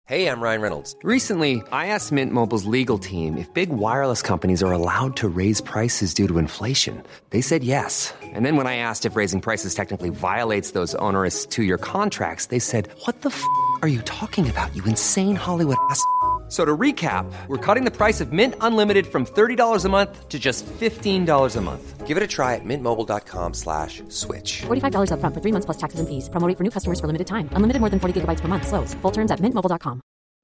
Hey, I'm Ryan Reynolds. Recently, I asked Mint Mobile's legal team if big wireless companies are allowed to raise prices due to inflation. They said yes. And then when I asked if raising prices technically violates those onerous two-year contracts, they said, "What the f*** are you talking about, you insane Hollywood ass?" So to recap, we're cutting the price of Mint Unlimited from $30 a month to just $15 a month. Give it a try at mintmobile.com/switch. $45 up front for 3 months plus taxes and fees. Promo rate for new customers for limited time. Unlimited more than 40 gigabytes per month. Slows full terms at mintmobile.com.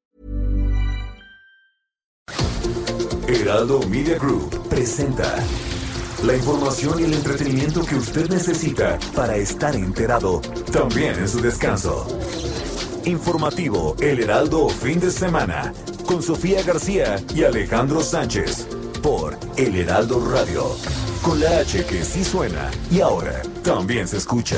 Heraldo Media Group presenta la información y el entretenimiento que usted necesita para estar enterado, también en su descanso. Informativo El Heraldo Fin de Semana, con Sofía García y Alejandro Sánchez, por El Heraldo Radio, con la H que sí suena y ahora también se escucha.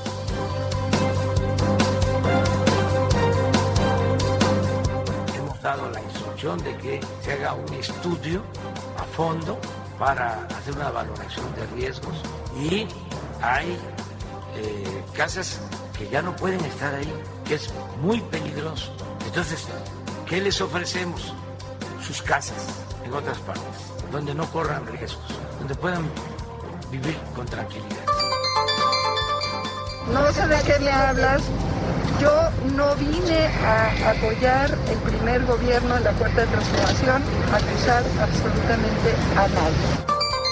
Hemos dado la instrucción de que se haga un estudio a fondo para hacer una valoración de riesgos y hay casas que ya no pueden estar ahí, que es muy peligroso. Entonces, ¿qué les ofrecemos? Sus casas en otras partes, donde no corran riesgos, donde puedan vivir con tranquilidad. No sé de qué le hablas. Yo no vine a apoyar el primer gobierno en la Cuarta Transformación, a acusar absolutamente a nadie.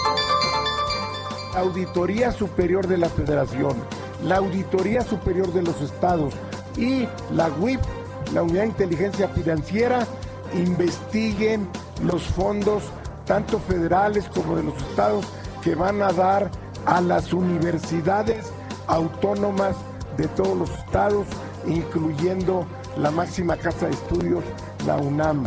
Auditoría Superior de la Federación, la Auditoría Superior de los Estados y la UIF, la Unidad de Inteligencia Financiera, investiguen los fondos, tanto federales como de los estados, que van a dar a las universidades autónomas de todos los estados, incluyendo la máxima casa de estudios, la UNAM.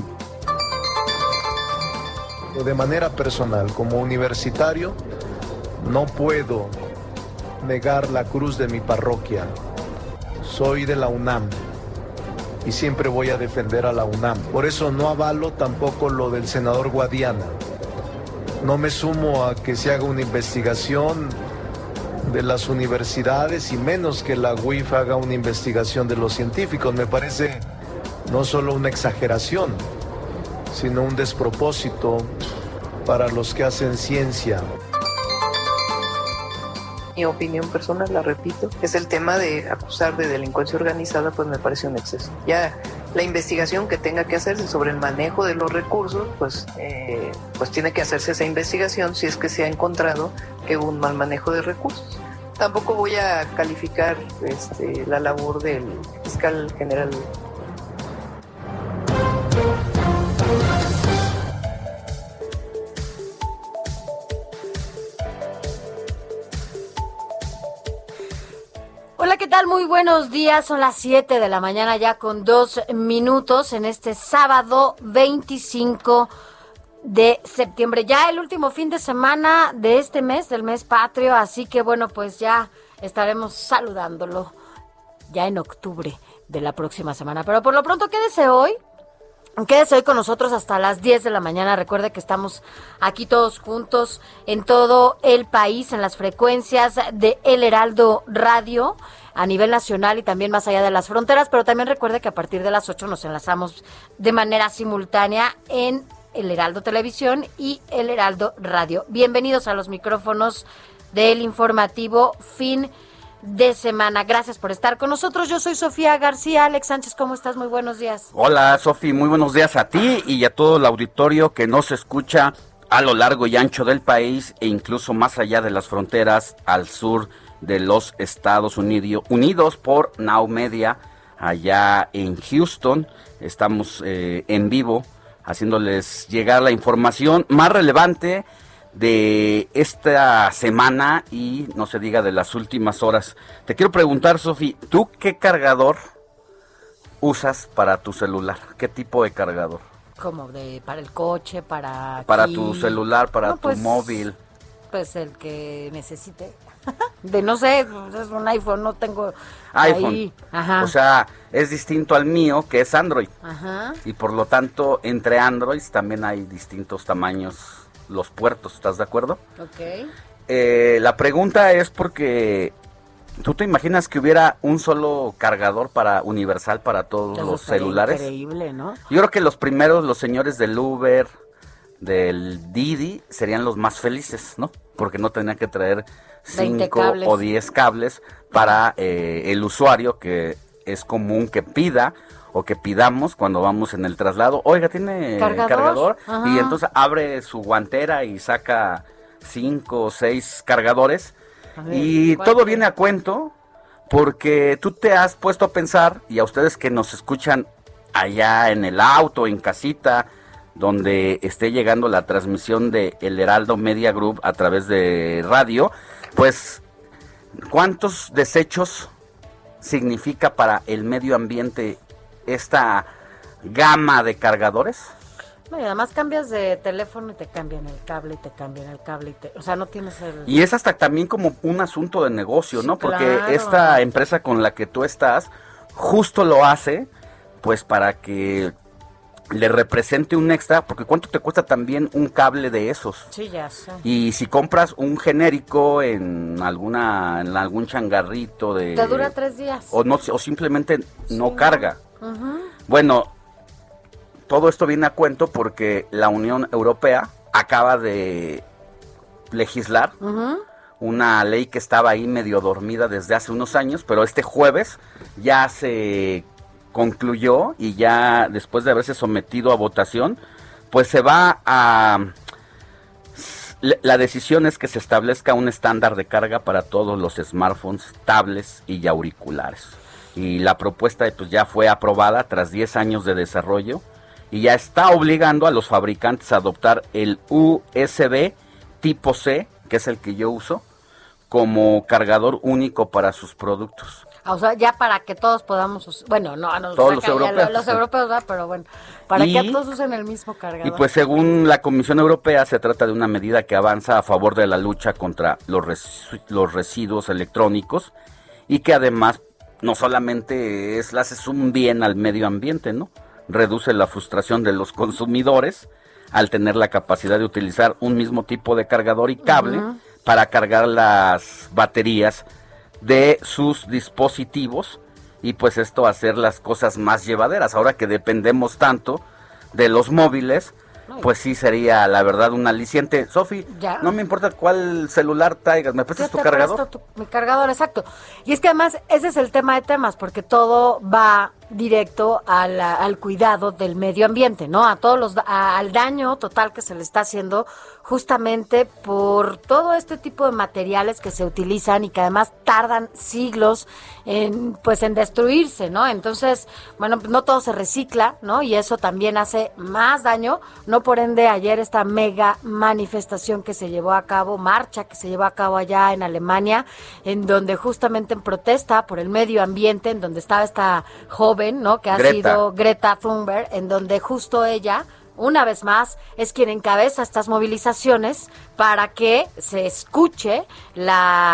De manera personal, como universitario, no puedo negar la cruz de mi parroquia. Soy de la UNAM y siempre voy a defender a la UNAM. Por eso no avalo tampoco lo del senador Guadiana. No me sumo a que se haga una investigación de las universidades y menos que la UIF haga una investigación de los científicos. Me parece no solo una exageración, sino un despropósito para los que hacen ciencia. Mi opinión personal, la repito, es el tema de acusar de delincuencia organizada, pues me parece un exceso. Ya la investigación que tenga que hacerse sobre el manejo de los recursos, pues tiene que hacerse esa investigación si es que se ha encontrado que hubo un mal manejo de recursos. Tampoco voy a calificar la labor del fiscal general. Hola, ¿qué tal? Muy buenos días. Son las 7 de la mañana ya con 2 minutos en este sábado 25 de septiembre. Ya el último fin de semana de este mes, del mes patrio. Así que bueno, pues ya estaremos saludándolo ya en octubre de la próxima semana. Pero por lo pronto quédese hoy con nosotros hasta las 10 de la mañana. Recuerde que estamos aquí todos juntos en todo el país, en las frecuencias de El Heraldo Radio, a nivel nacional y también más allá de las fronteras. Pero también recuerde que a partir de las 8 nos enlazamos de manera simultánea en El Heraldo Televisión y El Heraldo Radio. Bienvenidos a los micrófonos del informativo fin de semana. Gracias por estar con nosotros. Yo soy Sofía García. Alex Sánchez, ¿cómo estás? Muy buenos días. Hola, Sofi, muy buenos días a ti y a todo el auditorio que nos escucha a lo largo y ancho del país e incluso más allá de las fronteras al sur de los Estados Unidos por Now Media, allá en Houston. Estamos en vivo haciéndoles llegar la información más relevante de esta semana y no se diga de las últimas horas. Te quiero preguntar, Sofi, ¿tú qué cargador usas para tu celular? ¿Qué tipo de cargador? Como para el coche, para tu celular, para tu móvil. Pues el que necesite. No sé, es un iPhone, no tengo iPhone. Ahí. Ajá. O sea, es distinto al mío, que es Android. Ajá. Y por lo tanto, entre Androids también hay distintos tamaños, los puertos, ¿estás de acuerdo? Ok. La pregunta es porque ¿Tú te imaginas que hubiera un solo cargador universal para todos Eso los estaría celulares? Increíble, ¿no? Yo creo que los primeros, los señores del Uber, del Didi, serían los más felices, ¿no? Porque no tenían que traer 5 o 10 cables para el usuario, que es común que pida o que pidamos cuando vamos en el traslado. Oiga, ¿tiene cargador? Y entonces abre su guantera y saca 5 o 6 cargadores. Ver, y todo viene a cuento porque tú te has puesto a pensar, y a ustedes que nos escuchan allá en el auto, en casita, donde esté llegando la transmisión de El Heraldo Media Group a través de radio, pues, ¿cuántos desechos significa para el medio ambiente esta gama de cargadores? No, y además cambias de teléfono y te cambian el cable, y te cambian el cable, o sea, no tienes el... Y es hasta también como un asunto de negocio, ¿no? Porque claro, esta empresa con la que tú estás justo lo hace, pues, para que le represente un extra, porque ¿cuánto te cuesta también un cable de esos? Sí, ya sé. Y si compras un genérico en algún changarrito de... Te dura 3 días. O simplemente no carga. Bueno, todo esto viene a cuento porque la Unión Europea acaba de legislar una ley que estaba ahí medio dormida desde hace unos años, pero este jueves ya se concluyó, y ya después de haberse sometido a votación, pues se va a... La decisión es que se establezca un estándar de carga para todos los smartphones, tablets y auriculares. Y la propuesta pues ya fue aprobada tras 10 años de desarrollo, y ya está obligando a los fabricantes a adoptar el USB tipo C, que es el que yo uso, como cargador único para sus productos. O sea, ya para que todos podamos, bueno, no, todos los europeos, los europeos, ¿verdad? Pero bueno, para que todos usen el mismo cargador. Y pues según la Comisión Europea se trata de una medida que avanza a favor de la lucha contra los residuos electrónicos, y que además no solamente le haces un bien al medio ambiente, ¿no? Reduce la frustración de los consumidores al tener la capacidad de utilizar un mismo tipo de cargador y cable para cargar las baterías de sus dispositivos, y pues esto hacer las cosas más llevaderas. Ahora que dependemos tanto de los móviles, pues sí sería la verdad un aliciente. Sofi, no me importa cuál celular traigas, ¿me prestas tu cargador? Mi cargador, exacto. Y es que además ese es el tema de temas, porque todo va directo al cuidado del medio ambiente, ¿no? Al daño total que se le está haciendo justamente por todo este tipo de materiales que se utilizan y que además tardan siglos en destruirse, ¿no? Entonces, bueno, no todo se recicla, ¿no? Y eso también hace más daño. No por ende, ayer esta mega manifestación que se llevó a cabo, marcha que se llevó a cabo allá en Alemania, en donde justamente en protesta por el medio ambiente, en donde estaba esta joven, ¿no? Que ha sido Greta Thunberg, en donde justo ella, una vez más, es quien encabeza estas movilizaciones para que se escuche el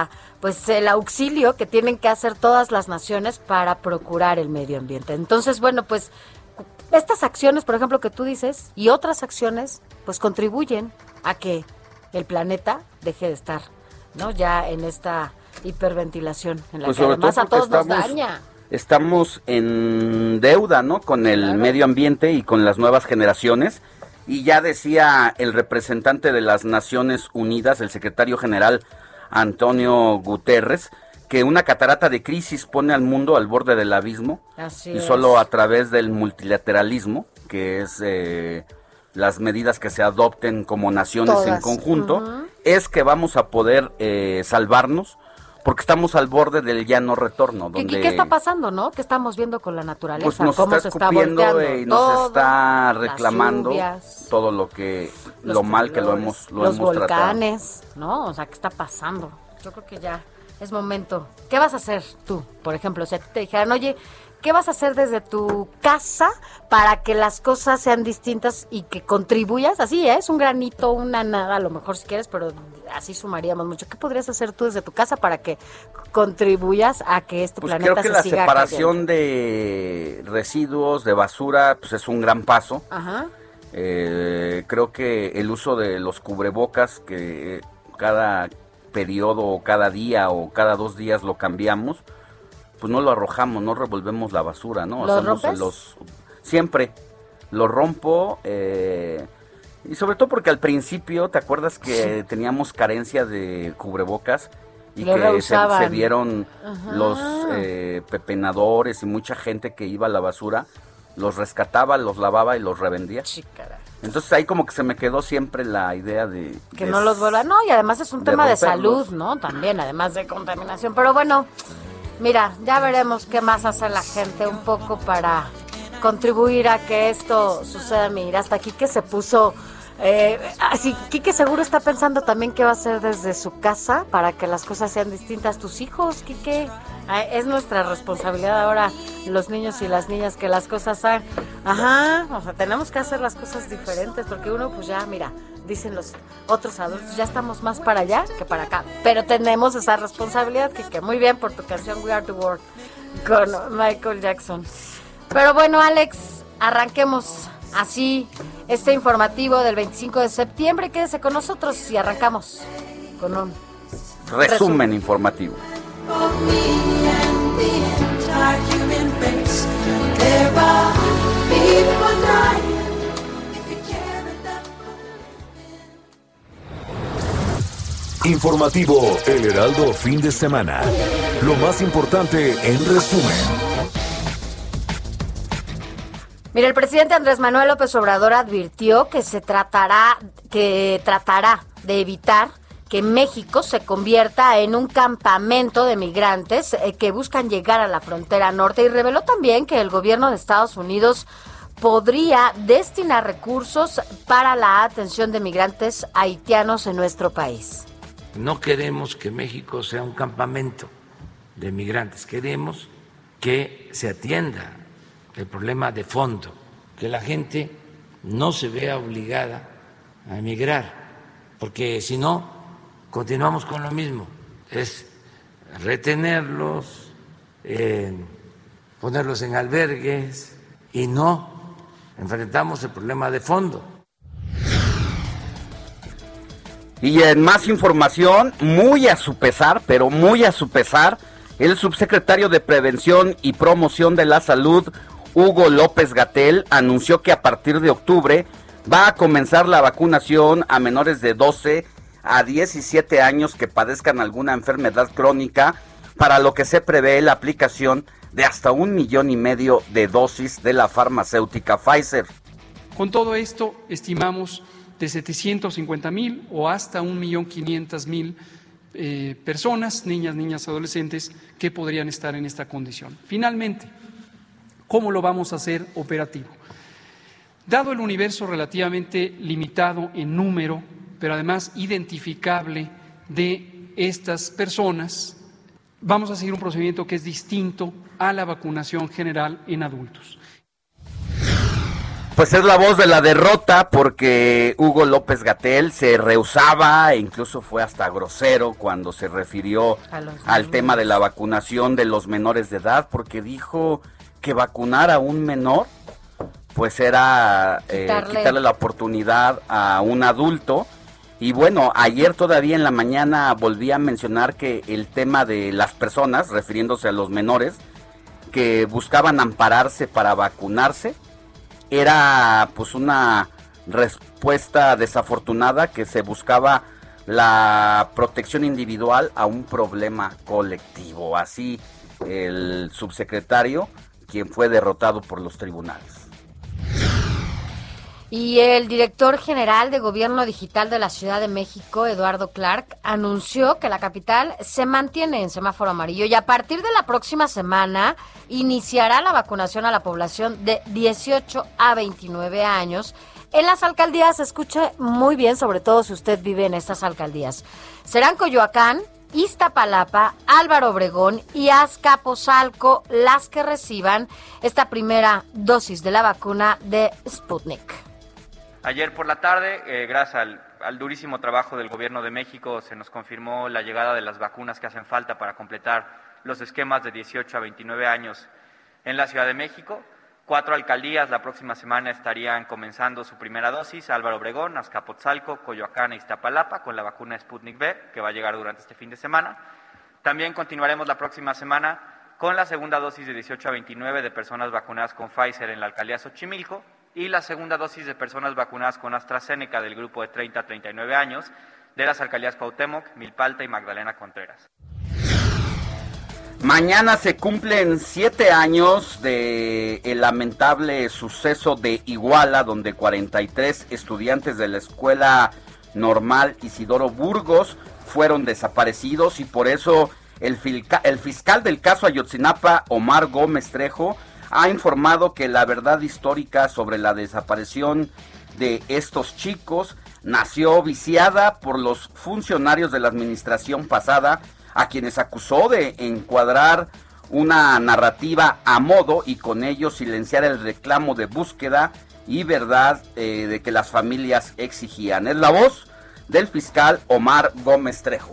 auxilio que tienen que hacer todas las naciones para procurar el medio ambiente. Entonces, bueno, pues estas acciones, por ejemplo, que tú dices, y otras acciones, pues contribuyen a que el planeta deje de estar, ¿no? Ya en esta hiperventilación en la que además a todos nos daña. Estamos en deuda, ¿no? Con el medio ambiente y con las nuevas generaciones. Y ya decía el representante de las Naciones Unidas, el secretario general Antonio Guterres, que una catarata de crisis pone al mundo al borde del abismo. Así y es. Solo a través del multilateralismo, que es las medidas que se adopten como naciones todas en conjunto, es que vamos a poder salvarnos, porque estamos al borde del ya no retorno. ¿Y qué está pasando, no? ¿Qué estamos viendo con la naturaleza? Pues nos ¿Cómo está se está escupiendo volteando y nos todo, está reclamando todo lo mal que lo hemos tratado. Los volcanes, ¿no? O sea, ¿qué está pasando? Yo creo que ya es momento. ¿Qué vas a hacer tú, por ejemplo? Si te dijeran, oye, ¿qué vas a hacer desde tu casa para que las cosas sean distintas y que contribuyas? Así es, un granito, una nada, a lo mejor si quieres, pero así sumaríamos mucho. ¿Qué podrías hacer tú desde tu casa para que contribuyas a que este planeta se siga Creo que la separación cayendo? de residuos, de basura, pues es un gran paso. Ajá. Creo que el uso de los cubrebocas, que cada periodo o cada día o cada 2 días lo cambiamos, pues no lo arrojamos, no revolvemos la basura, ¿no? ¿Lo rompes? Siempre lo rompo, y sobre todo porque al principio, ¿te acuerdas que teníamos carencia de cubrebocas? Y lo que se vieron los pepenadores y mucha gente que iba a la basura, los rescataba, los lavaba y los revendía. Sí, caray. Entonces ahí como que se me quedó siempre la idea de... Que no los vuelvan, no, y además es un tema de salud, ¿no? También, además de contaminación. Pero bueno, mira, ya veremos qué más hace la gente un poco para contribuir a que esto suceda. Mira, hasta aquí que se puso... así, Quique seguro está pensando también qué va a hacer desde su casa para que las cosas sean distintas. Tus hijos, Quique, es nuestra responsabilidad ahora, los niños y las niñas, que las cosas hagan. O sea, tenemos que hacer las cosas diferentes, porque uno, pues ya, mira, dicen los otros adultos, ya estamos más para allá que para acá, pero tenemos esa responsabilidad, Quique. Muy bien por tu canción We Are the World con Michael Jackson. Pero bueno, Alex, arranquemos así este informativo del 25 de septiembre. Quédese con nosotros y arrancamos con un resumen informativo. Informativo El Heraldo fin de semana. Lo más importante en resumen. Mira, el presidente Andrés Manuel López Obrador advirtió que tratará de evitar que México se convierta en un campamento de migrantes que buscan llegar a la frontera norte, y reveló también que el gobierno de Estados Unidos podría destinar recursos para la atención de migrantes haitianos en nuestro país. No queremos que México sea un campamento de migrantes, queremos que se atienda el problema de fondo, que la gente no se vea obligada a emigrar, porque si no, continuamos con lo mismo, es retenerlos, ponerlos en albergues y no enfrentamos el problema de fondo. Y en más información, muy a su pesar, pero muy a su pesar, el subsecretario de Prevención y Promoción de la Salud, Hugo López-Gatell, anunció que a partir de octubre va a comenzar la vacunación a menores de 12 a 17 años que padezcan alguna enfermedad crónica, para lo que se prevé la aplicación de hasta 1,5 millones de dosis de la farmacéutica Pfizer. Con todo esto, estimamos de 750,000 o hasta 1,500,000 personas, niñas, adolescentes, que podrían estar en esta condición. Finalmente, ¿cómo lo vamos a hacer operativo? Dado el universo relativamente limitado en número, pero además identificable de estas personas, vamos a seguir un procedimiento que es distinto a la vacunación general en adultos. Pues es la voz de la derrota, porque Hugo López-Gatell se rehusaba e incluso fue hasta grosero cuando se refirió al tema de la vacunación de los menores de edad, porque dijo que vacunar a un menor pues era quitarle la oportunidad a un adulto. Y bueno, ayer todavía en la mañana volví a mencionar que el tema de las personas, refiriéndose a los menores, que buscaban ampararse para vacunarse, era pues una respuesta desafortunada, que se buscaba la protección individual a un problema colectivo. Así el subsecretario, quien fue derrotado por los tribunales. Y el director general de Gobierno Digital de la Ciudad de México, Eduardo Clark, anunció que la capital se mantiene en semáforo amarillo y a partir de la próxima semana iniciará la vacunación a la población de 18 a 29 años en las alcaldías. Escuche muy bien, sobre todo si usted vive en estas alcaldías. Serán Coyoacán, Iztapalapa, Álvaro Obregón y Azcapotzalco las que reciban esta primera dosis de la vacuna de Sputnik. Ayer por la tarde, gracias al durísimo trabajo del Gobierno de México, se nos confirmó la llegada de las vacunas que hacen falta para completar los esquemas de 18 a 29 años en la Ciudad de México. 4 alcaldías la próxima semana estarían comenzando su primera dosis: Álvaro Obregón, Azcapotzalco, Coyoacán e Iztapalapa, con la vacuna Sputnik V, que va a llegar durante este fin de semana. También continuaremos la próxima semana con la segunda dosis de 18 a 29 de personas vacunadas con Pfizer en la alcaldía Xochimilco y la segunda dosis de personas vacunadas con AstraZeneca del grupo de 30 a 39 años de las alcaldías Cuauhtémoc, Milpalta y Magdalena Contreras. Mañana se cumplen 7 años de el lamentable suceso de Iguala, donde 43 estudiantes de la Escuela Normal Isidoro Burgos fueron desaparecidos, y por eso el fiscal del caso Ayotzinapa, Omar Gómez Trejo, ha informado que la verdad histórica sobre la desaparición de estos chicos nació viciada por los funcionarios de la administración pasada, a quienes acusó de encuadrar una narrativa a modo y con ello silenciar el reclamo de búsqueda y verdad de que las familias exigían. Es la voz del fiscal Omar Gómez Trejo.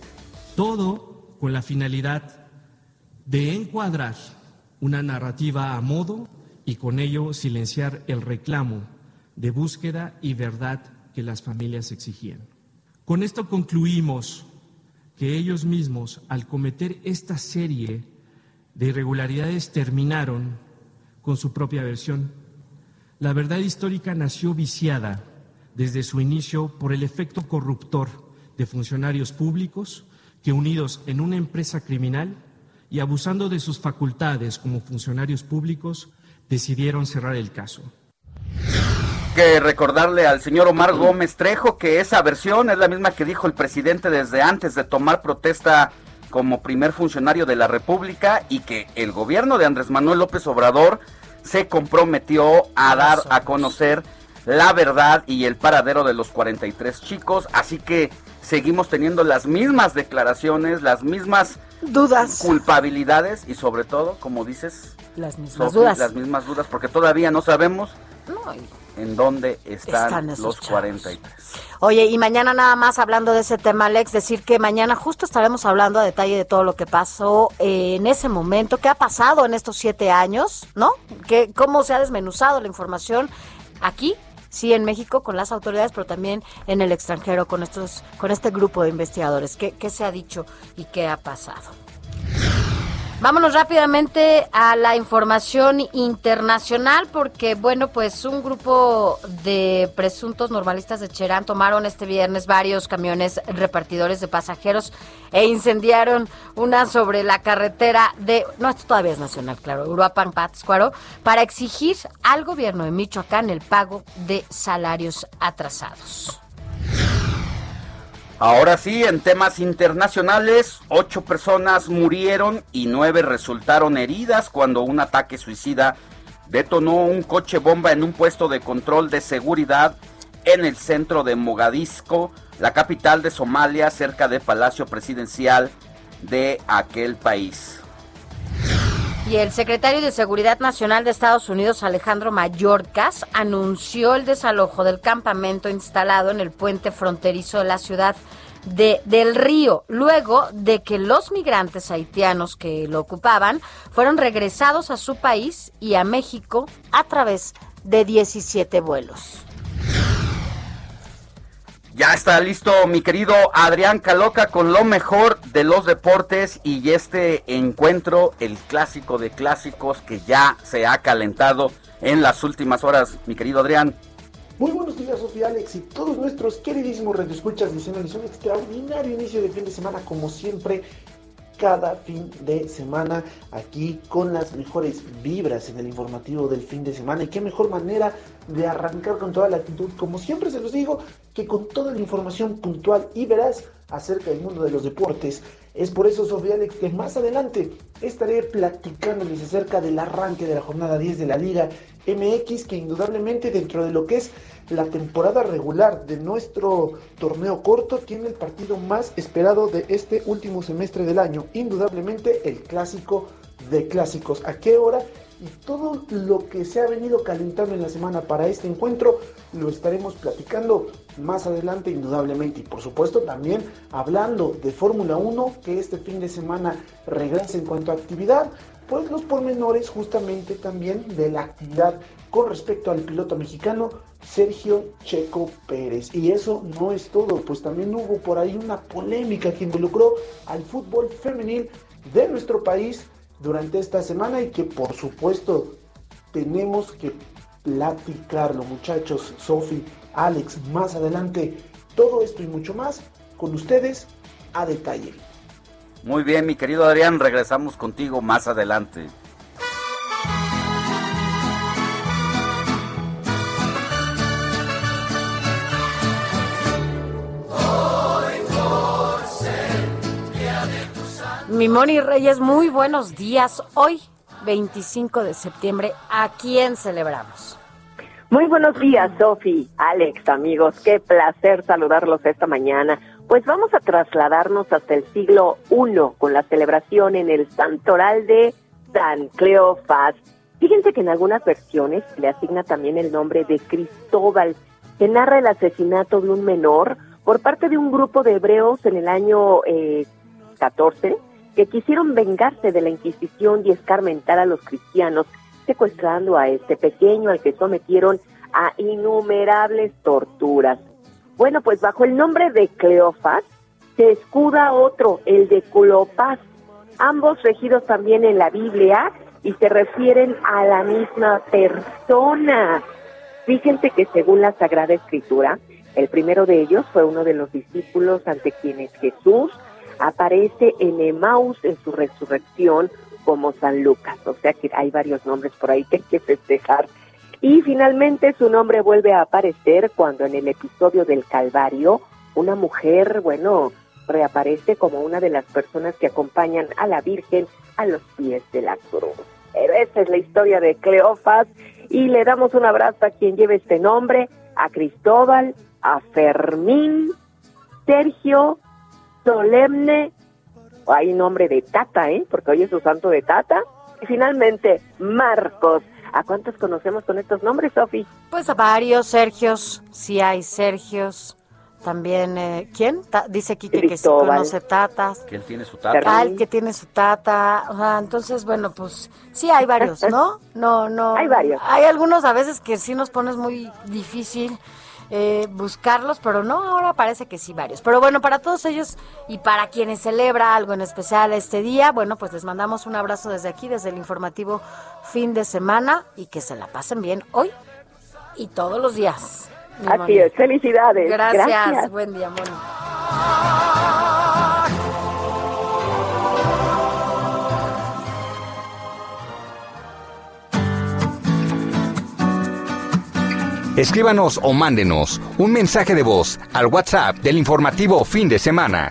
Todo con la finalidad de encuadrar una narrativa a modo y con ello silenciar el reclamo de búsqueda y verdad que las familias exigían. Con esto concluimos que ellos mismos, al cometer esta serie de irregularidades, terminaron con su propia versión. La verdad histórica nació viciada desde su inicio por el efecto corruptor de funcionarios públicos que, unidos en una empresa criminal y abusando de sus facultades como funcionarios públicos, decidieron cerrar el caso. Que recordarle al señor Omar Gómez Trejo que esa versión es la misma que dijo el presidente desde antes de tomar protesta como primer funcionario de la República, y que el gobierno de Andrés Manuel López Obrador se comprometió a dar a conocer la verdad y el paradero de los 43 chicos. Así que seguimos teniendo las mismas declaraciones, las mismas dudas, culpabilidades y sobre todo, como dices, las mismas dudas. Las mismas dudas, porque todavía no sabemos en dónde están los chavos. 43. Oye, y mañana, nada más hablando de ese tema, Alex, decir que mañana justo estaremos hablando a detalle de todo lo que pasó en ese momento, qué ha pasado en estos 7 años, ¿no? Cómo se ha desmenuzado la información aquí, sí, en México con las autoridades, pero también en el extranjero con este grupo de investigadores. ¿Qué se ha dicho y qué ha pasado? Vámonos rápidamente a la información internacional, porque, bueno, pues un grupo de presuntos normalistas de Cherán tomaron este viernes varios camiones repartidores de pasajeros e incendiaron una sobre la carretera esto todavía es nacional, claro, Uruapan-Pátzcuaro, para exigir al gobierno de Michoacán el pago de salarios atrasados. Ahora sí, en temas internacionales, 8 personas murieron y 9 resultaron heridas cuando un ataque suicida detonó un coche bomba en un puesto de control de seguridad en el centro de Mogadiscio, la capital de Somalia, cerca del Palacio Presidencial de aquel país. Y el secretario de Seguridad Nacional de Estados Unidos, Alejandro Mayorkas, anunció el desalojo del campamento instalado en el puente fronterizo de la ciudad del Río, luego de que los migrantes haitianos que lo ocupaban fueron regresados a su país y a México a través de 17 vuelos. Ya está listo mi querido Adrián Caloca con lo mejor de los deportes y este encuentro, el clásico de clásicos que ya se ha calentado en las últimas horas. Mi querido Adrián. Muy buenos días, Sofía, Alex y todos nuestros queridísimos radioescuchas, diciéndoles un extraordinario inicio de fin de semana, como siempre, cada fin de semana aquí con las mejores vibras en el informativo del fin de semana. Y qué mejor manera de arrancar con toda la actitud, como siempre se los digo, que con toda la información puntual y veraz acerca del mundo de los deportes. Es por eso, Sofía, Alex, que más adelante estaré platicándoles acerca del arranque de la jornada 10 de la Liga MX, que indudablemente dentro de lo que es la temporada regular de nuestro torneo corto tiene el partido más esperado de este último semestre del año, indudablemente el clásico de clásicos. ¿A qué hora? Y todo lo que se ha venido calentando en la semana para este encuentro lo estaremos platicando más adelante, indudablemente. Y por supuesto también hablando de Fórmula 1, que este fin de semana regresa en cuanto a actividad. pues los pormenores justamente también de la actividad con respecto al piloto mexicano Sergio Checo Pérez. Y eso no es todo, pues también hubo por ahí una polémica que involucró al fútbol femenil de nuestro país durante esta semana y que por supuesto tenemos que platicarlo, muchachos. Sofi, Alex, más adelante todo esto y mucho más con ustedes a detalle. Muy bien, mi querido Adrián, regresamos contigo más adelante. Mi Moni Reyes, muy buenos días. Hoy, 25 de septiembre, ¿a quién celebramos? Muy buenos días, Sofi, Alex, amigos. Qué placer saludarlos esta mañana. Pues vamos a trasladarnos hasta el siglo I con la celebración en el Santoral de San Cleofás. Fíjense que en algunas versiones le asigna también el nombre de Cristóbal, que narra el asesinato de un menor por parte de un grupo de hebreos en el año 14, que quisieron vengarse de la Inquisición y escarmentar a los cristianos, secuestrando a este pequeño al que sometieron a innumerables torturas. Bueno, pues bajo el nombre de Cleofás se escuda otro, el de Clopas, ambos regidos también en la Biblia y se refieren a la misma persona. Fíjense que según la Sagrada Escritura, el primero de ellos fue uno de los discípulos ante quienes Jesús aparece en Emaús en su resurrección como San Lucas, o sea que hay varios nombres por ahí que hay que festejar. Y finalmente su nombre vuelve a aparecer cuando en el episodio del Calvario, una mujer, reaparece como una de las personas que acompañan a la Virgen a los pies de la cruz. Pero esa es la historia de Cleofás y le damos un abrazo a quien lleve este nombre, a Cristóbal, a Fermín, Sergio, Solemne, hay nombre de Tata, porque hoy es su santo de Tata, y finalmente Marcos. ¿A cuántos conocemos con estos nombres, Sofi? Pues a varios Sergios, sí hay Sergios. También, ¿quién? Dice Quique que sí conoce tatas. Que él tiene su tata. El que tiene su tata. O sea, entonces, bueno, pues sí hay varios, ¿no? No. Hay varios. Hay algunos a veces que sí nos pones muy difícil buscarlos, pero no, ahora parece que sí varios. Pero bueno, para todos ellos y para quienes celebra algo en especial este día, bueno, pues les mandamos un abrazo desde aquí, desde el informativo fin de semana, y que se la pasen bien hoy y todos los días. Así es, felicidades. Gracias. Buen día, Moni. Escríbanos o mándenos un mensaje de voz al WhatsApp del informativo fin de semana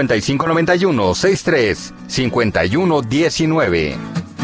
5591-63-5119.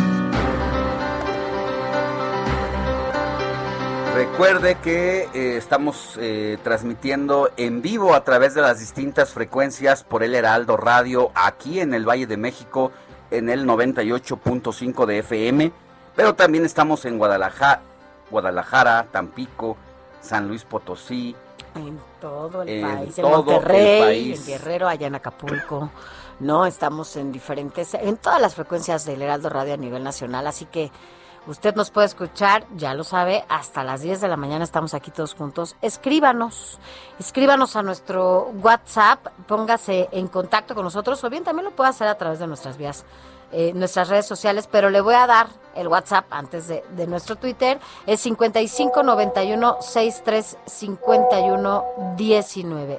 Recuerde que estamos transmitiendo en vivo a través de las distintas frecuencias por el Heraldo Radio aquí en el Valle de México en el 98.5 de FM, pero también estamos en Guadalajara, Tampico, San Luis Potosí, en todo el país, en Monterrey, en Guerrero, allá en Acapulco, no, estamos en todas las frecuencias del Heraldo Radio a nivel nacional, así que usted nos puede escuchar, ya lo sabe, hasta las 10 de la mañana estamos aquí todos juntos. Escríbanos a nuestro WhatsApp, póngase en contacto con nosotros, o bien también lo puede hacer a través de nuestras vías, nuestras redes sociales, pero le voy a dar el WhatsApp antes de nuestro Twitter, es 5591-635119,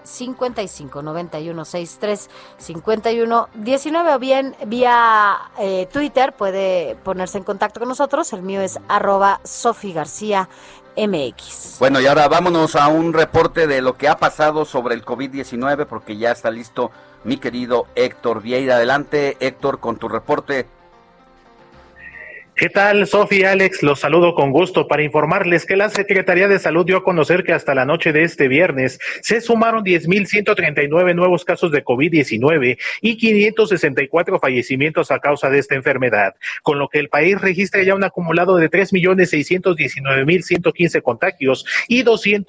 5591-635119, o bien vía Twitter puede ponerse en contacto con nosotros, el mío es @SofiGarcía.mx. Bueno, y ahora vámonos a un reporte de lo que ha pasado sobre el COVID-19, porque ya está listo mi querido Héctor Vieira. Adelante, Héctor, con tu reporte. ¿Qué tal, Sofi, Alex? Los saludo con gusto para informarles que la Secretaría de Salud dio a conocer que hasta la noche de este viernes se sumaron 10,139 nuevos casos de COVID-19 y 564 fallecimientos a causa de esta enfermedad, con lo que el país registra ya un acumulado de 3,619,115 contagios y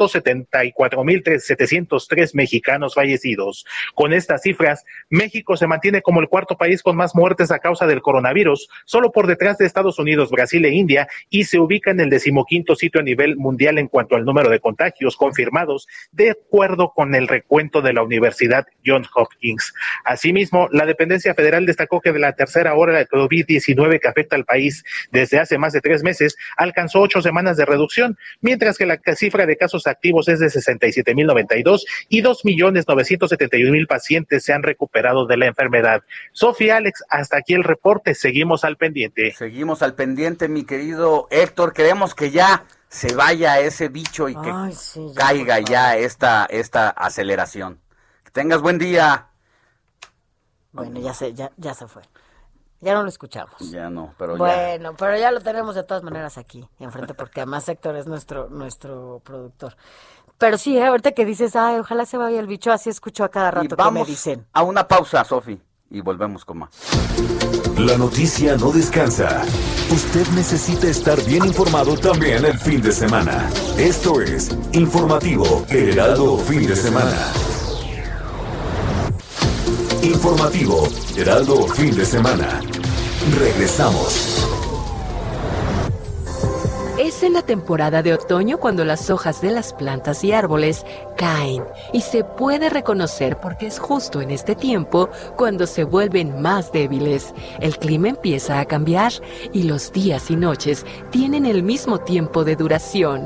274,703 mexicanos fallecidos. Con estas cifras, México se mantiene como el cuarto país con más muertes a causa del coronavirus, solo por detrás de Estados Unidos, Brasil e India, y se ubica en el 15º sitio a nivel mundial en cuanto al número de contagios confirmados, de acuerdo con el recuento de la Universidad Johns Hopkins. Asimismo, la dependencia federal destacó que de la tercera ola de COVID-19 que afecta al país desde hace más de 3 meses, alcanzó 8 semanas de reducción, mientras que la cifra de casos activos es de 67,092 y 2,971,000 pacientes se han recuperado de la enfermedad. Sofía, Alex, hasta aquí el reporte, seguimos al pendiente. Seguimos al pendiente, mi querido Héctor, queremos que ya se vaya ese bicho y que caiga ya esta aceleración. Que tengas buen día. Bueno, ya se fue. Ya no lo escuchamos. Ya no, pero bueno, pero ya lo tenemos de todas maneras aquí enfrente, porque además Héctor es nuestro productor. Pero sí, ahorita que dices, ay, ojalá se vaya el bicho, así escucho a cada rato que me dicen. A una pausa, Sofi, y volvemos con más. La noticia no descansa. Usted necesita estar bien informado también el fin de semana. Esto es Informativo El Heraldo Fin de Semana. Informativo Heraldo Fin de Semana. Regresamos. Es en la temporada de otoño cuando las hojas de las plantas y árboles caen y se puede reconocer porque es justo en este tiempo cuando se vuelven más débiles. El clima empieza a cambiar y los días y noches tienen el mismo tiempo de duración.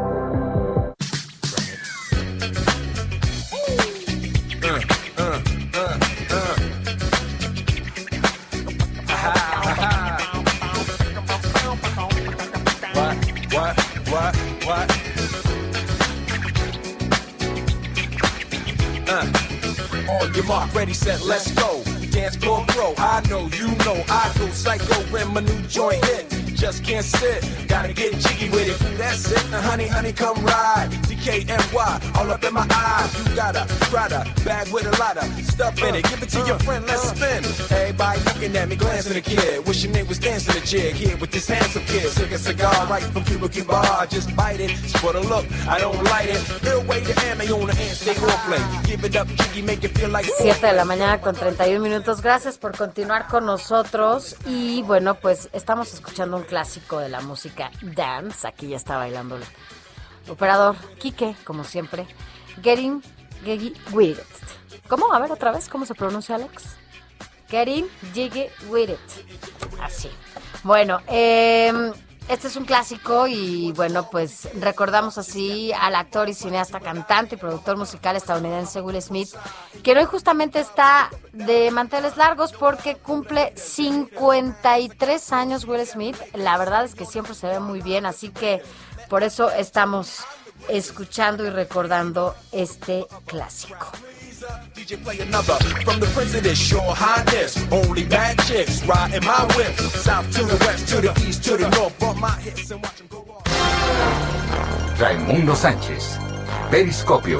On your mark, ready, set, let's go. Dance floor grow. I know, you know, I go psycho when my new joint hit. Just can't sit, gotta get jiggy with it. Ooh, that's it. Now, honey, honey, come ride. DKNY, all up in my eyes. You got a Prada bag with a lot of stuff in it. Give it to your friend, let's spin. Everybody looking at me, glancing at the kid. Wishing they was dancing the jig here with this handsome kid. Sick a cigar right from Cuba Cuba. Just bite it, it's for the look. I don't light it. They'll wait the ammo on the hand, stay on play. Give it up, jiggy, make it feel like 7 de la mañana con 31 minutos. Gracias por continuar con nosotros. Y bueno, pues estamos escuchando un clásico de la música dance. Aquí ya está bailando el operador Quique, como siempre. Getting Jiggy With It. ¿Cómo? A ver otra vez, ¿cómo se pronuncia, Alex? Getting Jiggy With It. Así. Bueno, este es un clásico y bueno, pues recordamos así al actor y cineasta, cantante y productor musical estadounidense Will Smith, que hoy justamente está de manteles largos porque cumple 53 años Will Smith. La verdad es que siempre se ve muy bien, así que por eso estamos escuchando y recordando este clásico. DJ play another from the president, sure highness. Only bad chicks riding my whip. South to the west, to the east, to the north. Bump my hips and watch them go off. Raimundo Sánchez, Periscopio.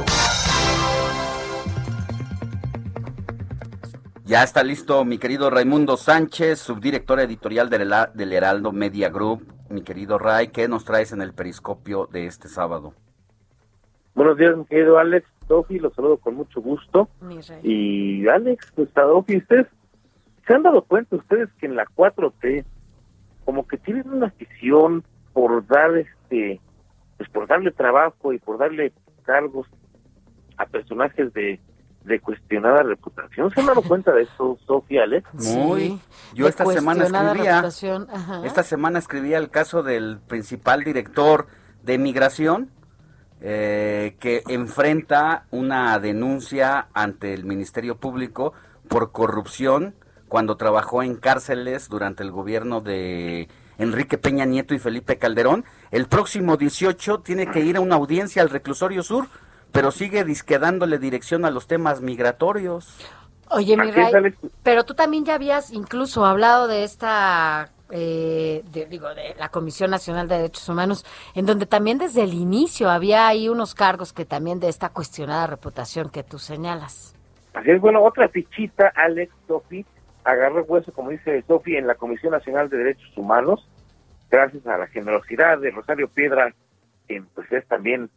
Ya está listo mi querido Raimundo Sánchez, subdirector editorial del Heraldo Media Group. Mi querido Ray, ¿qué nos traes en el Periscopio de este sábado? Buenos días, mi querido Alex. Sofi, los saludo con mucho gusto. Y Alex, pues Sofi, ustedes se han dado cuenta ustedes que en la 4T como que tienen una afición por dar pues por darle trabajo y por darle cargos a personajes de cuestionada reputación. ¿Se han dado cuenta de eso, Sofi, Alex? Muy. Yo esta semana escribía el caso del principal director de Migración, que enfrenta una denuncia ante el Ministerio Público por corrupción cuando trabajó en cárceles durante el gobierno de Enrique Peña Nieto y Felipe Calderón. El próximo 18 tiene que ir a una audiencia al Reclusorio Sur, pero sigue dándole dirección a los temas migratorios. Oye, mi Ray, pero tú también ya habías incluso hablado de esta de la Comisión Nacional de Derechos Humanos, en donde también desde el inicio había ahí unos cargos que también de esta cuestionada reputación que tú señalas. Así es, bueno, otra fichita, Alex, Sofi, agarró hueso, como dice Sofi, en la Comisión Nacional de Derechos Humanos, gracias a la generosidad de Rosario Piedra, quien pues es también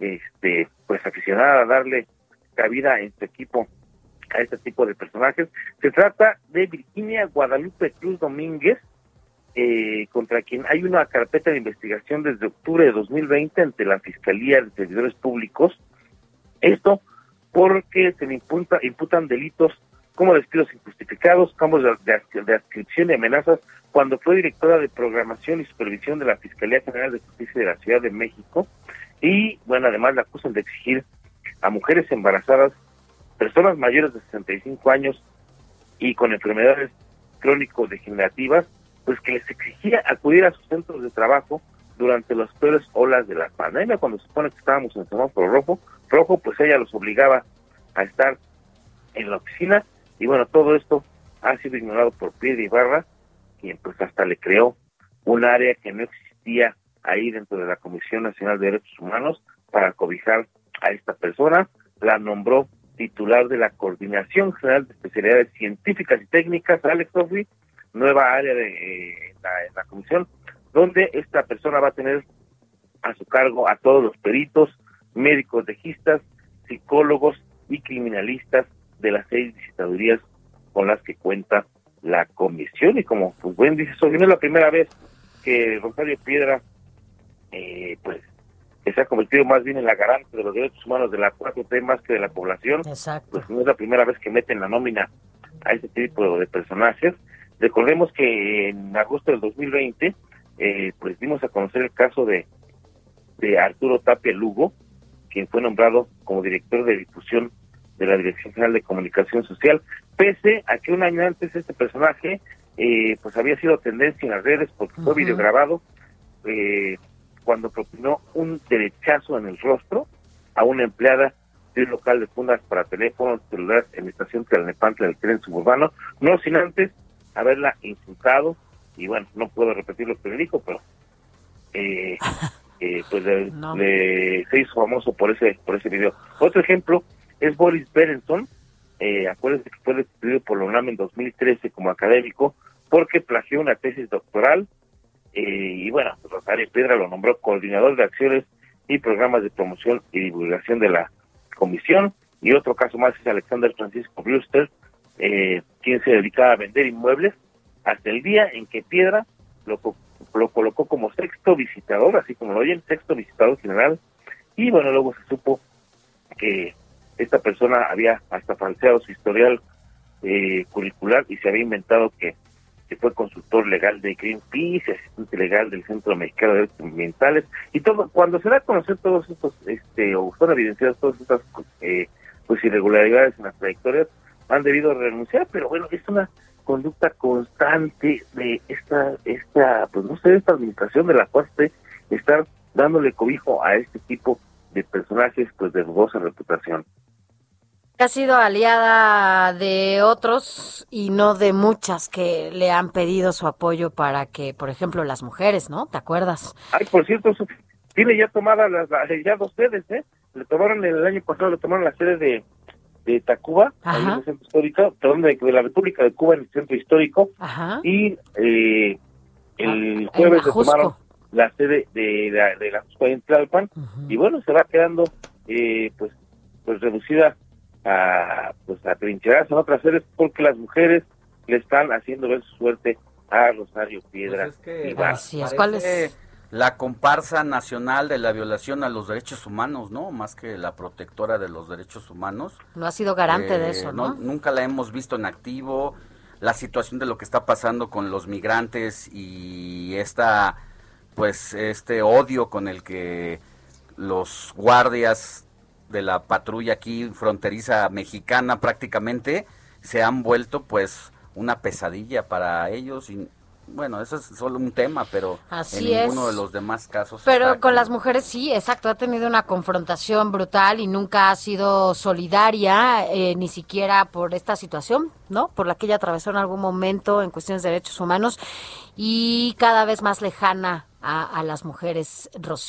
pues aficionada a darle cabida en su equipo a este tipo de personajes. Se trata de Virginia Guadalupe Cruz Domínguez, contra quien hay una carpeta de investigación desde octubre de 2020 ante la Fiscalía de Servidores Públicos. Esto porque se le imputan delitos como despidos injustificados, cambios de adscripción y amenazas cuando fue directora de Programación y Supervisión de la Fiscalía General de Justicia de la Ciudad de México. Y, bueno, además la acusan de exigir a mujeres embarazadas, personas mayores de 65 años y con enfermedades crónico-degenerativas, pues que les exigía acudir a sus centros de trabajo durante las peores olas de la pandemia, cuando se supone que estábamos en semáforo rojo, pues ella los obligaba a estar en la oficina. Y bueno, todo esto ha sido ignorado por Piedra Ibarra, quien pues hasta le creó un área que no existía ahí dentro de la Comisión Nacional de Derechos Humanos para cobijar a esta persona. La nombró titular de la Coordinación General de Especialidades Científicas y Técnicas, Alex Sofi, nueva área de la comisión, donde esta persona va a tener a su cargo a todos los peritos, médicos legistas, psicólogos y criminalistas de las 6 visitadurías con las que cuenta la comisión. Y como pues bien dice Sofi, no es la primera vez que Rosario Piedra pues que se ha convertido más bien en la garante de los derechos humanos de la 4T más que de la población. Exacto. Pues no es la primera vez que meten la nómina a este tipo de personajes. Recordemos que en agosto del 2020 pues dimos a conocer el caso de Arturo Tapia Lugo, quien fue nombrado como director de difusión de la Dirección General de Comunicación Social, pese a que un año antes este personaje pues había sido tendencia en las redes porque fue videograbado cuando propinó un derechazo en el rostro a una empleada de un local de fundas para teléfonos celulares en la estación Tlalnepantla del tren suburbano, no sin antes haberla insultado. Y bueno, no puedo repetir lo que le dijo, pero pues se hizo famoso por ese video. Otro ejemplo es Boris Berenson. Acuérdense que fue destituido por la UNAM en 2013 como académico porque plagió una tesis doctoral. Y bueno, Rosario Piedra lo nombró coordinador de acciones y programas de promoción y divulgación de la comisión. Y otro caso más es Alexander Francisco Brewster, quien se dedicaba a vender inmuebles hasta el día en que Piedra lo colocó como sexto visitador, así como lo oyen, sexto visitador general. Y bueno, luego se supo que esta persona había hasta falseado su historial curricular y se había inventado que fue consultor legal de Greenpeace, asistente legal del Centro Mexicano de Derechos Ambientales, y todo. Cuando se da a conocer todos estos, o son evidenciadas todas estas pues irregularidades en las trayectorias, han debido renunciar. Pero bueno, es una conducta constante de esta pues no sé, esta administración de la Corte, estar dándole cobijo a este tipo de personajes pues de dudosa reputación. Ha sido aliada de otros y no de muchas que le han pedido su apoyo para que, por ejemplo, las mujeres, ¿no? ¿Te acuerdas? Ay, por cierto, tiene ya tomadas ya 2 sedes, Le tomaron el año pasado, le tomaron la sede de Tacuba, ahí en el centro histórico, perdón, de la República de Cuba en el centro histórico. Ajá. Y el jueves le tomaron la sede de la Jusco en Tlalpan. Y bueno, se va quedando pues reducida a trincherarse en otras sedes porque las mujeres le están haciendo ver su suerte a Rosario Piedra. Pues es que ¿cuál es la comparsa nacional de la violación a los derechos humanos, no? Más que la protectora de los derechos humanos. No ha sido garante de eso, ¿no? Nunca la hemos visto en activo. La situación de lo que está pasando con los migrantes y este odio con el que los guardias de la patrulla aquí fronteriza mexicana prácticamente se han vuelto pues una pesadilla para ellos y bueno, eso es solo un tema, pero Así en ninguno es. de los demás casos. Pero con las mujeres sí, exacto, ha tenido una confrontación brutal y nunca ha sido solidaria, ni siquiera por esta situación, ¿no? Por la que ella atravesó en algún momento en cuestiones de derechos humanos y cada vez más lejana a las mujeres,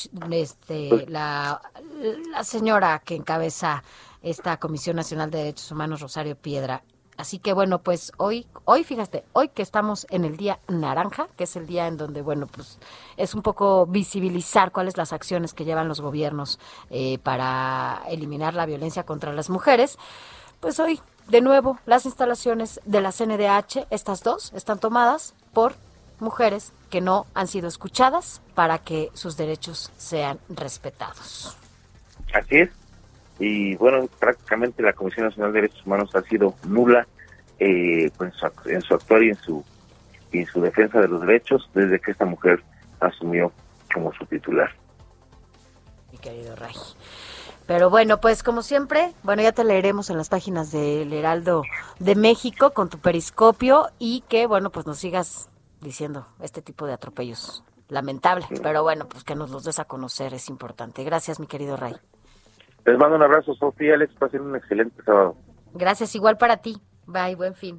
la señora que encabeza esta Comisión Nacional de Derechos Humanos, Rosario Piedra. Así que bueno, pues hoy, fíjate, hoy que estamos en el Día Naranja, que es el día en donde, bueno, pues es un poco visibilizar cuáles las acciones que llevan los gobiernos para eliminar la violencia contra las mujeres, pues hoy, de nuevo, las instalaciones de la CNDH, estas dos, están tomadas por mujeres que no han sido escuchadas para que sus derechos sean respetados. Así es. Y bueno, prácticamente la Comisión Nacional de Derechos Humanos ha sido nula pues, en su actuar y en su defensa de los derechos desde que esta mujer asumió como su titular. Mi querido Ray. Pero bueno, pues como siempre, bueno, ya te leeremos en las páginas del Heraldo de México con tu periscopio y que, bueno, pues nos sigas diciendo este tipo de atropellos. Lamentable, pero bueno, pues que nos los des a conocer es importante. Gracias, mi querido Ray. Les mando un abrazo, Sofía, Alex, pasen un excelente sábado. Gracias, igual para ti. Bye, buen fin.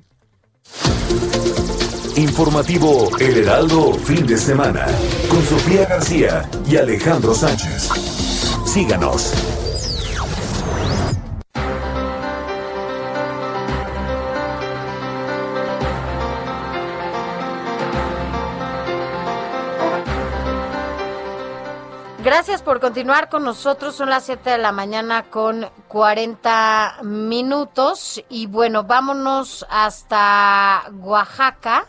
Informativo El Heraldo fin de semana con Sofía García y Alejandro Sánchez. Síganos. Gracias por continuar con nosotros. Son las 7 de la mañana con 40 minutos. Y bueno, vámonos hasta Oaxaca,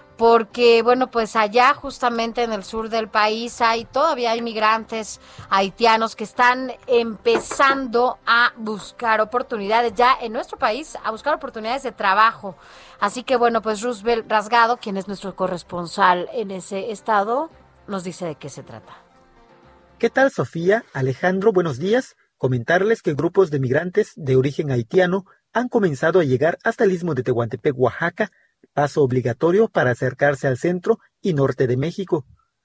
porque bueno, pues allá justamente en el sur del país todavía hay migrantes haitianos que están empezando a buscar oportunidades ya en nuestro país, a buscar oportunidades de trabajo. Así que bueno, pues Roosevelt Rasgado, quien es nuestro corresponsal en ese estado, nos dice de qué se trata. ¿Qué tal, Sofía? Alejandro, buenos días. Comentarles que grupos de migrantes de origen haitiano han comenzado a llegar hasta el istmo de Tehuantepec, Oaxaca, paso obligatorio para acercarse al centro y norte de México.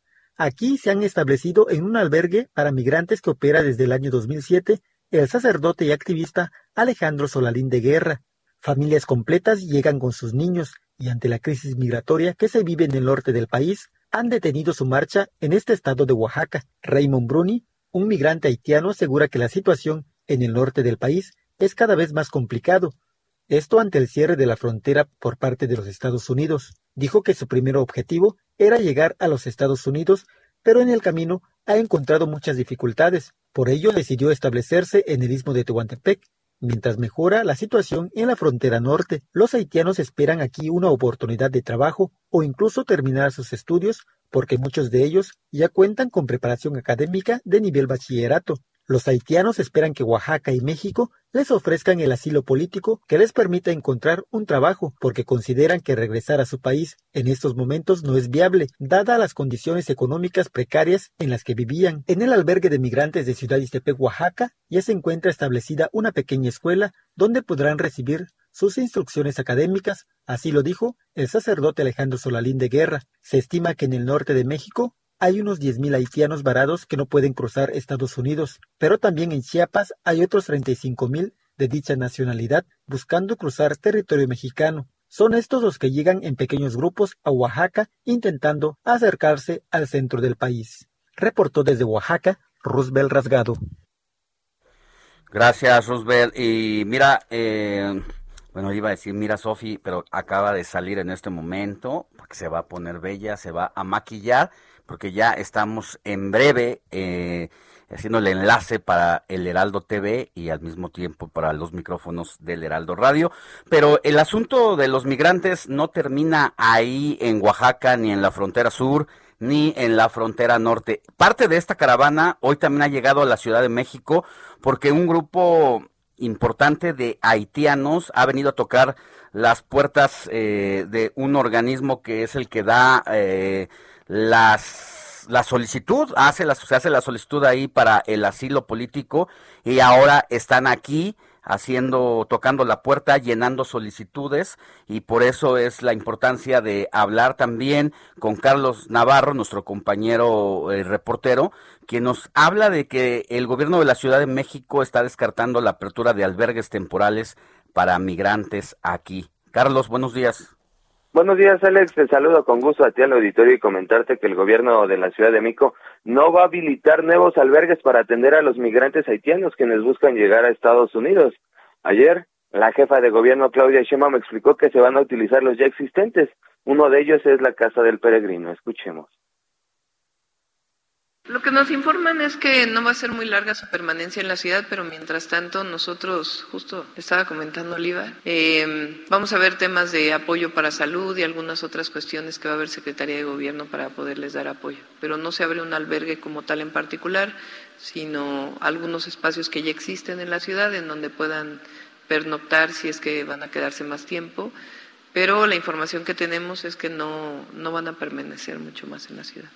Aquí se han establecido en un albergue para migrantes que opera desde el año 2007 el sacerdote y activista Alejandro Solalín de Guerra. Familias completas llegan con sus niños y ante la crisis migratoria que se vive en el norte del país, han detenido su marcha en este estado de Oaxaca. Raymond Bruni, un migrante haitiano, asegura que la situación en el norte del país es cada vez más complicado. Esto ante el cierre de la frontera por parte de los Estados Unidos. Dijo que su primer objetivo era llegar a los Estados Unidos, pero en el camino ha encontrado muchas dificultades. Por ello decidió establecerse en el istmo de Tehuantepec. Mientras mejora la situación en la frontera norte, los haitianos esperan aquí una oportunidad de trabajo o incluso terminar sus estudios, porque muchos de ellos ya cuentan con preparación académica de nivel bachillerato. Los haitianos esperan que Oaxaca y México les ofrezcan el asilo político que les permita encontrar un trabajo, porque consideran que regresar a su país en estos momentos no es viable, dadas las condiciones económicas precarias en las que vivían. En el albergue de migrantes de Ciudad Ixtepec, Oaxaca, ya se encuentra establecida una pequeña escuela donde podrán recibir sus instrucciones académicas, así lo dijo el sacerdote Alejandro Solalín de Guerra. Se estima que en el norte de México hay unos 10,000 haitianos varados que no pueden cruzar Estados Unidos, pero también en Chiapas hay otros 35,000 de dicha nacionalidad buscando cruzar territorio mexicano. Son estos los que llegan en pequeños grupos a Oaxaca intentando acercarse al centro del país. Reportó desde Oaxaca, Roosevelt Rasgado. Gracias, Roosevelt. Y mira, bueno, iba a decir, mira, Sofi, pero acaba de salir en este momento, porque se va a poner bella, se va a maquillar, porque ya estamos en breve haciendo el enlace para el Heraldo TV y al mismo tiempo para los micrófonos del Heraldo Radio. Pero el asunto de los migrantes no termina ahí en Oaxaca, ni en la frontera sur, ni en la frontera norte. Parte de esta caravana hoy también ha llegado a la Ciudad de México, porque un grupo importante de haitianos ha venido a tocar las puertas de un organismo que es el que da la solicitud, se hace la solicitud ahí para el asilo político, y ahora están aquí tocando la puerta, llenando solicitudes, y por eso es la importancia de hablar también con Carlos Navarro, nuestro compañero reportero, quien nos habla de que el gobierno de la Ciudad de México está descartando la apertura de albergues temporales para migrantes aquí. Carlos, buenos días. Buenos días, Alex. Te saludo con gusto a ti al auditorio y comentarte que el gobierno de la Ciudad de México no va a habilitar nuevos albergues para atender a los migrantes haitianos quienes buscan llegar a Estados Unidos. Ayer, la jefa de gobierno, Claudia Sheinbaum, me explicó que se van a utilizar los ya existentes. Uno de ellos es la Casa del Peregrino. Escuchemos. Lo que nos informan es que no va a ser muy larga su permanencia en la ciudad, pero mientras tanto nosotros, justo estaba comentando Oliva, vamos a ver temas de apoyo para salud y algunas otras cuestiones que va a haber Secretaría de Gobierno para poderles dar apoyo. Pero no se abre un albergue como tal en particular, sino algunos espacios que ya existen en la ciudad en donde puedan pernoctar si es que van a quedarse más tiempo, pero la información que tenemos es que no van a permanecer mucho más en la ciudad.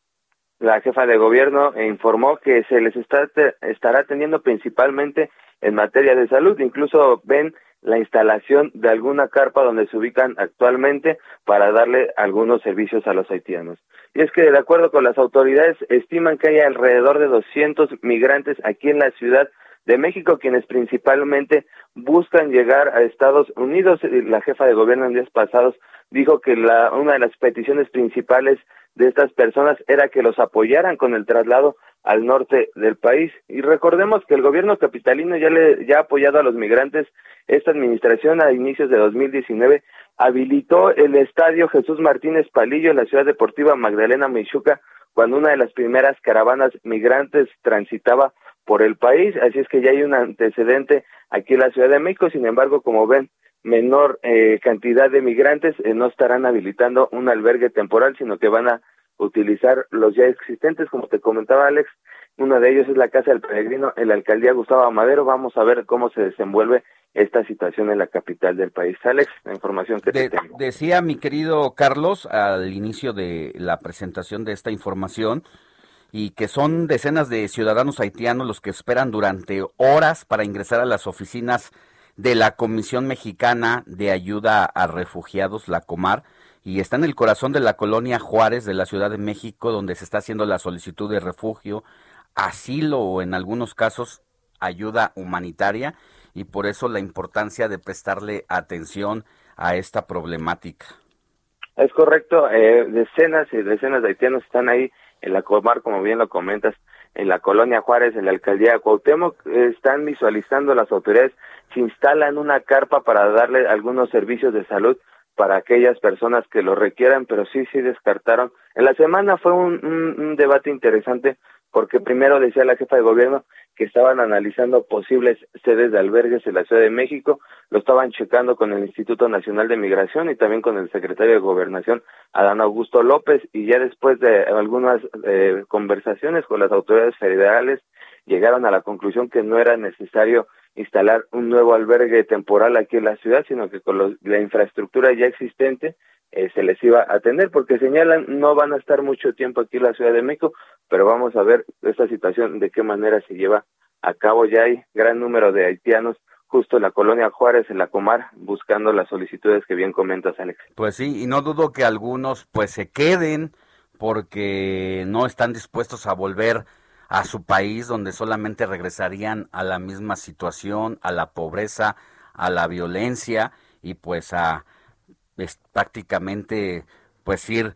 La jefa de gobierno informó que se les estará atendiendo principalmente en materia de salud. Incluso ven la instalación de alguna carpa donde se ubican actualmente para darle algunos servicios a los haitianos. Y es que de acuerdo con las autoridades estiman que hay alrededor de 200 migrantes aquí en la Ciudad de México, quienes principalmente buscan llegar a Estados Unidos. La jefa de gobierno en días pasados dijo que una de las peticiones principales de estas personas era que los apoyaran con el traslado al norte del país. Y recordemos que el gobierno capitalino ya ha apoyado a los migrantes. Esta administración a inicios de 2019 habilitó el estadio Jesús Martínez Palillo en la ciudad deportiva Magdalena Mixhuca, cuando una de las primeras caravanas migrantes transitaba por el país. Así es que ya hay un antecedente aquí en la Ciudad de México. Sin embargo, como ven, menor cantidad de migrantes no estarán habilitando un albergue temporal, sino que van a utilizar los ya existentes. Como te comentaba, Alex, uno de ellos es la Casa del Peregrino en la alcaldía Gustavo Madero. Vamos a ver cómo se desenvuelve esta situación en la capital del país. Alex, la información que te tengo. Decía mi querido Carlos al inicio de la presentación de esta información, y que son decenas de ciudadanos haitianos los que esperan durante horas para ingresar a las oficinas de la Comisión Mexicana de Ayuda a Refugiados, la Comar, y está en el corazón de la colonia Juárez de la Ciudad de México, donde se está haciendo la solicitud de refugio, asilo o en algunos casos ayuda humanitaria, y por eso la importancia de prestarle atención a esta problemática. Es correcto, decenas y decenas de haitianos están ahí en la Comar, como bien lo comentas, en la colonia Juárez, en la alcaldía de Cuauhtémoc. Están visualizando las autoridades, se instalan una carpa para darle algunos servicios de salud para aquellas personas que lo requieran, pero sí descartaron. En la semana fue un debate interesante, porque primero decía la jefa de gobierno que estaban analizando posibles sedes de albergues en la Ciudad de México, lo estaban checando con el Instituto Nacional de Migración y también con el secretario de Gobernación, Adán Augusto López, y ya después de algunas conversaciones con las autoridades federales, llegaron a la conclusión que no era necesario instalar un nuevo albergue temporal aquí en la ciudad, sino que con la infraestructura ya existente se les iba a atender, porque señalan no van a estar mucho tiempo aquí en la Ciudad de México, pero vamos a ver esta situación de qué manera se lleva a cabo. Ya hay gran número de haitianos justo en la colonia Juárez, en la Comar, buscando las solicitudes que bien comentas, Alex. Pues sí, y no dudo que algunos pues se queden porque no están dispuestos a volver a su país, donde solamente regresarían a la misma situación, a la pobreza, a la violencia y pues prácticamente pues ir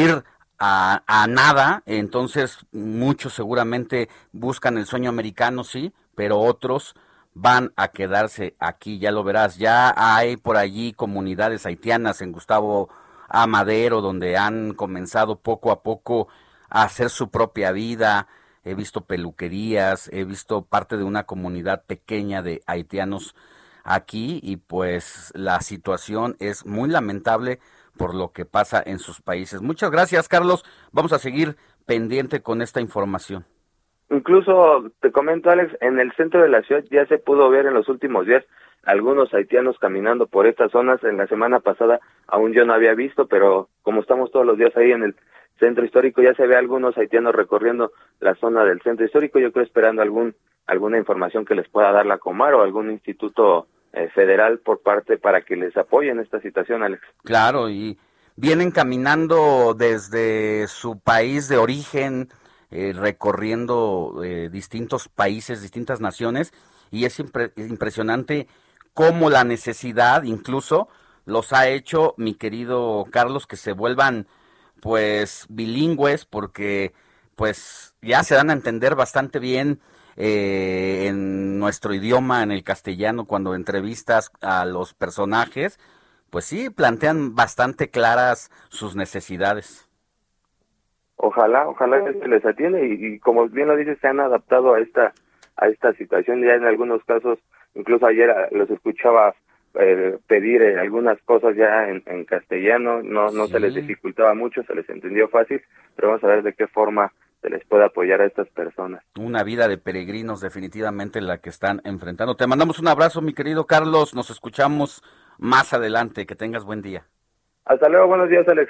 a nada. Entonces muchos seguramente buscan el sueño americano, sí, pero otros van a quedarse aquí, ya lo verás. Ya hay por allí comunidades haitianas en Gustavo A. Madero, donde han comenzado poco a poco a hacer su propia vida. He visto peluquerías, he visto parte de una comunidad pequeña de haitianos aquí, y pues la situación es muy lamentable por lo que pasa en sus países. Muchas gracias, Carlos. Vamos a seguir pendiente con esta información. Incluso, te comento, Alex, en el centro de la ciudad ya se pudo ver en los últimos días algunos haitianos caminando por estas zonas. En la semana pasada aún yo no había visto, pero como estamos todos los días ahí en el centro histórico. Ya se ve algunos haitianos recorriendo la zona del centro histórico, yo creo esperando alguna información que les pueda dar la Comar o algún instituto federal para que les apoyen esta situación, Alex. Claro, y vienen caminando desde su país de origen, recorriendo distintos países, distintas naciones, y es impresionante cómo la necesidad incluso los ha hecho, mi querido Carlos, que se vuelvan pues bilingües, porque pues ya se dan a entender bastante bien en nuestro idioma, en el castellano, cuando entrevistas a los personajes, pues sí, plantean bastante claras sus necesidades. Ojalá que se les atiende y como bien lo dices, se han adaptado a esta situación. Ya en algunos casos, incluso ayer los escuchaba pedir algunas cosas ya en castellano, no sí. Se les dificultaba mucho, se les entendió fácil, pero vamos a ver de qué forma se les puede apoyar a estas personas. Una vida de peregrinos definitivamente la que están enfrentando. Te mandamos un abrazo, mi querido Carlos, nos escuchamos más adelante, que tengas buen día. Hasta luego, buenos días, Alex.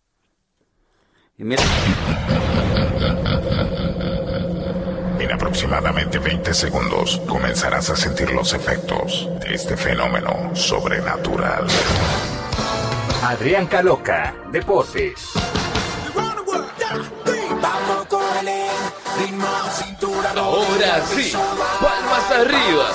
Y mira... En aproximadamente 20 segundos comenzarás a sentir los efectos de este fenómeno sobrenatural. Adrián Caloca, Deportes. Ahora sí, palmas arriba.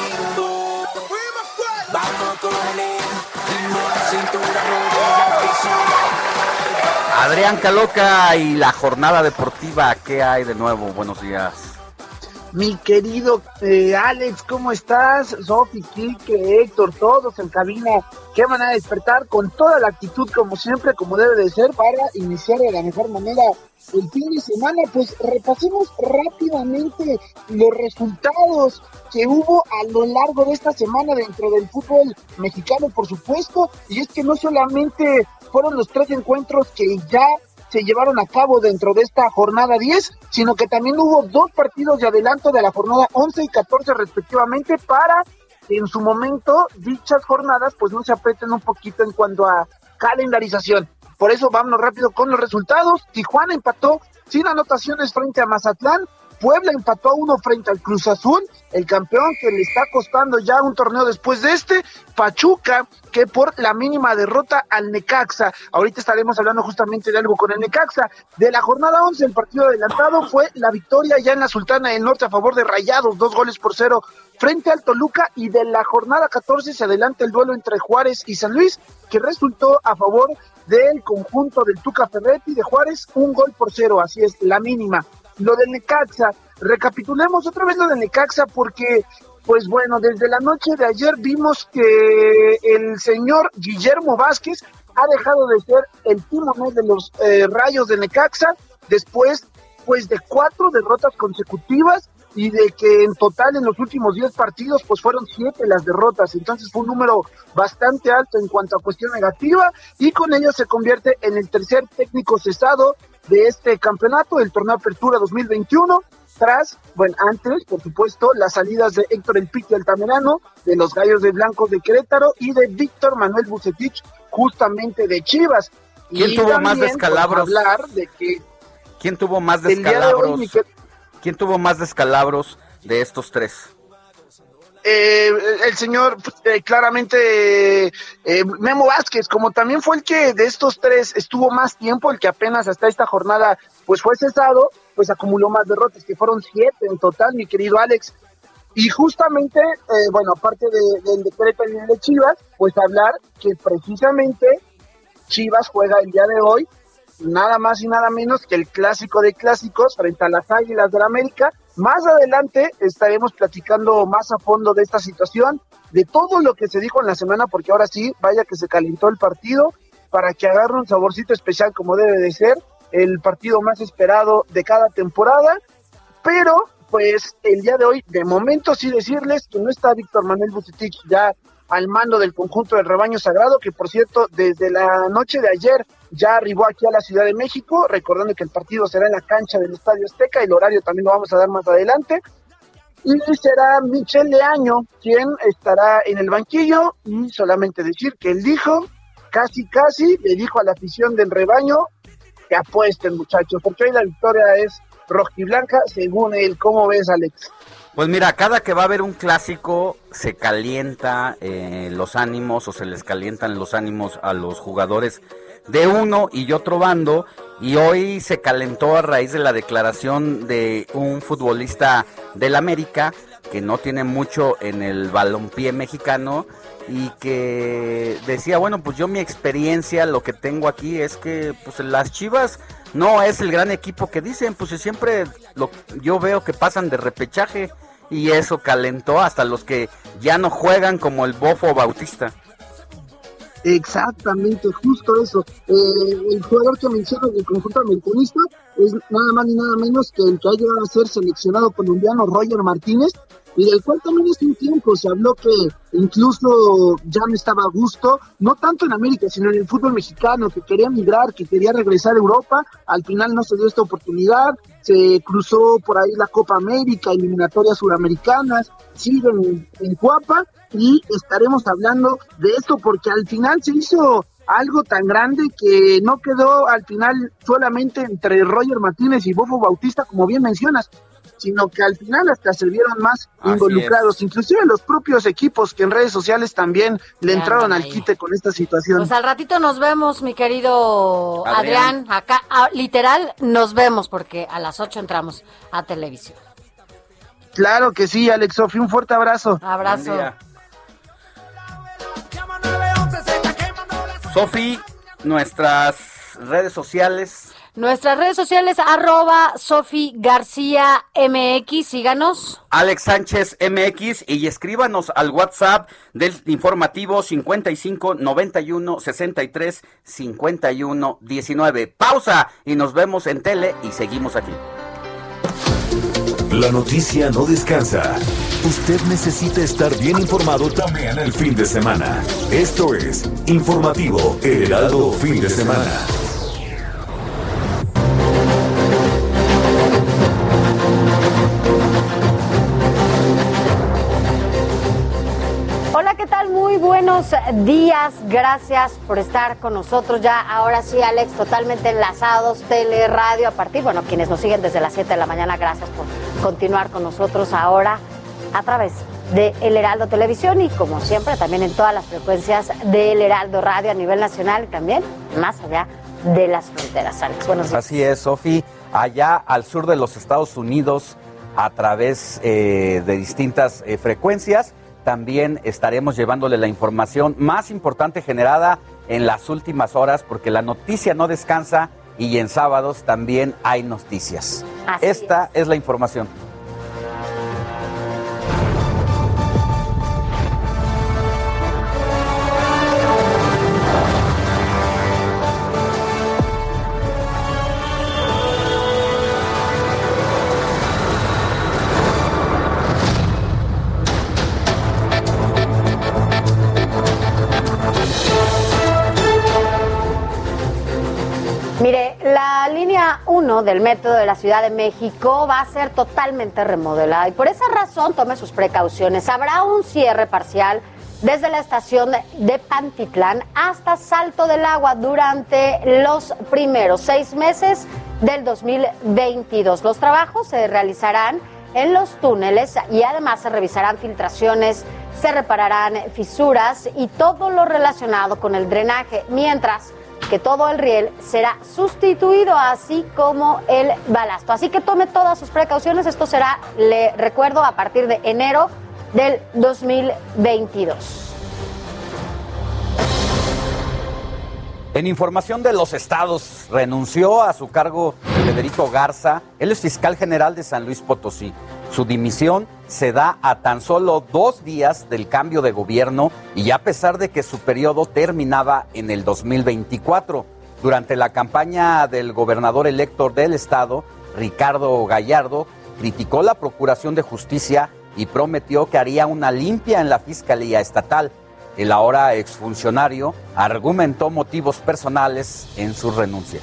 Adrián Caloca y la jornada deportiva, ¿qué hay de nuevo? Buenos días. Mi querido Alex, ¿cómo estás? Sofi, Quique, Héctor, todos en cabina, que van a despertar con toda la actitud como siempre, como debe de ser, para iniciar de la mejor manera el fin de semana. Pues repasemos rápidamente los resultados que hubo a lo largo de esta semana dentro del fútbol mexicano, por supuesto, y es que no solamente fueron los 3 encuentros que ya se llevaron a cabo dentro de esta jornada 10, sino que también hubo 2 partidos de adelanto de la jornada 11 y 14 respectivamente, para que en su momento dichas jornadas pues no se aprieten un poquito en cuanto a calendarización. Por eso vámonos rápido con los resultados. Tijuana empató sin anotaciones frente a Mazatlán. Puebla empató a 1 frente al Cruz Azul, el campeón que le está costando ya un torneo después de este. Pachuca, que por la mínima derrota al Necaxa. Ahorita estaremos hablando justamente de algo con el Necaxa. De la jornada 11, el partido adelantado fue la victoria ya en la Sultana del Norte a favor de Rayados, 2-0 frente al Toluca. Y de la jornada 14 se adelanta el duelo entre Juárez y San Luis, que resultó a favor del conjunto del Tuca Ferretti de Juárez, 1-0, así es, la mínima. Lo del Necaxa, recapitulemos otra vez lo del Necaxa, porque, pues bueno, desde la noche de ayer vimos que el señor Guillermo Vázquez ha dejado de ser el timonel de los Rayos de Necaxa, después, pues, de 4 derrotas consecutivas, y de que en total en los últimos 10 partidos, pues fueron 7 las derrotas. Entonces fue un número bastante alto en cuanto a cuestión negativa, y con ello se convierte en el tercer técnico cesado de este campeonato, el torneo Apertura 2021, tras, bueno, antes, por supuesto, las salidas de Héctor El Piti Altamirano, de los Gallos de Blancos de Querétaro, y de Víctor Manuel Vucetich, justamente de Chivas. ¿Quién tuvo más descalabros? ¿Quién tuvo más descalabros? ¿Quién tuvo más descalabros de estos 3? El señor, claramente, Memo Vázquez, como también fue el que de estos 3 estuvo más tiempo, el que apenas hasta esta jornada pues fue cesado, pues acumuló más derrotas, que fueron 7 en total, mi querido Alex. Y justamente, bueno, aparte del decreto de Chivas, pues hablar que precisamente Chivas juega el día de hoy, nada más y nada menos que el clásico de clásicos frente a las Águilas del América. Más adelante estaremos platicando más a fondo de esta situación, de todo lo que se dijo en la semana, porque ahora sí, vaya que se calentó el partido, para que agarre un saborcito especial como debe de ser, el partido más esperado de cada temporada. Pero, pues, el día de hoy, de momento sí decirles que no está Víctor Manuel Vucetich ya al mando del conjunto del Rebaño Sagrado, que por cierto, desde la noche de ayer ya arribó aquí a la Ciudad de México, recordando que el partido será en la cancha del Estadio Azteca, el horario también lo vamos a dar más adelante, y será Michel Leaño quien estará en el banquillo. Y solamente decir que él dijo, casi le dijo a la afición del Rebaño que apuesten, muchachos, porque hoy la victoria es rojiblanca, según él. ¿Cómo ves, Alex? Pues mira, cada que va a haber un clásico se calienta los ánimos o se les calientan los ánimos a los jugadores de uno y otro bando, y hoy se calentó a raíz de la declaración de un futbolista del América que no tiene mucho en el balompié mexicano y que decía, bueno, pues yo mi experiencia, lo que tengo aquí es que pues las Chivas no es el gran equipo que dicen, pues siempre yo veo que pasan de repechaje, y eso calentó hasta los que ya no juegan, como el Bofo Bautista. Exactamente, justo eso. El jugador que menciona del conjunto americanista es nada más ni nada menos que el que ha llegado a ser seleccionado colombiano, Roger Martínez, y del cual también hace un tiempo se habló que incluso ya no estaba a gusto, no tanto en América, sino en el fútbol mexicano, que quería migrar, que quería regresar a Europa. Al final no se dio esta oportunidad, se cruzó por ahí la Copa América, eliminatorias sudamericanas, siguen en Cuapa, y estaremos hablando de esto porque al final se hizo algo tan grande que no quedó al final solamente entre Roger Martínez y Bofo Bautista, como bien mencionas, sino que al final hasta se vieron más involucrados, inclusive los propios equipos que en redes sociales también le entraron al quite con esta situación. Pues al ratito nos vemos, mi querido Adrián, acá literal nos vemos porque a las 8 entramos a televisión. Claro que sí, Alex, Sofi, un fuerte abrazo. Abrazo. Sofi, nuestras redes sociales. Nuestras redes sociales, @Sofi García MX, síganos. Alex Sánchez MX, y escríbanos al WhatsApp del informativo 55 91 63 51 19. Pausa y nos vemos en tele y seguimos aquí. La noticia no descansa. Usted necesita estar bien informado también el fin de semana. Esto es Informativo El Heraldo Fin de Semana. Hola, ¿qué tal? Muy buenos días, gracias por estar con nosotros. Ya ahora sí, Alex, totalmente enlazados, tele, radio, quienes nos siguen desde las 7 de la mañana, gracias por continuar con nosotros ahora a través de El Heraldo Televisión y como siempre también en todas las frecuencias de El Heraldo Radio a nivel nacional y también más allá de las fronteras. Alex, buenos días. Así es, Sofi, allá al sur de los Estados Unidos a través de distintas frecuencias. También estaremos llevándole la información más importante generada en las últimas horas, porque la noticia no descansa y en sábados también hay noticias. Esta es la información. Mire, la línea 1 del metro de la Ciudad de México va a ser totalmente remodelada y por esa razón tome sus precauciones. Habrá un cierre parcial desde la estación de Pantitlán hasta Salto del Agua durante los primeros 6 meses del 2022. Los trabajos se realizarán en los túneles y además se revisarán filtraciones, se repararán fisuras y todo lo relacionado con el drenaje, mientras que todo el riel será sustituido, así como el balasto. Así que tome todas sus precauciones. Esto será, le recuerdo, a partir de enero del 2022. En información de los estados, renunció a su cargo Federico Garza. Él es fiscal general de San Luis Potosí. Su dimisión se da a tan solo 2 días del cambio de gobierno y a pesar de que su periodo terminaba en el 2024. Durante la campaña del gobernador electo del estado, Ricardo Gallardo, criticó la Procuración de Justicia y prometió que haría una limpia en la Fiscalía Estatal. El ahora exfuncionario argumentó motivos personales en su renuncia.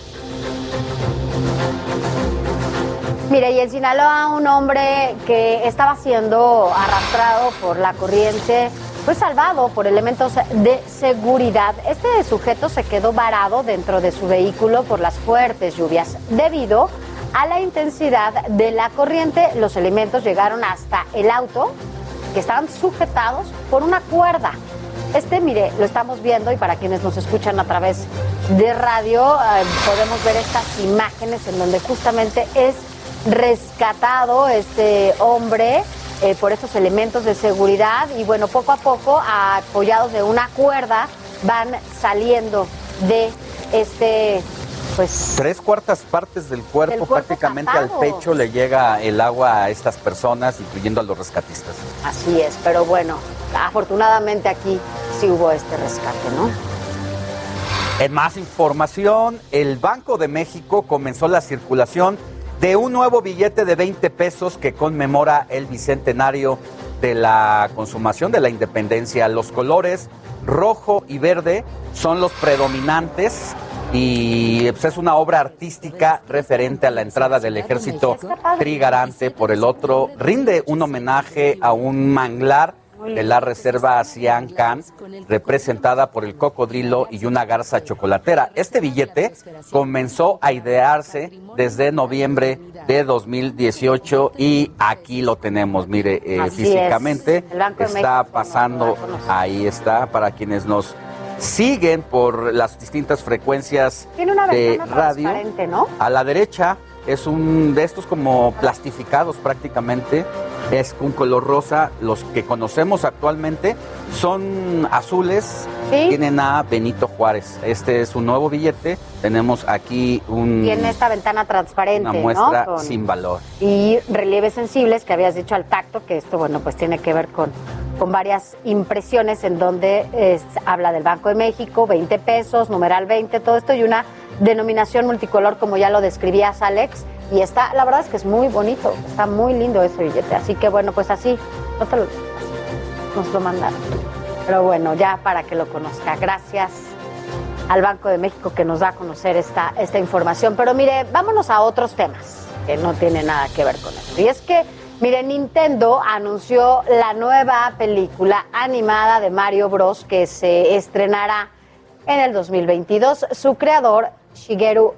Mire, y en Sinaloa un hombre que estaba siendo arrastrado por la corriente fue salvado por elementos de seguridad. Este sujeto se quedó varado dentro de su vehículo por las fuertes lluvias. Debido a la intensidad de la corriente, los elementos llegaron hasta el auto, que estaban sujetados por una cuerda. Mire, lo estamos viendo, y para quienes nos escuchan a través de radio, podemos ver estas imágenes en donde justamente es rescatado este hombre por estos elementos de seguridad, y bueno, poco a poco, apoyados de una cuerda, van saliendo de pues 3/4 partes del cuerpo prácticamente tapado. Al pecho le llega el agua a estas personas, incluyendo a los rescatistas. Así es, pero bueno, afortunadamente aquí sí hubo este rescate, ¿no? En más información, el Banco de México comenzó la circulación de un nuevo billete de 20 pesos que conmemora el bicentenario de la consumación de la independencia. Los colores rojo y verde son los predominantes y pues, es una obra artística referente a la entrada del ejército trigarante. Por el otro, rinde un homenaje a un manglar de la reserva Sian Khan, representada por el cocodrilo y una garza chocolatera. Este billete comenzó a idearse desde noviembre de 2018 y aquí lo tenemos, mire, físicamente está pasando, ahí está, para quienes nos siguen por las distintas frecuencias de radio. ¿No? A la derecha es un de estos como plastificados prácticamente, es un color rosa. Los que conocemos actualmente son azules, ¿sí? Tienen a Benito Juárez. Este es un nuevo billete, tenemos aquí tiene esta ventana transparente, una muestra, ¿no? sin valor. Y relieves sensibles que habías dicho al tacto, que esto, bueno, pues tiene que ver con varias impresiones en donde habla del Banco de México, 20 pesos, numeral 20, todo esto, y una denominación multicolor, como ya lo describías, Alex, y la verdad es que es muy bonito, está muy lindo ese billete, así que bueno, pues así, nos lo mandaron, pero bueno, ya para que lo conozca. Gracias al Banco de México que nos da a conocer esta información, pero mire, vámonos a otros temas que no tienen nada que ver con eso, y es que mire, Nintendo anunció la nueva película animada de Mario Bros. Que se estrenará en el 2022. Su creador, Shigeru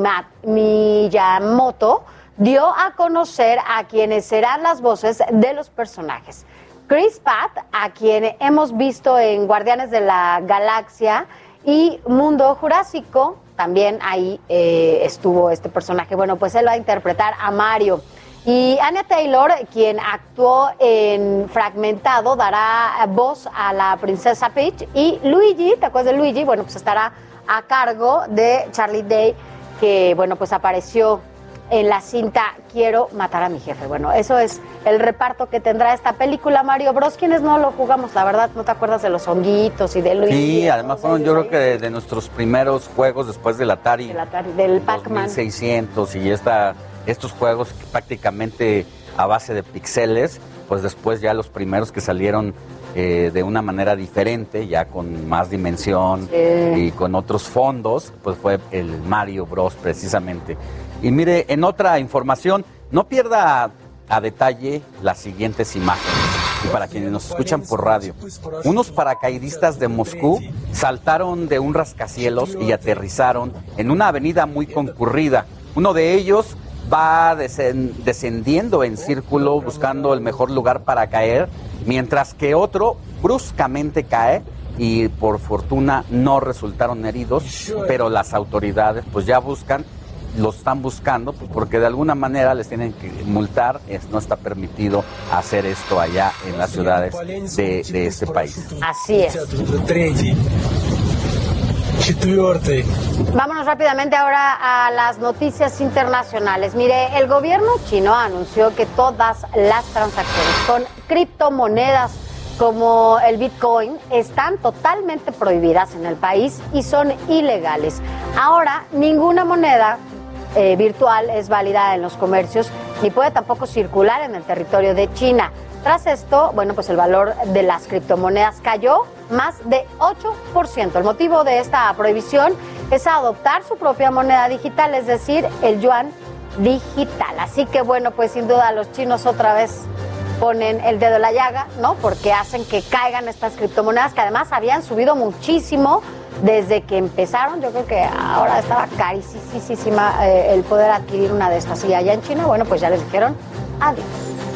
Miyamoto, dio a conocer a quienes serán las voces de los personajes. Chris Pratt, a quien hemos visto en Guardianes de la Galaxia y Mundo Jurásico, también ahí estuvo este personaje. Bueno, pues él va a interpretar a Mario. Y Anya Taylor, quien actuó en Fragmentado, dará voz a la princesa Peach. Y Luigi, ¿te acuerdas de Luigi? Bueno, pues estará a cargo de Charlie Day, que, bueno, pues apareció en la cinta Quiero matar a mi jefe. Bueno, eso es el reparto que tendrá esta película, Mario Bros. Quienes no lo jugamos, la verdad, ¿no te acuerdas de los honguitos y de Luigi? Sí, además fueron, yo creo que de nuestros primeros juegos después del Atari del Pac-Man 2600 y estos juegos que prácticamente a base de píxeles, pues después ya los primeros que salieron de una manera diferente, ya con más dimensión y con otros fondos, pues fue el Mario Bros. Precisamente. Y mire, en otra información, no pierda a detalle las siguientes imágenes. Y para quienes nos escuchan por radio, unos paracaidistas de Moscú saltaron de un rascacielos y aterrizaron en una avenida muy concurrida. Uno de ellos va descendiendo en círculo buscando el mejor lugar para caer, mientras que otro bruscamente cae y por fortuna no resultaron heridos, pero las autoridades pues ya los están buscando, pues porque de alguna manera les tienen que multar. No está permitido hacer esto allá en las ciudades de este país. Así es. Vámonos rápidamente ahora a las noticias internacionales. Mire, el gobierno chino anunció que todas las transacciones con criptomonedas como el Bitcoin están totalmente prohibidas en el país y son ilegales. Ahora, ninguna moneda virtual es válida en los comercios ni puede tampoco circular en el territorio de China. Tras esto, bueno, pues el valor de las criptomonedas cayó más de 8%. El motivo de esta prohibición es adoptar su propia moneda digital, es decir, el yuan digital. Así que bueno, pues sin duda los chinos otra vez ponen el dedo en la llaga, ¿no? Porque hacen que caigan estas criptomonedas que además habían subido muchísimo desde que empezaron. Yo creo que ahora estaba carísima el poder adquirir una de estas. Y allá en China, bueno, pues ya les dijeron adiós.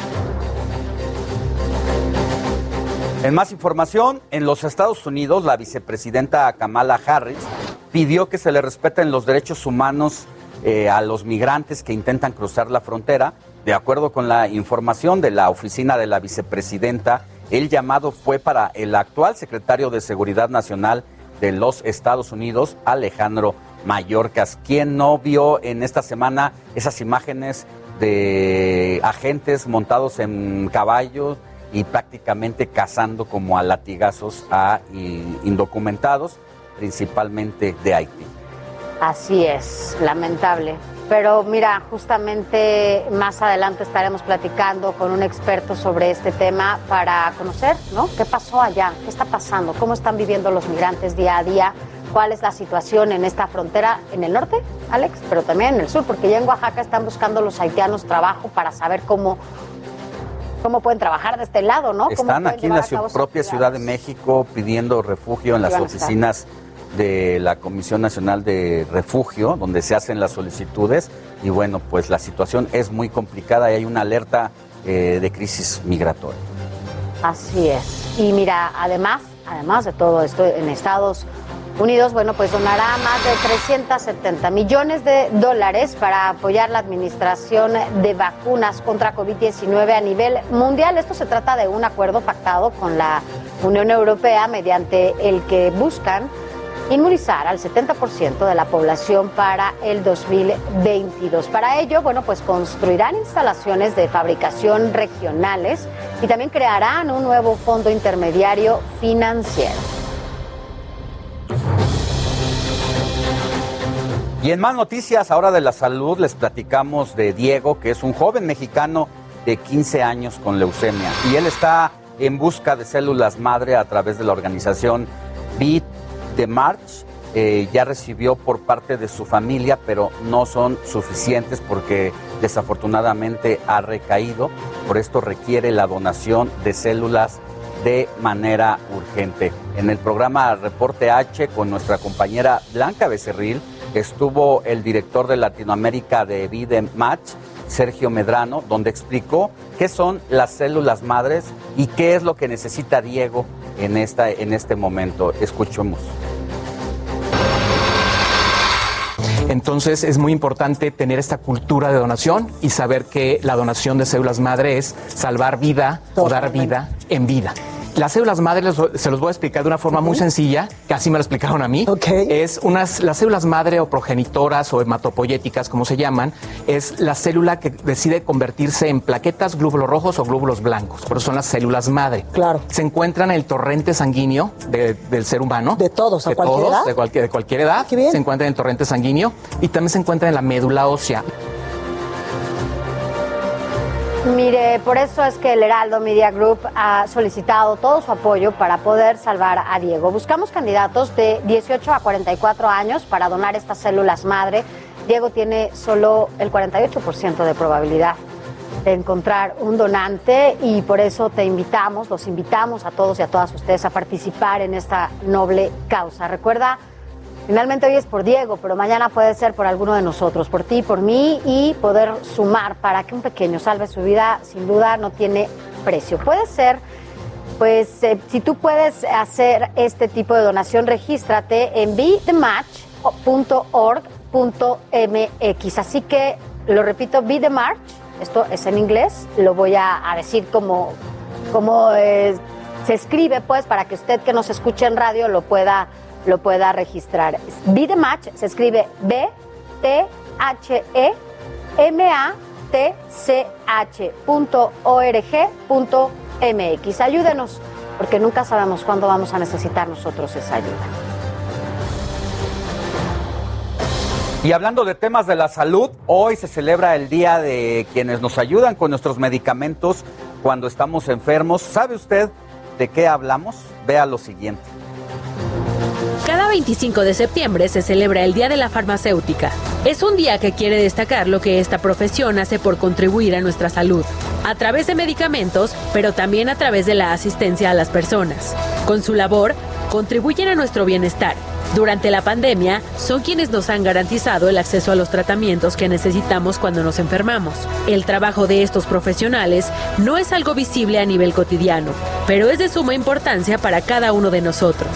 En más información, en los Estados Unidos, la vicepresidenta Kamala Harris pidió que se le respeten los derechos humanos a los migrantes que intentan cruzar la frontera. De acuerdo con la información de la oficina de la vicepresidenta, el llamado fue para el actual secretario de Seguridad Nacional de los Estados Unidos, Alejandro Mayorkas, quien no vio en esta semana esas imágenes de agentes montados en caballos y prácticamente cazando como a latigazos a indocumentados, principalmente de Haití. Así es, lamentable. Pero mira, justamente más adelante estaremos platicando con un experto sobre este tema para conocer, ¿no? ¿Qué pasó allá? ¿Qué está pasando? ¿Cómo están viviendo los migrantes día a día? ¿Cuál es la situación en esta frontera en el norte, Alex? Pero también en el sur, porque ya en Oaxaca están buscando los haitianos trabajo para saber cómo pueden trabajar de este lado, ¿no? Están aquí en la propia Ciudad de México pidiendo refugio en las oficinas de la Comisión Nacional de Refugio, donde se hacen las solicitudes, y bueno, pues la situación es muy complicada y hay una alerta de crisis migratoria. Así es. Y mira, además de todo esto, en Estados Unidos, bueno, pues donará más de $370 millones para apoyar la administración de vacunas contra COVID-19 a nivel mundial. Esto se trata de un acuerdo pactado con la Unión Europea mediante el que buscan inmunizar al 70% de la población para el 2022. Para ello, bueno, pues construirán instalaciones de fabricación regionales y también crearán un nuevo fondo intermediario financiero. Y en más noticias, ahora de la salud, les platicamos de Diego, que es un joven mexicano de 15 años con leucemia. Y él está en busca de células madre a través de la organización Beat the March. Ya recibió por parte de su familia, pero no son suficientes porque desafortunadamente ha recaído. Por esto requiere la donación de células de manera urgente. En el programa Reporte H con nuestra compañera Blanca Becerril estuvo el director de Latinoamérica de Beat the March, Sergio Medrano, donde explicó qué son las células madres y qué es lo que necesita Diego en este momento. Escuchemos. Entonces es muy importante tener esta cultura de donación y saber que la donación de células madre es salvar vida o dar vida en vida. Las células madre se los voy a explicar de una forma muy sencilla, que así me lo explicaron a mí. Las células madre o progenitoras o hematopoyéticas, como se llaman, es la célula que decide convertirse en plaquetas, glóbulos rojos o glóbulos blancos. Por eso son las células madre. Claro. Se encuentran en el torrente sanguíneo del ser humano. ¿De todos? ¿A cualquier edad? De cualquier edad. Qué bien. Se encuentran en el torrente sanguíneo y también se encuentran en la médula ósea. Mire, por eso es que el Heraldo Media Group ha solicitado todo su apoyo para poder salvar a Diego. Buscamos candidatos de 18 a 44 años para donar estas células madre. Diego tiene solo el 48% de probabilidad de encontrar un donante y por eso los invitamos a todos y a todas ustedes a participar en esta noble causa. Recuerda, finalmente hoy es por Diego, pero mañana puede ser por alguno de nosotros, por ti, por mí, y poder sumar para que un pequeño salve su vida, sin duda no tiene precio. Puede ser, pues, si tú puedes hacer este tipo de donación, regístrate en bethemarch.org.mx. Así que, lo repito, Beat the March, esto es en inglés, lo voy a decir como se escribe, pues, para que usted que nos escuche en radio lo pueda registrar. Beat the March se escribe BTHEMATCH.org.mx. Ayúdenos, porque nunca sabemos cuándo vamos a necesitar nosotros esa ayuda. Y hablando de temas de la salud, hoy se celebra el Día de quienes nos ayudan con nuestros medicamentos cuando estamos enfermos. ¿Sabe usted de qué hablamos? Vea lo siguiente. Cada 25 de septiembre se celebra el Día de la Farmacéutica. Es un día que quiere destacar lo que esta profesión hace por contribuir a nuestra salud. a través de medicamentos, pero también a través de la asistencia a las personas. Con su labor, contribuyen a nuestro bienestar. Durante la pandemia, son quienes nos han garantizado el acceso a los tratamientos que necesitamos cuando nos enfermamos. El trabajo de estos profesionales no es algo visible a nivel cotidiano, pero es de suma importancia para cada uno de nosotros.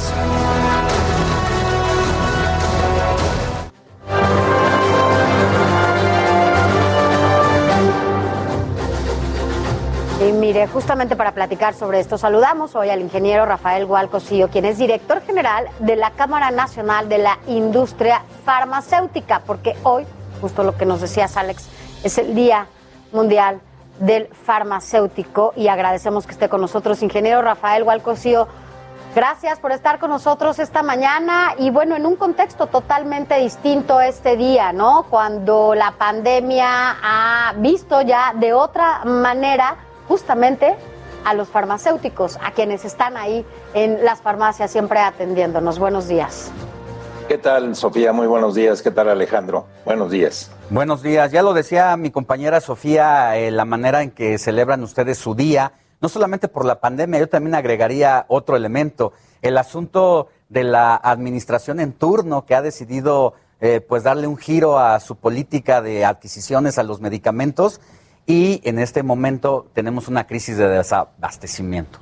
Y mire, justamente para platicar sobre esto, saludamos hoy al ingeniero Rafael Gual Cosío, quien es director general de la Cámara Nacional de la Industria Farmacéutica, porque hoy, justo lo que nos decías, Alex, es el Día Mundial del Farmacéutico y agradecemos que esté con nosotros. Ingeniero Rafael Gual Cosío, gracias por estar con nosotros esta mañana y bueno, en un contexto totalmente distinto este día, ¿no? Cuando la pandemia ha visto ya de otra manera justamente a los farmacéuticos, a quienes están ahí en las farmacias siempre atendiéndonos. Buenos días. ¿Qué tal, Sofía? Muy buenos días. ¿Qué tal, Alejandro? Buenos días. Buenos días. Ya lo decía mi compañera Sofía, la manera en que celebran ustedes su día, no solamente por la pandemia, yo también agregaría otro elemento, el asunto de la administración en turno que ha decidido pues darle un giro a su política de adquisiciones a los medicamentos. Y en este momento tenemos una crisis de desabastecimiento.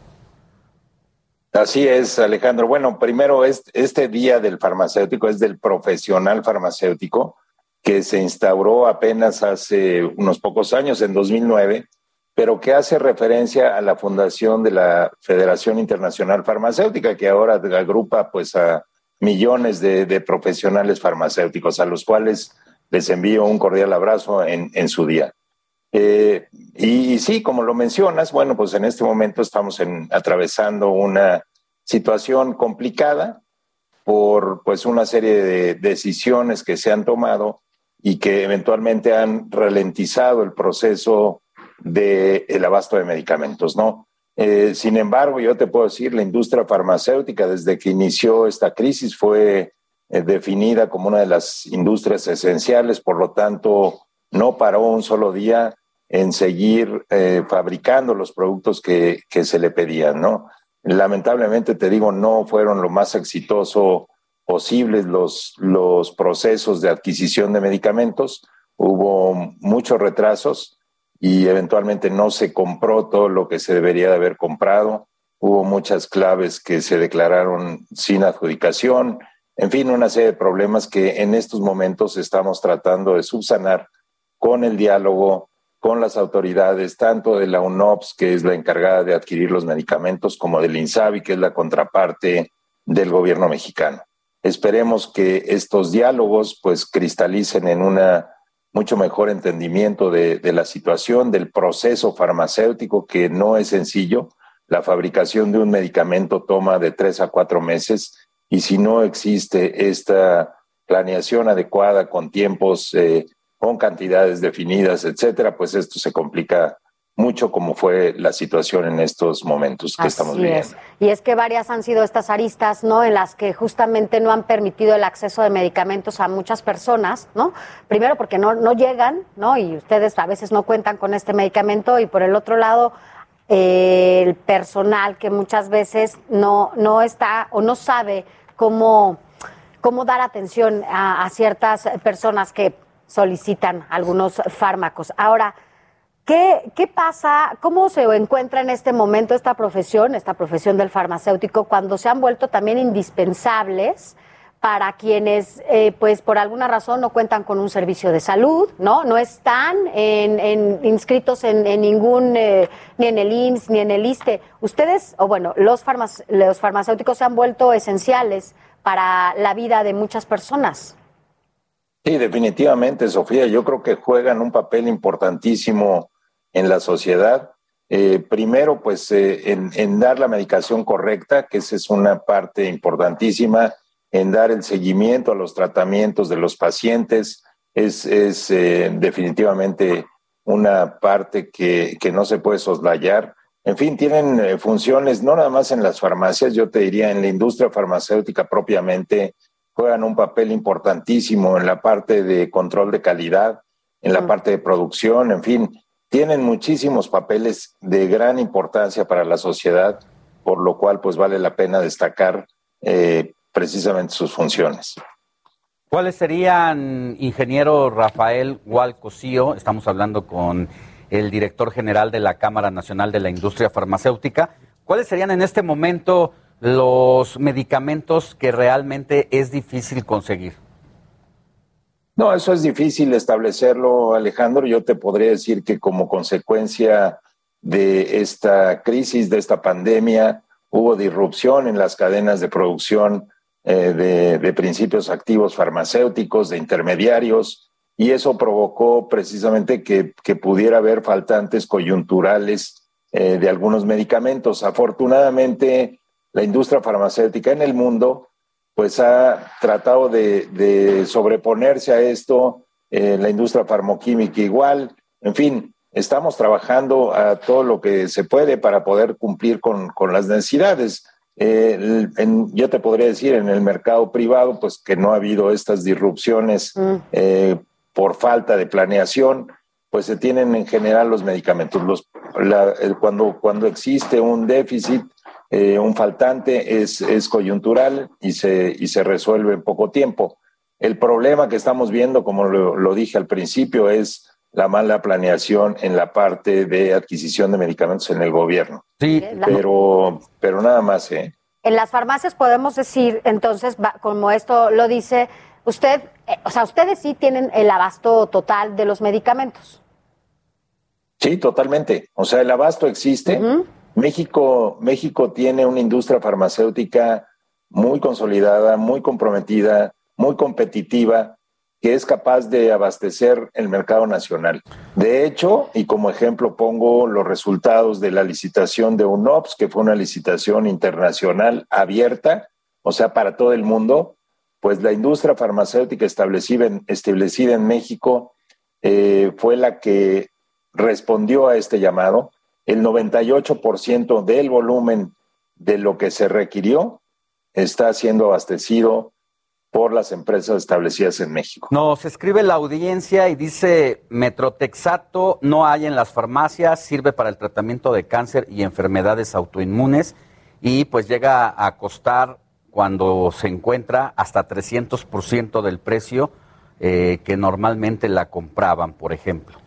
Así es, Alejandro. Bueno, primero, este día del farmacéutico es del profesional farmacéutico que se instauró apenas hace unos pocos años, en 2009, pero que hace referencia a la fundación de la Federación Internacional Farmacéutica, que ahora agrupa pues a millones de profesionales farmacéuticos, a los cuales les envío un cordial abrazo en su día. Y sí, como lo mencionas, bueno, pues en este momento estamos atravesando una situación complicada por pues una serie de decisiones que se han tomado y que eventualmente han ralentizado el proceso del abasto de medicamentos, ¿no? Sin embargo, yo te puedo decir, la industria farmacéutica desde que inició esta crisis fue definida como una de las industrias esenciales, por lo tanto no paró un solo día en seguir fabricando los productos que se le pedían, ¿no? Lamentablemente, te digo, no fueron lo más exitoso posibles los procesos de adquisición de medicamentos. Hubo muchos retrasos y eventualmente no se compró todo lo que se debería de haber comprado. Hubo muchas claves que se declararon sin adjudicación. En fin, una serie de problemas que en estos momentos estamos tratando de subsanar con el diálogo con las autoridades, tanto de la UNOPS, que es la encargada de adquirir los medicamentos, como del INSABI, que es la contraparte del gobierno mexicano. Esperemos que estos diálogos pues cristalicen en un mucho mejor entendimiento de la situación, del proceso farmacéutico, que no es sencillo. La fabricación de un medicamento toma de 3 a 4 meses y si no existe esta planeación adecuada con tiempos con cantidades definidas, etcétera, pues esto se complica mucho, como fue la situación en estos momentos que estamos viviendo. Y es que varias han sido estas aristas, ¿no?, en las que justamente no han permitido el acceso de medicamentos a muchas personas, ¿no? Primero porque no llegan, ¿no?, y ustedes a veces no cuentan con este medicamento, y por el otro lado, el personal que muchas veces no está o no sabe cómo dar atención a ciertas personas que solicitan algunos fármacos. Ahora, ¿qué pasa? ¿Cómo se encuentra en este momento esta profesión del farmacéutico, cuando se han vuelto también indispensables para quienes, pues por alguna razón no cuentan con un servicio de salud, no están inscritos en ningún, ni en el IMSS, ni en el ISSSTE? Ustedes, los farmacéuticos se han vuelto esenciales para la vida de muchas personas. Sí, definitivamente, Sofía. Yo creo que juegan un papel importantísimo en la sociedad. Primero, pues, en dar la medicación correcta, que esa es una parte importantísima, en dar el seguimiento a los tratamientos de los pacientes. Es definitivamente una parte que no se puede soslayar. En fin, tienen funciones no nada más en las farmacias, yo te diría en la industria farmacéutica propiamente, juegan un papel importantísimo en la parte de control de calidad, en la parte de producción, en fin. tienen muchísimos papeles de gran importancia para la sociedad, por lo cual pues vale la pena destacar precisamente sus funciones. ¿Cuáles serían, ingeniero Rafael Gual Cosío? Estamos hablando con el director general de la Cámara Nacional de la Industria Farmacéutica. ¿Cuáles serían en este momento los medicamentos que realmente es difícil conseguir? No, eso es difícil establecerlo, Alejandro. Yo te podría decir que como consecuencia de esta crisis, de esta pandemia, hubo disrupción en las cadenas de producción de principios activos farmacéuticos, de intermediarios, y eso provocó precisamente que pudiera haber faltantes coyunturales de algunos medicamentos. Afortunadamente, la industria farmacéutica en el mundo pues ha tratado de sobreponerse a esto, la industria farmoquímica igual, en fin, estamos trabajando a todo lo que se puede para poder cumplir con las necesidades. Yo te podría decir, en el mercado privado, pues que no ha habido estas disrupciones por falta de planeación, pues se tienen en general los medicamentos. Cuando existe un déficit, un faltante es coyuntural y se resuelve en poco tiempo. El problema que estamos viendo, como lo dije al principio, es la mala planeación en la parte de adquisición de medicamentos en el gobierno. Sí, pero nada más, ¿eh? En las farmacias podemos decir, entonces, como esto lo dice usted, ustedes sí tienen el abasto total de los medicamentos. Sí, totalmente. O sea, el abasto existe. México tiene una industria farmacéutica muy consolidada, muy comprometida, muy competitiva, que es capaz de abastecer el mercado nacional. De hecho, y como ejemplo pongo los resultados de la licitación de UNOPS, que fue una licitación internacional abierta, o sea, para todo el mundo, pues la industria farmacéutica establecida en México fue la que respondió a este llamado. El 98% del volumen de lo que se requirió está siendo abastecido por las empresas establecidas en México. Nos escribe la audiencia y dice: Metrotexato no hay en las farmacias, sirve para el tratamiento de cáncer y enfermedades autoinmunes y pues llega a costar, cuando se encuentra, hasta 300% del precio que normalmente la compraban, por ejemplo.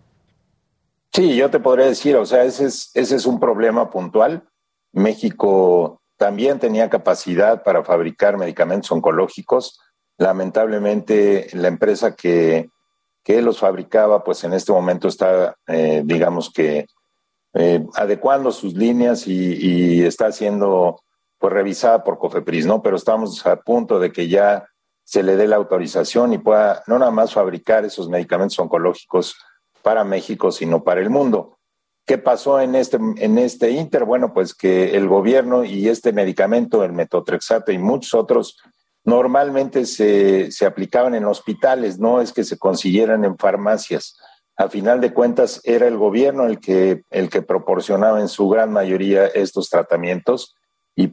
Sí, yo te podría decir, o sea, ese es un problema puntual. México también tenía capacidad para fabricar medicamentos oncológicos. Lamentablemente, la empresa que los fabricaba, pues en este momento está, digamos que, adecuando sus líneas y está siendo pues revisada por COFEPRIS, ¿no? Pero estamos a punto de que ya se le dé la autorización y pueda no nada más fabricar esos medicamentos oncológicos para México, sino para el mundo. ¿Qué pasó en este inter? Bueno, pues que el gobierno y este medicamento, el metotrexato y muchos otros, normalmente se aplicaban en hospitales, no es que se consiguieran en farmacias. A final de cuentas, era el gobierno el que proporcionaba en su gran mayoría estos tratamientos y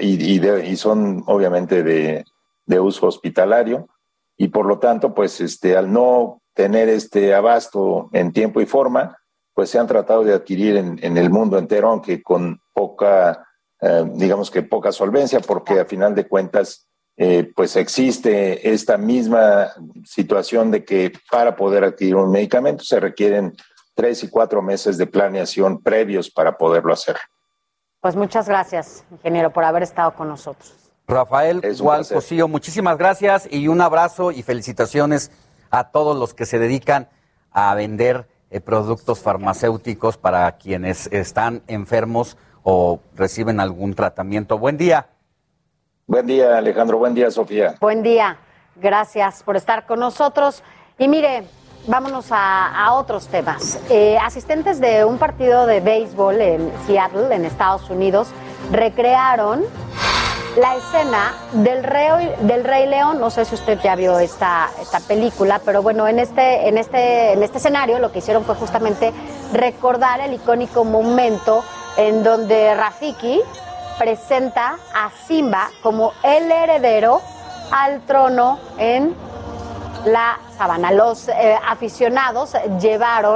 son obviamente de uso hospitalario, y por lo tanto, pues al no tener este abasto en tiempo y forma, pues se han tratado de adquirir en el mundo entero, aunque con poca solvencia, porque a final de cuentas, pues existe esta misma situación de que para poder adquirir un medicamento se requieren 3 y 4 meses de planeación previos para poderlo hacer. Pues muchas gracias, ingeniero, por haber estado con nosotros. Rafael Gual Cosío, muchísimas gracias y un abrazo y felicitaciones a todos los que se dedican a vender productos farmacéuticos para quienes están enfermos o reciben algún tratamiento. Buen día. Buen día, Alejandro. Buen día, Sofía. Buen día. Gracias por estar con nosotros. Y mire, vámonos a otros temas. Asistentes de un partido de béisbol en Seattle, en Estados Unidos, recrearon la escena del Rey León. No sé si usted ya vio esta película, pero bueno, en este escenario lo que hicieron fue justamente recordar el icónico momento en donde Rafiki presenta a Simba como el heredero al trono en la sabana. Los aficionados llevaron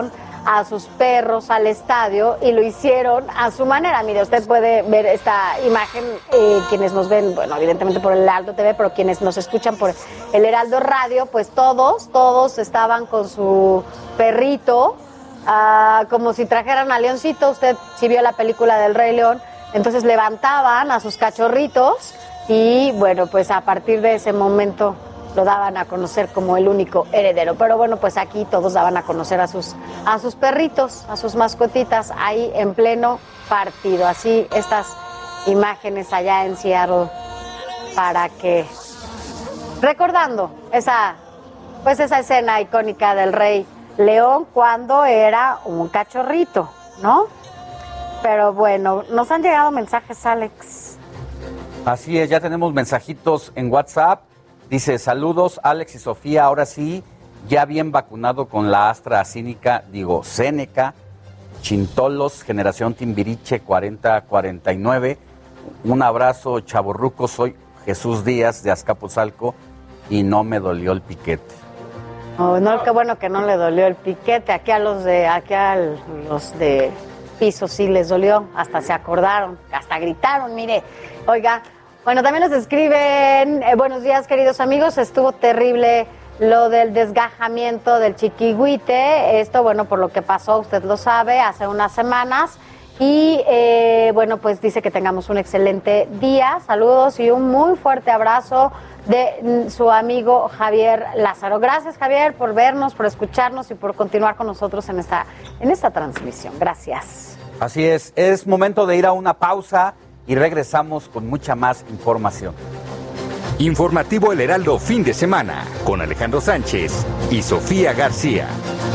a sus perros al estadio y lo hicieron a su manera. Mire, usted puede ver esta imagen, quienes nos ven, bueno, evidentemente por el Heraldo TV, pero quienes nos escuchan por el Heraldo Radio, pues todos estaban con su perrito, como si trajeran a Leoncito. Usted sí vio la película del Rey León, entonces levantaban a sus cachorritos y bueno, pues a partir de ese momento lo daban a conocer como el único heredero. Pero bueno, pues aquí todos daban a conocer a sus perritos, a sus mascotitas, ahí en pleno partido. Así estas imágenes allá en Seattle, para que, recordando esa escena icónica del Rey León cuando era un cachorrito, ¿no? Pero bueno, nos han llegado mensajes, Alex. Así es, ya tenemos mensajitos en WhatsApp. Dice, saludos Alex y Sofía, ahora sí, ya bien vacunado con la AstraZeneca, Zeneca, Chintolos, generación Timbiriche 4049. Un abrazo, chavorruco, soy Jesús Díaz de Azcapotzalco y no me dolió el piquete. Oh, no, qué bueno que no le dolió el piquete. Aquí a los de piso sí les dolió, hasta se acordaron, hasta gritaron, mire. Oiga, bueno, también nos escriben, buenos días queridos amigos, estuvo terrible lo del desgajamiento del Chiquihuite, esto bueno, por lo que pasó, usted lo sabe, hace unas semanas, y bueno, pues dice que tengamos un excelente día, saludos y un muy fuerte abrazo de su amigo Javier Lázaro. Gracias, Javier, por vernos, por escucharnos y por continuar con nosotros en esta transmisión. Gracias. Así es momento de ir a una pausa y regresamos con mucha más información. Informativo El Heraldo fin de semana con Alejandro Sánchez y Sofía García.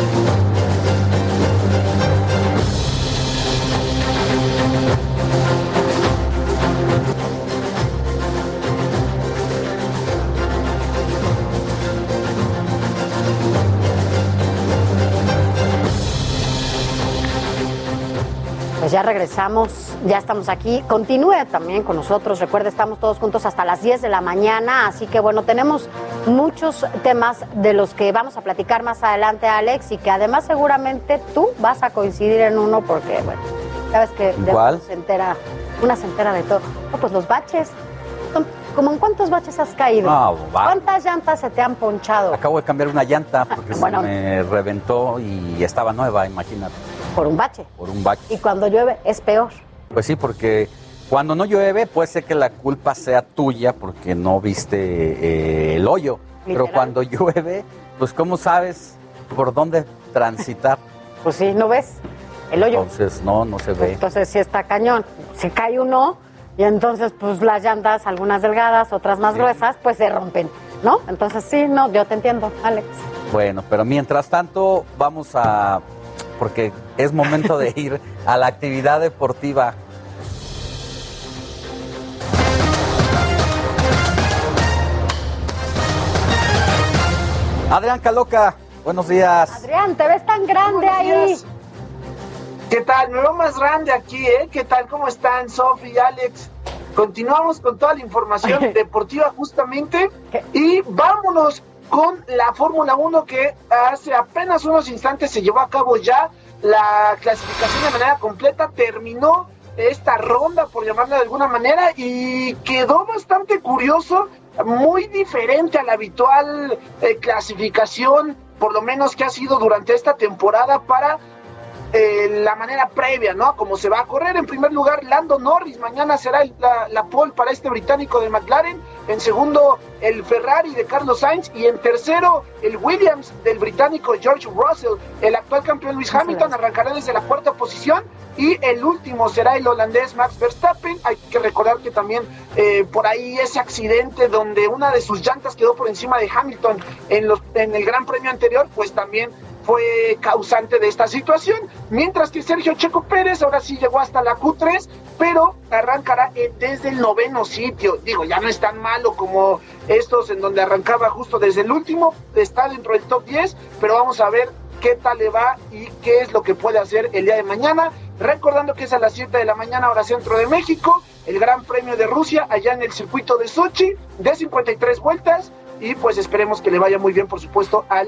Pues ya regresamos, ya estamos aquí. Continúe también con nosotros. Recuerde, estamos todos juntos hasta las 10 de la mañana. Así que bueno, tenemos muchos temas de los que vamos a platicar más adelante, Alex, y que además seguramente tú vas a coincidir en uno porque, bueno, sabes que ¿Cuál? una se entera de todo. No, pues los baches. ¿Cómo en cuántos baches has caído? No, ¿Cuántas llantas se te han ponchado? Acabo de cambiar una llanta porque Bueno. se me reventó y estaba nueva, imagínate. Por un bache. Por un bache. Y cuando llueve es peor. Pues sí, porque cuando no llueve puede ser que la culpa sea tuya porque no viste el hoyo. Literal. Pero cuando llueve, pues ¿cómo sabes por dónde transitar? Pues sí, ¿no ves el hoyo? Entonces no se ve. Entonces sí está cañón. Se cae uno y entonces pues las llantas, algunas delgadas, otras más gruesas, pues se rompen, ¿no? Entonces sí, no, yo te entiendo, Alex. Bueno, pero mientras tanto vamos a... porque es momento de ir a la actividad deportiva. Adrián Caloca, buenos días. Adrián, te ves tan grande ahí. ¿Qué tal? Me veo más grande aquí, ¿eh? ¿Qué tal? ¿Cómo están, Sofi y Alex? Continuamos con toda la información deportiva justamente y vámonos con la Fórmula 1 que hace apenas unos instantes se llevó a cabo ya la clasificación de manera completa, terminó esta ronda, por llamarla de alguna manera, y quedó bastante curioso, muy diferente a la habitual clasificación, por lo menos que ha sido durante esta temporada para la manera previa, ¿no? Como se va a correr. En primer lugar, Lando Norris, mañana será la pole para este británico de McLaren. En segundo, el Ferrari de Carlos Sainz. Y en tercero, el Williams del británico George Russell. El actual campeón Lewis Hamilton arrancará desde la cuarta posición. Y el último será el holandés Max Verstappen. Hay que recordar que también por ahí ese accidente donde una de sus llantas quedó por encima de Hamilton en el Gran Premio anterior, pues también fue causante de esta situación, mientras que Sergio Checo Pérez ahora sí llegó hasta la Q3, pero arrancará desde el 9º sitio. Digo, ya no es tan malo como estos en donde arrancaba justo desde el último, está dentro del top 10, pero vamos a ver qué tal le va y qué es lo que puede hacer el día de mañana. Recordando que es a las 7 de la mañana, hora centro de México, el Gran Premio de Rusia, allá en el circuito de Sochi, de 53 vueltas, y pues esperemos que le vaya muy bien, por supuesto, al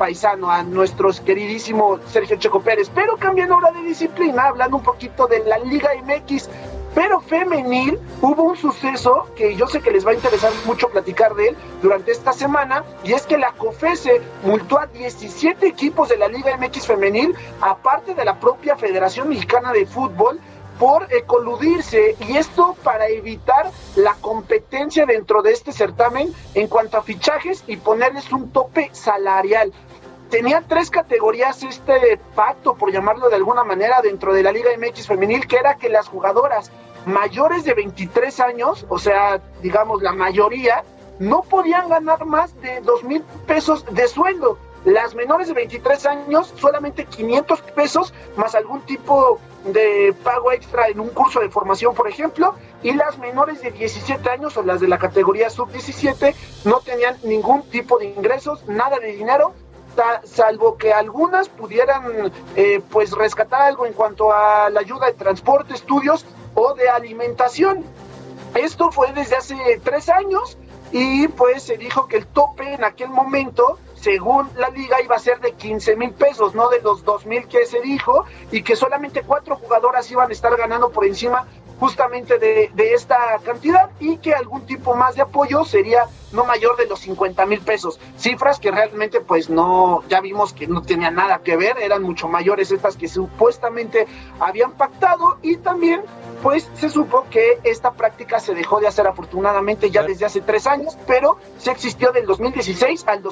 paisano, a nuestro queridísimo Sergio Checo Pérez. Pero cambiando ahora de disciplina, hablando un poquito de la Liga MX, pero femenil, hubo un suceso que yo sé que les va a interesar mucho platicar de él durante esta semana, y es que la COFESE multó a 17 equipos de la Liga MX femenil, aparte de la propia Federación Mexicana de Fútbol, por coludirse, y esto para evitar la competencia dentro de este certamen en cuanto a fichajes y ponerles un tope salarial. Tenía 3 categorías este pacto, por llamarlo de alguna manera, dentro de la Liga MX femenil, que era que las jugadoras mayores de 23 años, o sea, digamos la mayoría, no podían ganar más de 2,000 pesos de sueldo. Las menores de 23 años, solamente 500 pesos, más algún tipo de pago extra en un curso de formación, por ejemplo, y las menores de 17 años, o las de la categoría sub-17, no tenían ningún tipo de ingresos, nada de dinero, salvo que algunas pudieran pues rescatar algo en cuanto a la ayuda de transporte, estudios o de alimentación. Esto fue desde hace 3 años, y pues se dijo que el tope en aquel momento, según la liga, iba a ser de 15,000 pesos, no de los 2,000 que se dijo, y que solamente 4 jugadoras iban a estar ganando por encima justamente de esta cantidad, y que algún tipo más de apoyo sería no mayor de los 50,000 pesos. Cifras que realmente pues no, ya vimos que no tenían nada que ver, eran mucho mayores estas que supuestamente habían pactado, y también pues se supo que esta práctica se dejó de hacer afortunadamente ya desde hace 3 años, pero se existió del 2016 al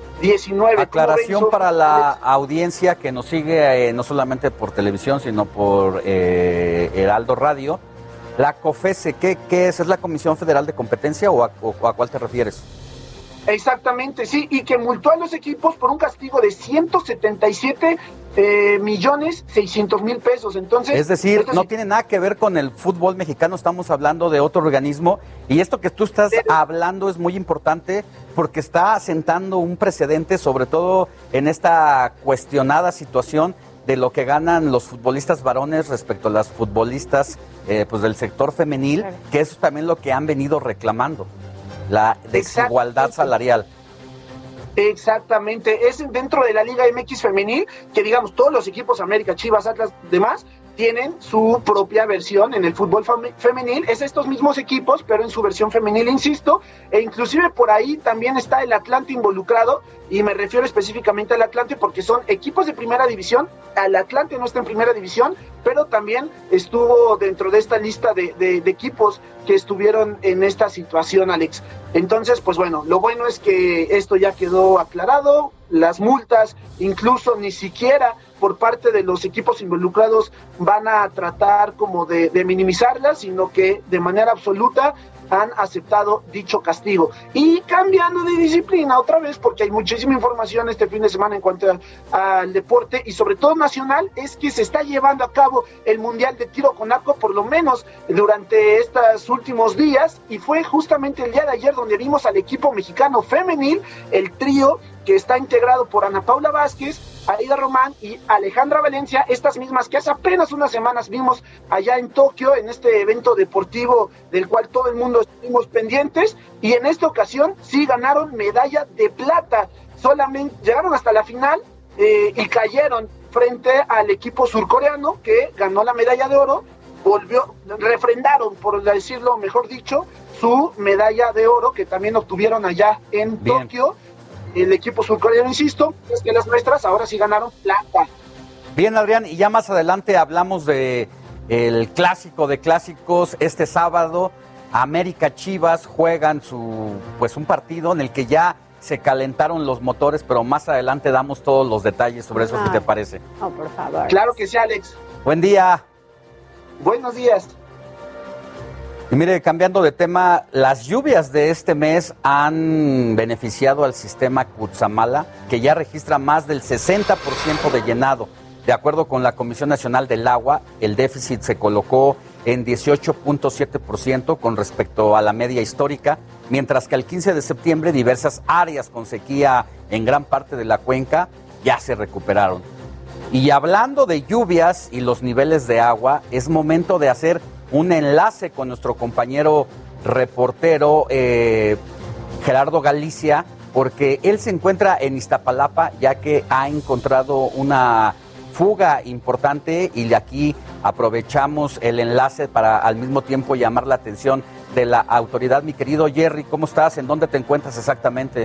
2019. Aclaración para la audiencia que nos sigue no solamente por televisión, sino por Heraldo Radio. La COFESE, ¿qué es? ¿Es la Comisión Federal de Competencia o a cuál te refieres? Exactamente, sí, y que multó a los equipos por un castigo de 177,600,000 pesos. Entonces, es decir, no tiene nada que ver con el fútbol mexicano, estamos hablando de otro organismo, y esto que tú estás hablando es muy importante porque está sentando un precedente, sobre todo en esta cuestionada situación de lo que ganan los futbolistas varones respecto a las futbolistas pues del sector femenil, que eso es también lo que han venido reclamando, la desigualdad salarial. Exactamente, es dentro de la Liga MX femenil, que digamos todos los equipos, América, Chivas, Atlas, demás, tienen su propia versión en el fútbol femenil, es estos mismos equipos, pero en su versión femenil, insisto, e inclusive por ahí también está el Atlante involucrado, y me refiero específicamente al Atlante porque son equipos de primera división. El Atlante no está en primera división, pero también estuvo dentro de esta lista de equipos que estuvieron en esta situación, Alex. Entonces, pues bueno, lo bueno es que esto ya quedó aclarado, las multas incluso ni siquiera por parte de los equipos involucrados van a tratar como de minimizarlas, sino que de manera absoluta han aceptado dicho castigo. Y cambiando de disciplina otra vez, porque hay muchísima información este fin de semana en cuanto al deporte, y sobre todo nacional, es que se está llevando a cabo el Mundial de Tiro con Arco, por lo menos durante estos últimos días, y fue justamente el día de ayer donde vimos al equipo mexicano femenil, el trío que está integrado por Ana Paula Vázquez, Aida Román y Alejandra Valencia, estas mismas que hace apenas unas semanas vimos allá en Tokio, en este evento deportivo del cual todo el mundo estuvimos pendientes, y en esta ocasión sí ganaron medalla de plata, solamente llegaron hasta la final y cayeron frente al equipo surcoreano que ganó la medalla de oro, refrendaron, por decirlo mejor dicho, su medalla de oro que también obtuvieron allá en Tokio. El equipo surcoreano, insisto, es que las nuestras ahora sí ganaron plata. Bien, Adrián, y ya más adelante hablamos de el clásico de clásicos. Este sábado, América Chivas juegan un partido en el que ya se calentaron los motores, pero más adelante damos todos los detalles sobre eso, si te parece. Oh, por favor. Claro que sí, Alex. Buen día. Buenos días. Y mire, cambiando de tema, las lluvias de este mes han beneficiado al sistema Cutzamala, que ya registra más del 60% de llenado. De acuerdo con la Comisión Nacional del Agua, el déficit se colocó en 18.7% con respecto a la media histórica, mientras que al 15 de septiembre diversas áreas con sequía en gran parte de la cuenca ya se recuperaron. Y hablando de lluvias y los niveles de agua, es momento de hacer un enlace con nuestro compañero reportero Gerardo Galicia, porque él se encuentra en Iztapalapa, ya que ha encontrado una fuga importante, y de aquí aprovechamos el enlace para al mismo tiempo llamar la atención de la autoridad. Mi querido Jerry, ¿cómo estás? ¿En dónde te encuentras exactamente?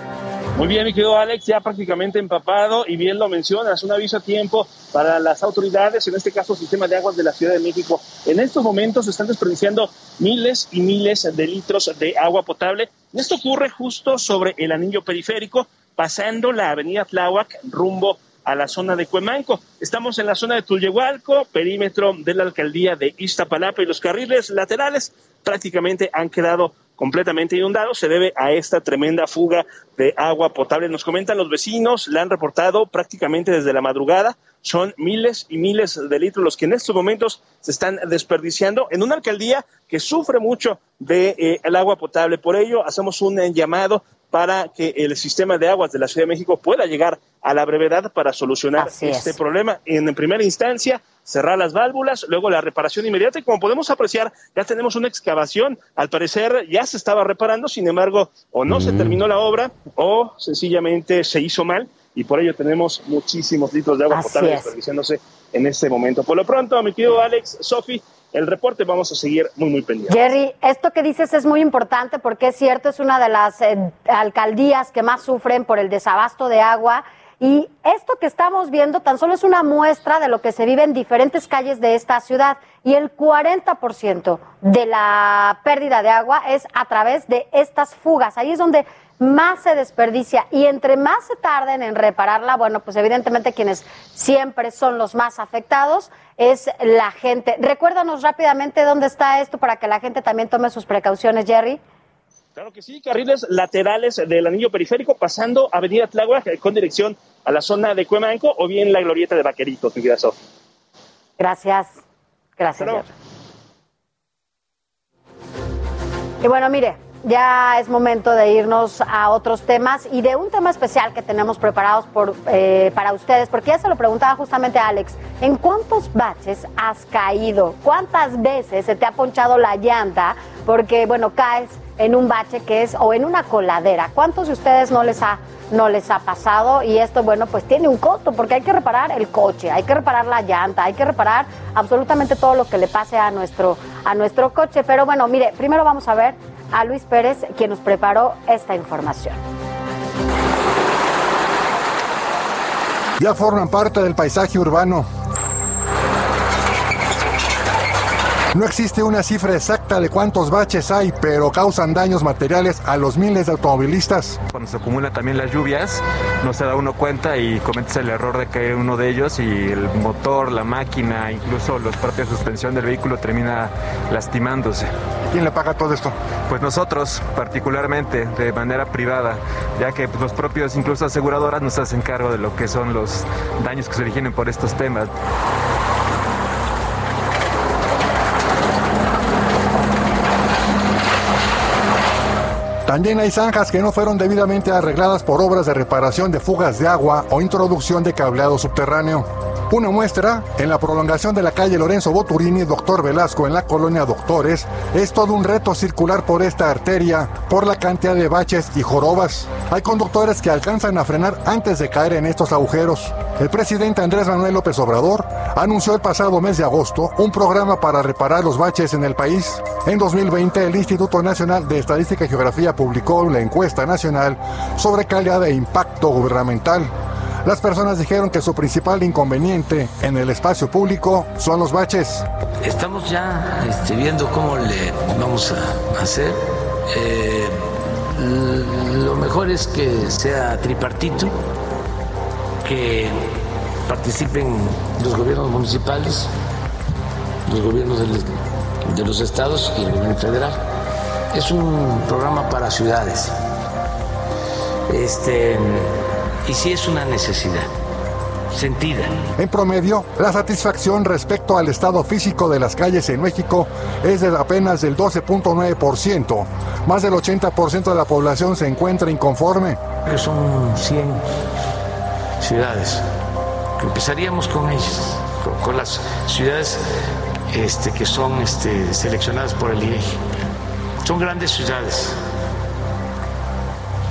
Muy bien, mi querido Alex, ya prácticamente empapado, y bien lo mencionas, un aviso a tiempo para las autoridades, en este caso el Sistema de Aguas de la Ciudad de México. En estos momentos se están desperdiciando miles y miles de litros de agua potable. Esto ocurre justo sobre el anillo periférico, pasando la avenida Tláhuac rumbo a la zona de Cuemanco. Estamos en la zona de Tulyehualco, perímetro de la alcaldía de Iztapalapa, y los carriles laterales prácticamente han quedado completamente inundados. Se debe a esta tremenda fuga de agua potable. Nos comentan los vecinos, la han reportado prácticamente desde la madrugada. Son miles y miles de litros los que en estos momentos se están desperdiciando en una alcaldía que sufre mucho de el agua potable. Por ello, hacemos un llamado para que el sistema de aguas de la Ciudad de México pueda llegar a la brevedad para solucionar este problema. En primera instancia, cerrar las válvulas, luego la reparación inmediata, y como podemos apreciar, ya tenemos una excavación. Al parecer ya se estaba reparando, sin embargo, o no se terminó la obra, o sencillamente se hizo mal, y por ello tenemos muchísimos litros de agua potable desperdiciándose en este momento. Por lo pronto, mi querido Alex, Sofi, el reporte vamos a seguir muy pendientes. Jerry, esto que dices es muy importante porque es cierto, es una de las alcaldías que más sufren por el desabasto de agua, y esto que estamos viendo tan solo es una muestra de lo que se vive en diferentes calles de esta ciudad, y el 40% de la pérdida de agua es a través de estas fugas. Ahí es donde más se desperdicia, y entre más se tarden en repararla, bueno, pues evidentemente quienes siempre son los más afectados es la gente. Recuérdanos rápidamente dónde está esto para que la gente también tome sus precauciones, Jerry. Claro que sí, carriles laterales del anillo periférico, pasando avenida Tláhuac con dirección a la zona de Cuemanco, o bien la glorieta de Vaqueritos, mi querida Sofi. Gracias, Jerry. Y bueno, mire, ya es momento de irnos a otros temas, y de un tema especial que tenemos preparados para ustedes, porque ya se lo preguntaba justamente a Alex: ¿en cuántos baches has caído? ¿Cuántas veces se te ha ponchado la llanta porque, bueno, caes en un bache que es, o en una coladera? ¿Cuántos de ustedes no les ha pasado? Y esto, bueno, pues tiene un costo, porque hay que reparar el coche, hay que reparar la llanta, hay que reparar absolutamente todo lo que le pase a nuestro coche. Pero bueno, mire, primero vamos a ver a Luis Pérez, quien nos preparó esta información. Ya forman parte del paisaje urbano. No existe una cifra exacta de cuántos baches hay, pero causan daños materiales a los miles de automovilistas. Cuando se acumulan también las lluvias, no se da uno cuenta y cometes el error de caer uno de ellos, y el motor, la máquina, incluso la propia suspensión del vehículo termina lastimándose. ¿Quién le paga todo esto? Pues nosotros, particularmente, de manera privada, ya que los propios, incluso aseguradoras, nos hacen cargo de lo que son los daños que se originan por estos temas. También hay zanjas que no fueron debidamente arregladas por obras de reparación de fugas de agua o introducción de cableado subterráneo. Una muestra, en la prolongación de la calle Lorenzo Boturini, Doctor Velasco, en la colonia Doctores, es todo un reto circular por esta arteria, por la cantidad de baches y jorobas. Hay conductores que alcanzan a frenar antes de caer en estos agujeros. El presidente Andrés Manuel López Obrador anunció el pasado mes de agosto un programa para reparar los baches en el país. En 2020, el Instituto Nacional de Estadística y Geografía publicó la encuesta nacional sobre calidad e impacto gubernamental. Las personas dijeron que su principal inconveniente en el espacio público son los baches. Estamos ya viendo cómo le vamos a hacer. Lo mejor es que sea tripartito, que participen los gobiernos municipales, los gobiernos de los estados y el gobierno federal. Es un programa para ciudades. Y sí es una necesidad sentida. En promedio, la satisfacción respecto al estado físico de las calles en México es de apenas del 12.9%. Más del 80% de la población se encuentra inconforme. Son 100 ciudades. Empezaríamos con ellas, con las ciudades que son seleccionadas por el INEGI. Son grandes ciudades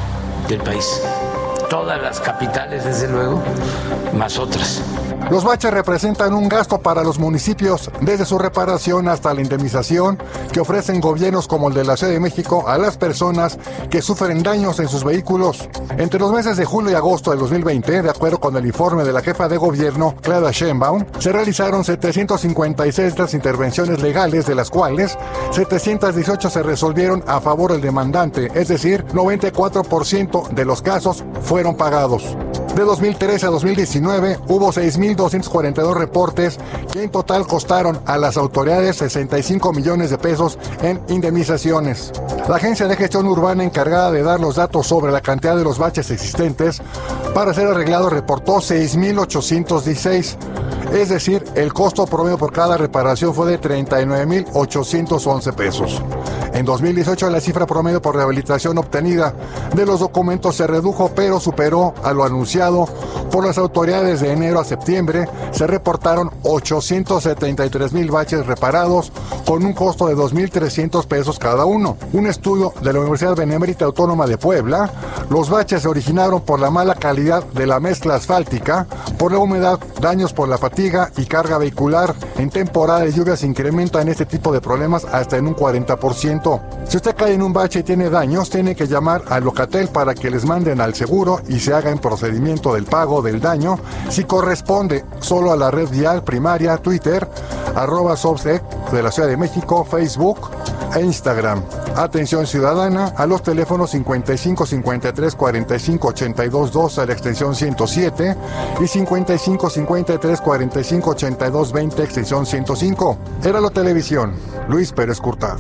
del país. Todas las capitales, desde luego, más otras. Los baches representan un gasto para los municipios, desde su reparación hasta la indemnización que ofrecen gobiernos como el de la Ciudad de México a las personas que sufren daños en sus vehículos. Entre los meses de julio y agosto del 2020, de acuerdo con el informe de la jefa de gobierno, Claudia Sheinbaum, se realizaron 756 de las intervenciones legales, de las cuales 718 se resolvieron a favor del demandante, es decir, 94% de los casos fueron pagados. De 2013 a 2019 hubo 6.242 reportes que en total costaron a las autoridades 65 millones de pesos en indemnizaciones. La Agencia de Gestión Urbana, encargada de dar los datos sobre la cantidad de los baches existentes para ser arreglados, reportó 6.816. Es decir, el costo promedio por cada reparación fue de 39.811 pesos. En 2018 la cifra promedio por rehabilitación obtenida de los documentos se redujo, pero superó a lo anunciado por las autoridades. De enero a septiembre se reportaron 873,000 baches reparados con un costo de 2.300 pesos cada uno. Un estudio de la Universidad Benemérita Autónoma de Puebla: los baches se originaron por la mala calidad de la mezcla asfáltica, por la humedad, daños por la fatiga y carga vehicular. En temporada de lluvias incrementan este tipo de problemas hasta en un 40%. Si usted cae en un bache y tiene daños, tiene que llamar a Locatel para que les manden al seguro y se haga en procedimiento del pago del daño, si corresponde solo a la red vial primaria, Twitter, @Sobsec de la Ciudad de México, Facebook e Instagram. Atención ciudadana a los teléfonos 55 53 45 82 2 a la extensión 107 y 55 53 45 82 20 extensión 105. Heraldo Televisión, Luis Pérez Curtad.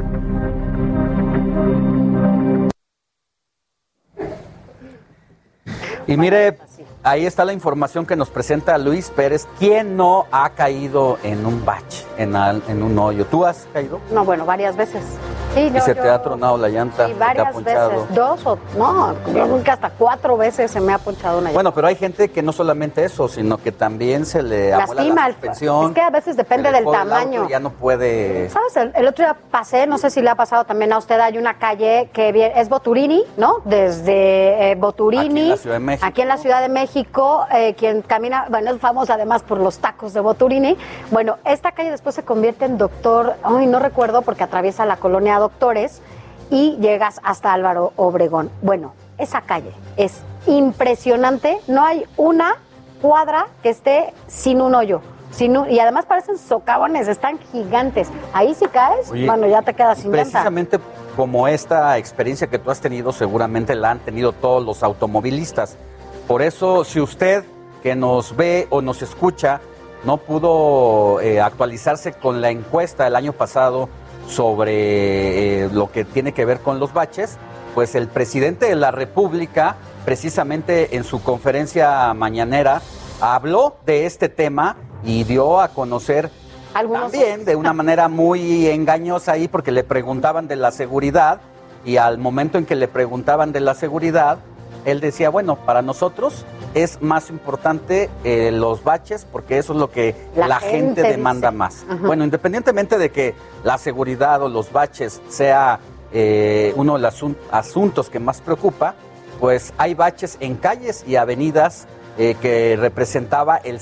Y mire, ahí está la información que nos presenta Luis Pérez. ¿Quién no ha caído en un bache, en un hoyo? ¿Tú has caído? No, bueno, varias veces. Sí, ¿Y se te ha tronado la llanta? Sí, varias ¿Se te ha ponchado? veces. 2 o... No, yo creo que hasta 4 veces se me ha ponchado una llanta. Bueno, pero hay gente que no solamente eso, sino que también se le abuela la suspensión. Es que a veces depende del tamaño. Ya no puede... ¿Sabes? El otro día pasé, no sé si le ha pasado también a usted, hay una calle que es Boturini, ¿no? Desde Boturini. Aquí en la Ciudad de México. Aquí en la Ciudad de México, quien camina, bueno, es famosa además por los tacos de Boturini. Bueno, esta calle después se convierte en Doctor, no recuerdo porque atraviesa la colonia Doctores y llegas hasta Álvaro Obregón. Bueno, esa calle es impresionante, no hay una cuadra que esté sin un hoyo. Y además parecen socavones, están gigantes. Ahí si caes, Oye, bueno, ya te quedas sin llanta. Precisamente como esta experiencia que tú has tenido, seguramente la han tenido todos los automovilistas. Por eso, si usted que nos ve o nos escucha no pudo actualizarse con la encuesta del año pasado sobre lo que tiene que ver con los baches, pues el presidente de la República, precisamente en su conferencia mañanera, habló de este tema y dio a conocer también de una manera muy engañosa ahí, porque le preguntaban de la seguridad y al momento en que le preguntaban de la seguridad, él decía, bueno, para nosotros es más importante los baches porque eso es lo que la gente demanda más. Ajá. Bueno, independientemente de que la seguridad o los baches sea uno de los asuntos que más preocupa, pues hay baches en calles y avenidas que representaba el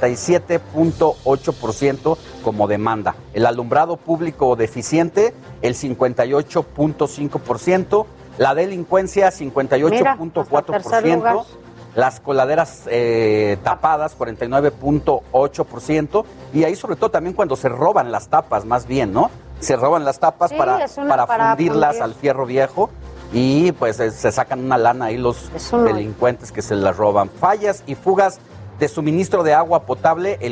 77.8% como demanda. El alumbrado público deficiente, el 58.5%. La delincuencia, 58.4%. Las coladeras tapadas, 49.8%. Y ahí sobre todo también cuando se roban las tapas, más bien, ¿no? Se roban las tapas para fundirlas al fierro viejo. Y pues se sacan una lana ahí los delincuentes que se las roban. Fallas y fugas de suministro de agua potable, el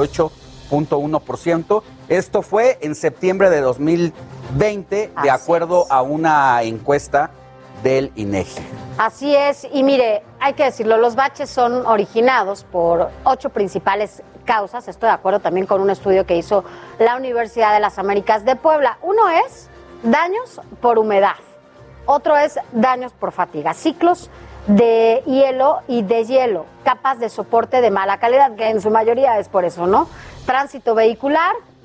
48.1%. Esto fue en septiembre de 2020, de acuerdo a una encuesta del INEGI. Así es, y mire, hay que decirlo, los baches son originados por 8 principales causas. Estoy de acuerdo también con un estudio que hizo la Universidad de las Américas de Puebla. Uno es daños por humedad. Otro es daños por fatiga, ciclos de hielo y deshielo, capas de soporte de mala calidad, que en su mayoría es por eso, ¿no? Tránsito vehicular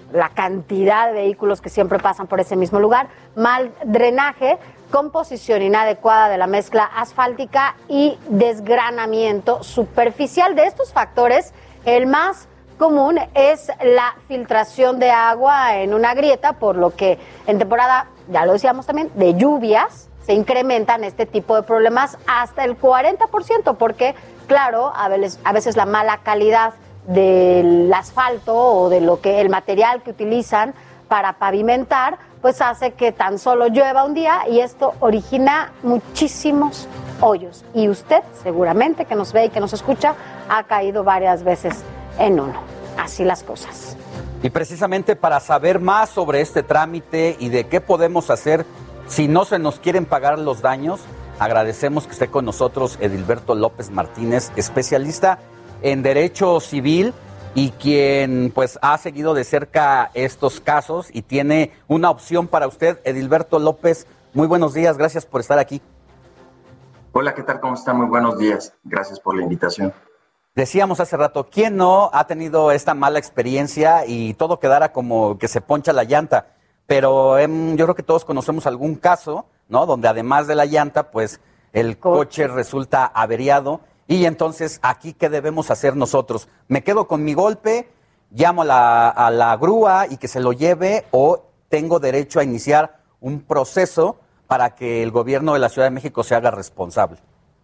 la cantidad de vehículos que siempre pasan por ese mismo lugar, mal drenaje, composición inadecuada de la mezcla asfáltica y desgranamiento superficial. De estos factores, el más común es la filtración de agua en una grieta, por lo que en temporada, ya lo decíamos también, de lluvias, se incrementan este tipo de problemas hasta el 40%, porque, claro, a veces la mala calidad del asfalto o de el material que utilizan para pavimentar, pues hace que tan solo llueva un día y esto origina muchísimos hoyos. Y usted, seguramente, que nos ve y que nos escucha, ha caído varias veces en uno. Así las cosas. Y precisamente para saber más sobre este trámite y de qué podemos hacer si no se nos quieren pagar los daños, agradecemos que esté con nosotros Edilberto López Martínez, especialista en Derecho Civil y quien pues ha seguido de cerca estos casos y tiene una opción para usted. Edilberto López, muy buenos días, gracias por estar aquí. Hola, ¿qué tal? ¿Cómo está? Muy buenos días, gracias por la invitación. Decíamos hace rato, ¿quién no ha tenido esta mala experiencia y todo quedara como que se poncha la llanta? Pero yo creo que todos conocemos algún caso, ¿no? Donde además de la llanta, pues el coche resulta averiado. Y entonces, ¿aquí qué debemos hacer nosotros? ¿Me quedo con mi golpe, llamo a la grúa y que se lo lleve, o tengo derecho a iniciar un proceso para que el gobierno de la Ciudad de México se haga responsable?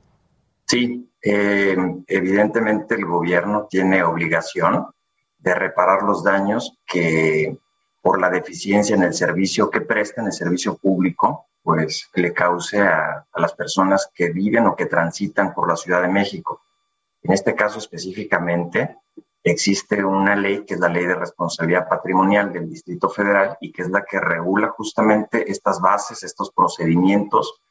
Sí, evidentemente el gobierno tiene obligación de reparar los daños que por la deficiencia en el servicio que presta, en el servicio público, pues le cause a las personas que viven o que transitan por la Ciudad de México. En este caso específicamente existe una ley que es la Ley de Responsabilidad Patrimonial del Distrito Federal y que es la que regula justamente estas bases, estos procedimientos,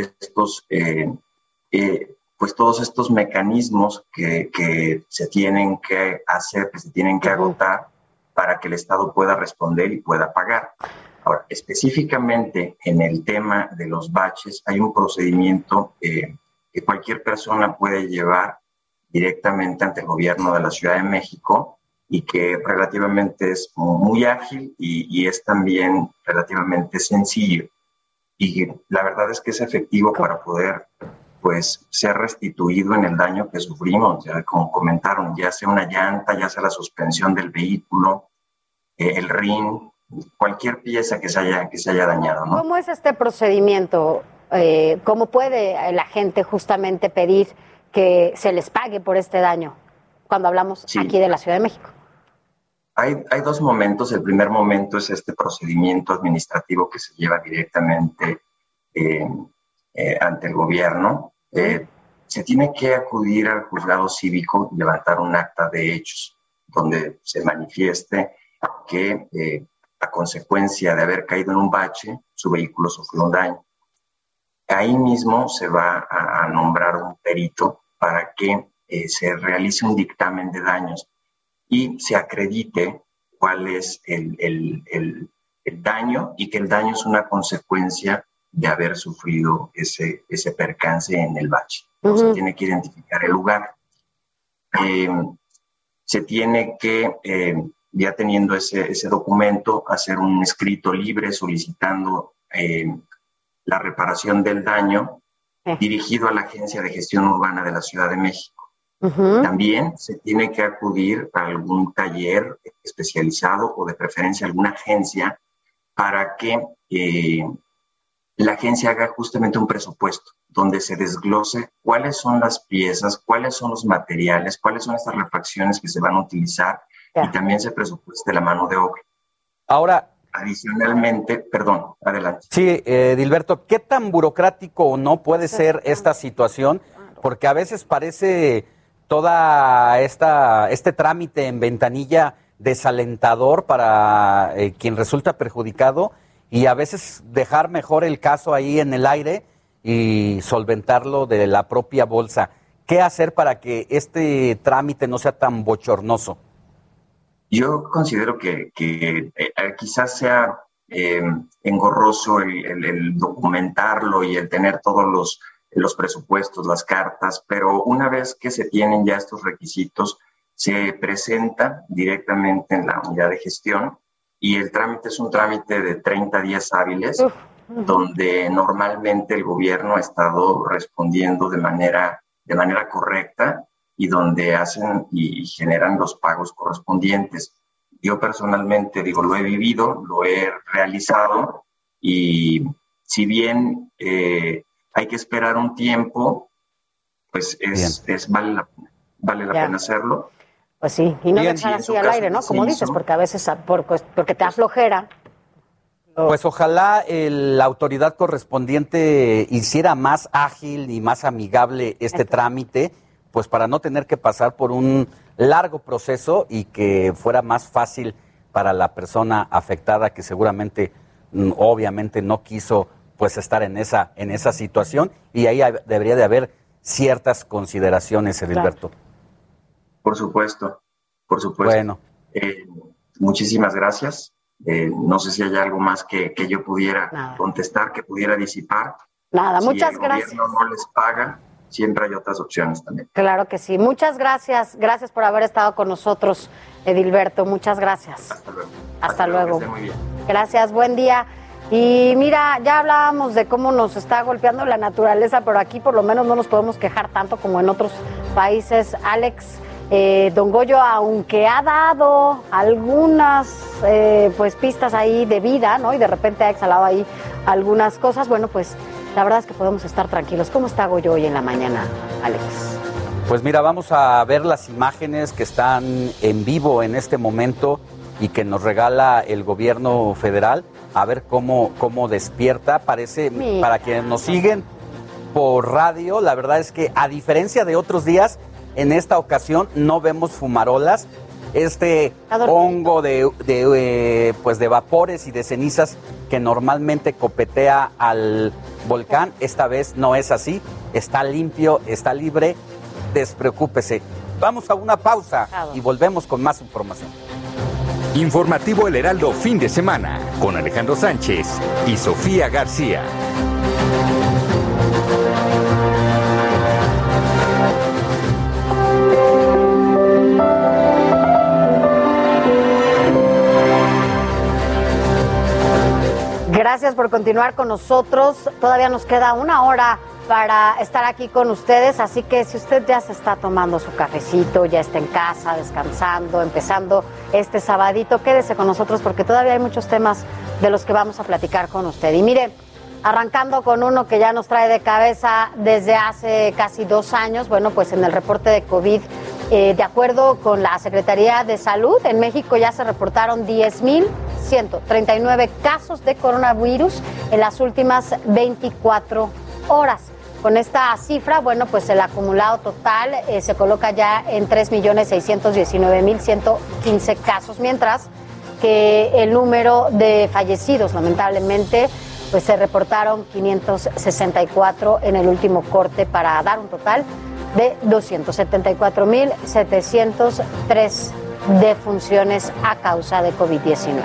pues todos estos mecanismos que se tienen que hacer, que se tienen que agotar para que el Estado pueda responder y pueda pagar. Ahora, específicamente en el tema de los baches, hay un procedimiento que cualquier persona puede llevar directamente ante el gobierno de la Ciudad de México y que relativamente es muy ágil y es también relativamente sencillo. Y la verdad es que es efectivo para poder pues ser restituido en el daño que sufrimos, ya como comentaron, ya sea una llanta, ya sea la suspensión del vehículo, el rin, cualquier pieza que se haya dañado, ¿no? ¿Cómo es este procedimiento? ¿Cómo puede la gente justamente pedir que se les pague por este daño cuando hablamos aquí de la Ciudad de México? Hay dos momentos. El primer momento es este procedimiento administrativo que se lleva directamente ante el gobierno. Se tiene que acudir al juzgado cívico y levantar un acta de hechos donde se manifieste que a consecuencia de haber caído en un bache, su vehículo sufrió un daño. Ahí mismo se va a nombrar un perito para que se realice un dictamen de daños y se acredite cuál es el daño y que el daño es una consecuencia de haber sufrido ese percance en el bache. Se tiene que identificar el lugar. Se tiene que, ya teniendo ese documento, hacer un escrito libre solicitando la reparación del daño dirigido a la Agencia de Gestión Urbana de la Ciudad de México. También se tiene que acudir a algún taller especializado o de preferencia alguna agencia para que la agencia haga justamente un presupuesto donde se desglose cuáles son las piezas, cuáles son los materiales, cuáles son estas refacciones que se van a utilizar y también se presupueste la mano de obra. Ahora, adicionalmente, perdón, adelante. Sí, Edilberto, ¿qué tan burocrático o no puede ser esta situación? Porque a veces parece toda este trámite en ventanilla desalentador para quien resulta perjudicado y a veces dejar mejor el caso ahí en el aire y solventarlo de la propia bolsa. ¿Qué hacer para que este trámite no sea tan bochornoso? Yo considero que quizás sea engorroso el documentarlo y el tener todos los presupuestos, las cartas, pero una vez que se tienen ya estos requisitos, se presenta directamente en la unidad de gestión y el trámite es un trámite de 30 días hábiles, donde normalmente el gobierno ha estado respondiendo de manera correcta y donde hacen y generan los pagos correspondientes. Yo personalmente, lo he vivido, lo he realizado, y si bien hay que esperar un tiempo, pues vale la pena hacerlo. Pues sí, y no dejar así al aire, ¿no? Como dices, porque a veces porque te da flojera. Pues ojalá la autoridad correspondiente hiciera más ágil y más amigable este trámite, pues para no tener que pasar por un largo proceso y que fuera más fácil para la persona afectada, que seguramente, obviamente, no quiso pues estar en esa situación, y ahí debería de haber ciertas consideraciones, Edilberto. Claro. Por supuesto. Bueno. Muchísimas gracias. No sé si hay algo más que yo pudiera contestar, que pudiera disipar. Nada, muchas gracias. Si el gobierno no les paga, siempre hay otras opciones también. Claro que sí. Muchas gracias. Gracias por haber estado con nosotros, Edilberto. Muchas gracias. Hasta luego. Que esté muy bien. Gracias, buen día. Y mira, ya hablábamos de cómo nos está golpeando la naturaleza, pero aquí por lo menos no nos podemos quejar tanto como en otros países. Alex, don Goyo, aunque ha dado algunas pues pistas ahí de vida, ¿no? Y de repente ha exhalado ahí algunas cosas, bueno, pues la verdad es que podemos estar tranquilos. ¿Cómo está Goyo hoy en la mañana, Alex? Pues mira, vamos a ver las imágenes que están en vivo en este momento y que nos regala el gobierno federal, a ver cómo despierta. Parece, para quienes nos siguen por radio, la verdad es que a diferencia de otros días, en esta ocasión no vemos fumarolas. Este hongo de vapores y de cenizas que normalmente copetea al volcán, esta vez no es así, está limpio, está libre, despreocúpese. Vamos a una pausa y volvemos con más información. Informativo El Heraldo fin de semana con Alejandro Sánchez y Sofía García. Gracias por continuar con nosotros. Todavía nos queda una hora para estar aquí con ustedes, así que si usted ya se está tomando su cafecito, ya está en casa, descansando, empezando este sabadito, quédese con nosotros porque todavía hay muchos temas de los que vamos a platicar con usted. Y mire, arrancando con uno que ya nos trae de cabeza desde hace casi 2 años, bueno, pues en el reporte de COVID, de acuerdo con la Secretaría de Salud, en México ya se reportaron 10,139 casos de coronavirus en las últimas 24 horas. Con esta cifra, bueno, pues el acumulado total se coloca ya en 3,619,115 casos, mientras que el número de fallecidos, lamentablemente, pues se reportaron 564 en el último corte para dar un total de 274,703 defunciones a causa de COVID-19.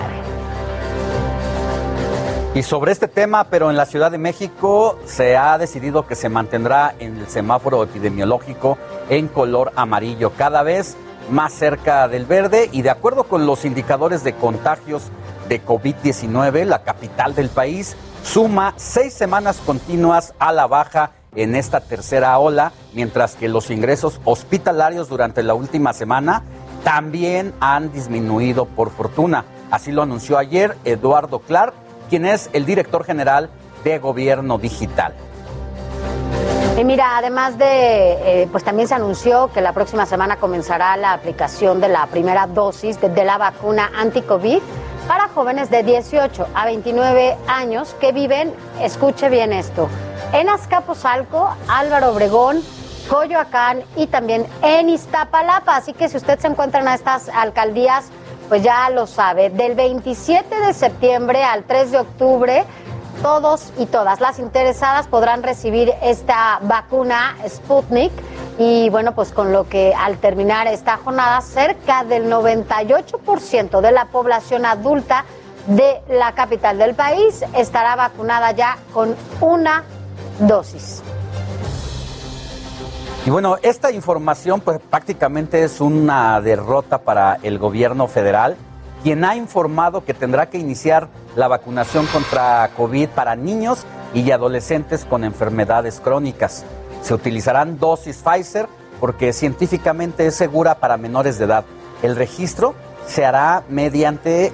Y sobre este tema, pero en la Ciudad de México, se ha decidido que se mantendrá en el semáforo epidemiológico en color amarillo, cada vez más cerca del verde, y de acuerdo con los indicadores de contagios de COVID-19, la capital del país suma 6 semanas continuas a la baja en esta tercera ola, mientras que los ingresos hospitalarios durante la última semana también han disminuido por fortuna. Así lo anunció ayer Eduardo Clark, quien es el director general de Gobierno Digital. Y mira, además de, pues también se anunció que la próxima semana comenzará la aplicación de la primera dosis de la vacuna anti-COVID para jóvenes de 18 a 29 años que viven, escuche bien esto, en Azcapotzalco, Álvaro Obregón, Coyoacán y también en Iztapalapa. Así que si usted se encuentra en estas alcaldías, pues ya lo sabe, del 27 de septiembre al 3 de octubre, todos y todas las interesadas podrán recibir esta vacuna Sputnik. Y bueno, pues con lo que al terminar esta jornada, cerca del 98% de la población adulta de la capital del país estará vacunada ya con una dosis. Y bueno, esta información pues prácticamente es una derrota para el gobierno federal, quien ha informado que tendrá que iniciar la vacunación contra COVID para niños y adolescentes con enfermedades crónicas. Se utilizarán dosis Pfizer porque científicamente es segura para menores de edad. El registro se hará mediante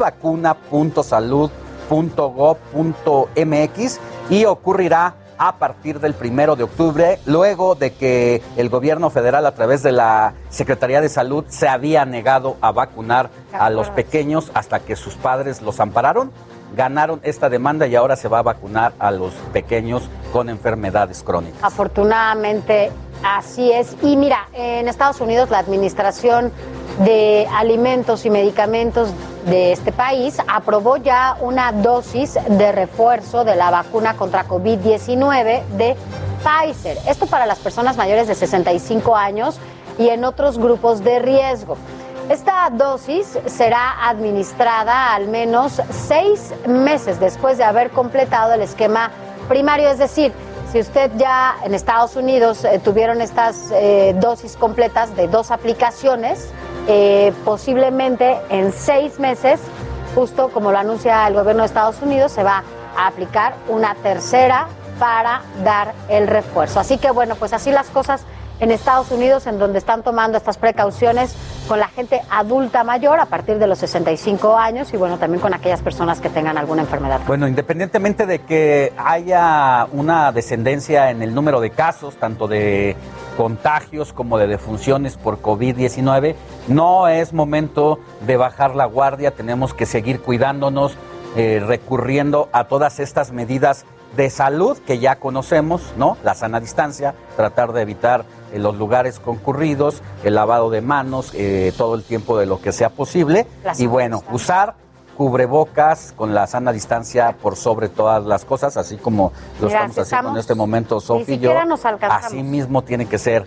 mivacuna.salud.gov.mx y ocurrirá a partir del 1 de octubre, luego de que el gobierno federal, a través de la Secretaría de Salud, se había negado a vacunar a los pequeños hasta que sus padres los ampararon. Ganaron esta demanda y ahora se va a vacunar a los pequeños con enfermedades crónicas. Afortunadamente, así es. Y mira, en Estados Unidos la Administración de Alimentos y Medicamentos de este país aprobó ya una dosis de refuerzo de la vacuna contra COVID-19 de Pfizer. Esto para las personas mayores de 65 años y en otros grupos de riesgo. Esta dosis será administrada al menos 6 meses después de haber completado el esquema primario, es decir, si usted ya en Estados Unidos tuvieron estas dosis completas de 2 aplicaciones, posiblemente en 6 meses, justo como lo anuncia el gobierno de Estados Unidos, se va a aplicar una tercera para dar el refuerzo. Así que bueno, pues así las cosas en Estados Unidos, en donde están tomando estas precauciones con la gente adulta mayor a partir de los 65 años y bueno, también con aquellas personas que tengan alguna enfermedad. Bueno, independientemente de que haya una descendencia en el número de casos, tanto de contagios como de defunciones por COVID-19, no es momento de bajar la guardia, tenemos que seguir cuidándonos, recurriendo a todas estas medidas de salud que ya conocemos, ¿no? La sana distancia, tratar de evitar los lugares concurridos, el lavado de manos, todo el tiempo de lo que sea posible. Y bueno, usar cubrebocas con la sana distancia por sobre todas las cosas, así como lo estamos haciendo en este momento, Sofi y yo. Así mismo tiene que ser.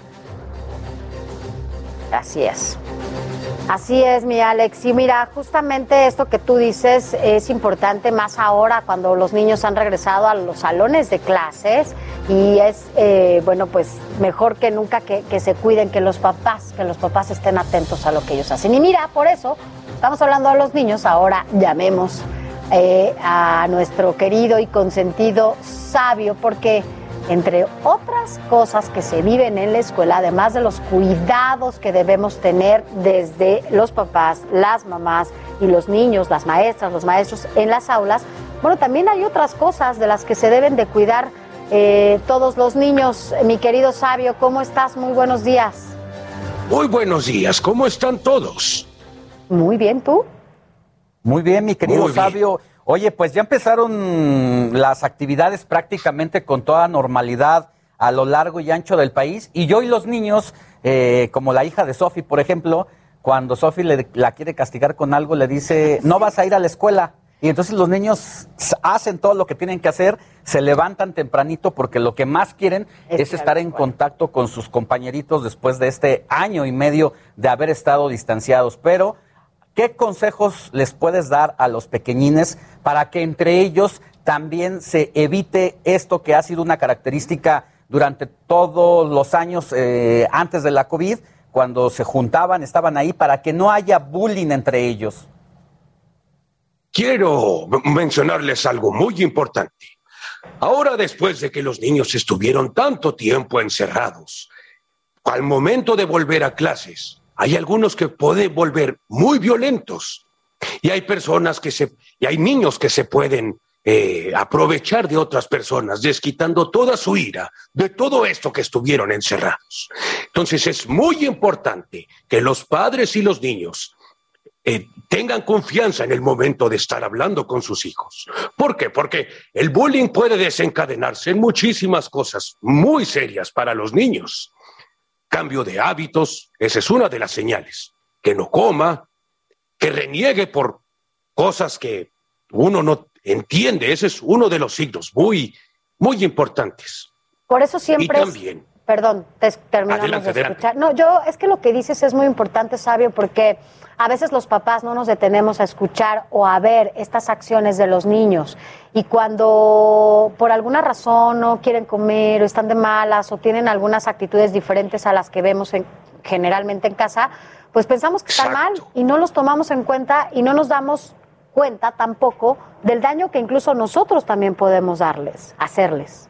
Así es. Así es, mi Alex. Y mira, justamente esto que tú dices es importante más ahora cuando los niños han regresado a los salones de clases y es, bueno, pues mejor que nunca que se cuiden, que los papás estén atentos a lo que ellos hacen. Y mira, por eso estamos hablando de los niños, ahora llamemos a nuestro querido y consentido Sabio, porque entre otras cosas que se viven en la escuela, además de los cuidados que debemos tener desde los papás, las mamás y los niños, las maestras, los maestros en las aulas, bueno, también hay otras cosas de las que se deben de cuidar todos los niños. Mi querido Sabio, ¿cómo estás? Muy buenos días. Muy buenos días, ¿cómo están todos? Muy bien, ¿tú? Muy bien, mi querido Sabio. Oye, pues ya empezaron las actividades prácticamente con toda normalidad a lo largo y ancho del país. Y yo y los niños, como la hija de Sofi, por ejemplo, cuando Sofi la quiere castigar con algo, le dice, no vas a ir a la escuela. Y entonces los niños hacen todo lo que tienen que hacer, se levantan tempranito porque lo que más quieren es estar en contacto con sus compañeritos después de este año y medio de haber estado distanciados. Pero ¿qué consejos les puedes dar a los pequeñines para que entre ellos también se evite esto que ha sido una característica durante todos los años antes de la COVID, cuando se juntaban, estaban ahí, para que no haya bullying entre ellos? Quiero mencionarles algo muy importante. Ahora, después de que los niños estuvieron tanto tiempo encerrados, al momento de volver a clases, hay algunos que pueden volver muy violentos y hay personas y hay niños que se pueden aprovechar de otras personas, desquitando toda su ira de todo esto que estuvieron encerrados. Entonces es muy importante que los padres y los niños tengan confianza en el momento de estar hablando con sus hijos. ¿Por qué? Porque el bullying puede desencadenarse en muchísimas cosas muy serias para los niños. Cambio de hábitos, esa es una de las señales. Que no coma, que reniegue por cosas que uno no entiende, ese es uno de los signos muy, muy importantes. Por eso siempre y también, perdón, terminamos de escuchar. No, es que lo que dices es muy importante, Sabio, porque a veces los papás no nos detenemos a escuchar o a ver estas acciones de los niños. Y cuando por alguna razón no quieren comer o están de malas o tienen algunas actitudes diferentes a las que vemos generalmente en casa, pues pensamos que están mal y no los tomamos en cuenta y no nos damos cuenta tampoco del daño que incluso nosotros también podemos hacerles.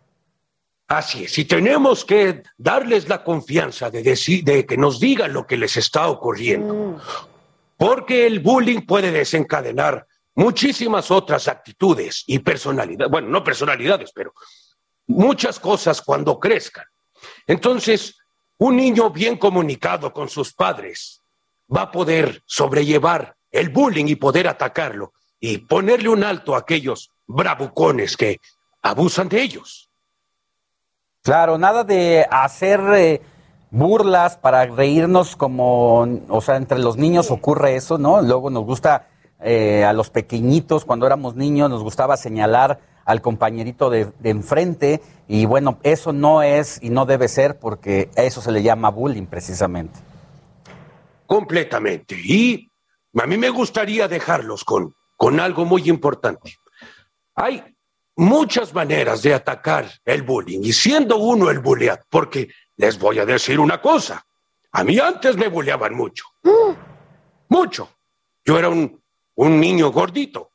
Así es, y tenemos que darles la confianza de que nos digan lo que les está ocurriendo, porque el bullying puede desencadenar muchísimas otras actitudes y personalidades, bueno, no personalidades, pero muchas cosas cuando crezcan. Entonces, un niño bien comunicado con sus padres va a poder sobrellevar el bullying y poder atacarlo y ponerle un alto a aquellos bravucones que abusan de ellos. Claro, nada de hacer burlas para reírnos como, o sea, entre los niños ocurre eso, ¿no? Luego nos gusta, a los pequeñitos, cuando éramos niños, nos gustaba señalar al compañerito de enfrente y bueno, eso no es y no debe ser porque a eso se le llama bullying precisamente. Completamente. Y a mí me gustaría dejarlos con algo muy importante. Hay muchas maneras de atacar el bullying y siendo uno el bulleado, porque les voy a decir una cosa, a mí antes me bulleaban mucho, mucho. Yo era un niño gordito.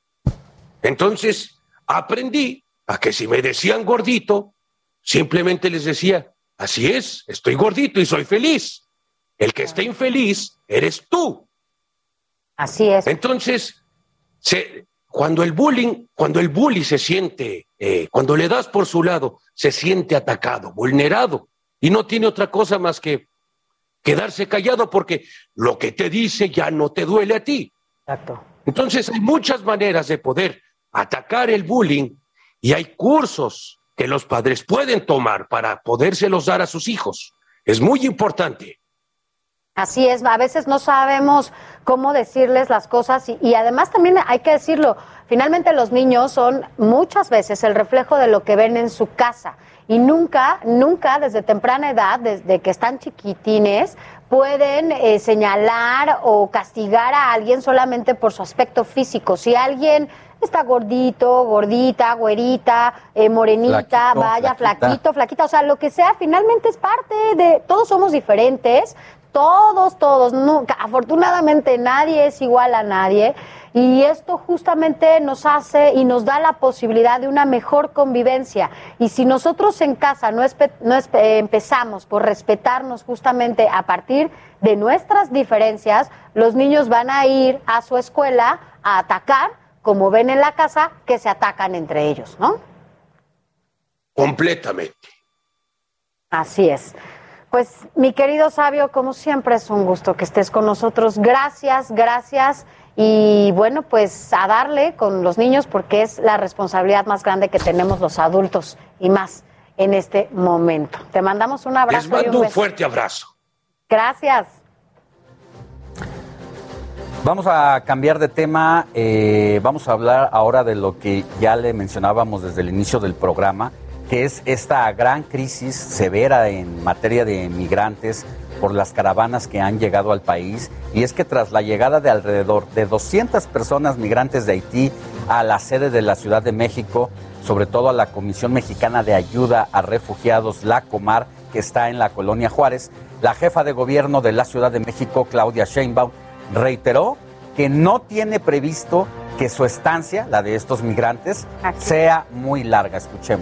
Entonces aprendí a que si me decían gordito, simplemente les decía, así es, estoy gordito y soy feliz. El que está infeliz eres tú. Así es. Entonces, cuando el bully se siente, cuando le das por su lado, se siente atacado, vulnerado, y no tiene otra cosa más que quedarse callado porque lo que te dice ya no te duele a ti. Exacto. Entonces hay muchas maneras de poder atacar el bullying y hay cursos que los padres pueden tomar para podérselos dar a sus hijos. Es muy importante. Así es, a veces no sabemos cómo decirles las cosas y además también hay que decirlo, finalmente los niños son muchas veces el reflejo de lo que ven en su casa y nunca desde temprana edad, desde que están chiquitines, pueden señalar o castigar a alguien solamente por su aspecto físico. Si alguien está gordito, gordita, güerita, morenita, flaquita, o sea, lo que sea, finalmente es parte de, todos somos diferentes, todos, nunca, afortunadamente nadie es igual a nadie y esto justamente nos hace y nos da la posibilidad de una mejor convivencia y si nosotros en casa no empezamos por respetarnos justamente a partir de nuestras diferencias, los niños van a ir a su escuela a atacar, como ven en la casa, que se atacan entre ellos, ¿no? Completamente. Así es. Pues, mi querido Sabio, como siempre es un gusto que estés con nosotros. Gracias. Y bueno, pues a darle con los niños porque es la responsabilidad más grande que tenemos los adultos y más en este momento. Te mandamos un abrazo. Les mando un fuerte abrazo. Gracias. Vamos a cambiar de tema. Vamos a hablar ahora de lo que ya le mencionábamos desde el inicio del programa, que es esta gran crisis severa en materia de migrantes por las caravanas que han llegado al país. Y es que tras la llegada de alrededor de 200 personas migrantes de Haití a la sede de la Ciudad de México, sobre todo a la Comisión Mexicana de Ayuda a Refugiados, la Comar, que está en la Colonia Juárez, la jefa de gobierno de la Ciudad de México, Claudia Sheinbaum, reiteró que no tiene previsto que su estancia, la de estos migrantes, sea muy larga. Escuchemos.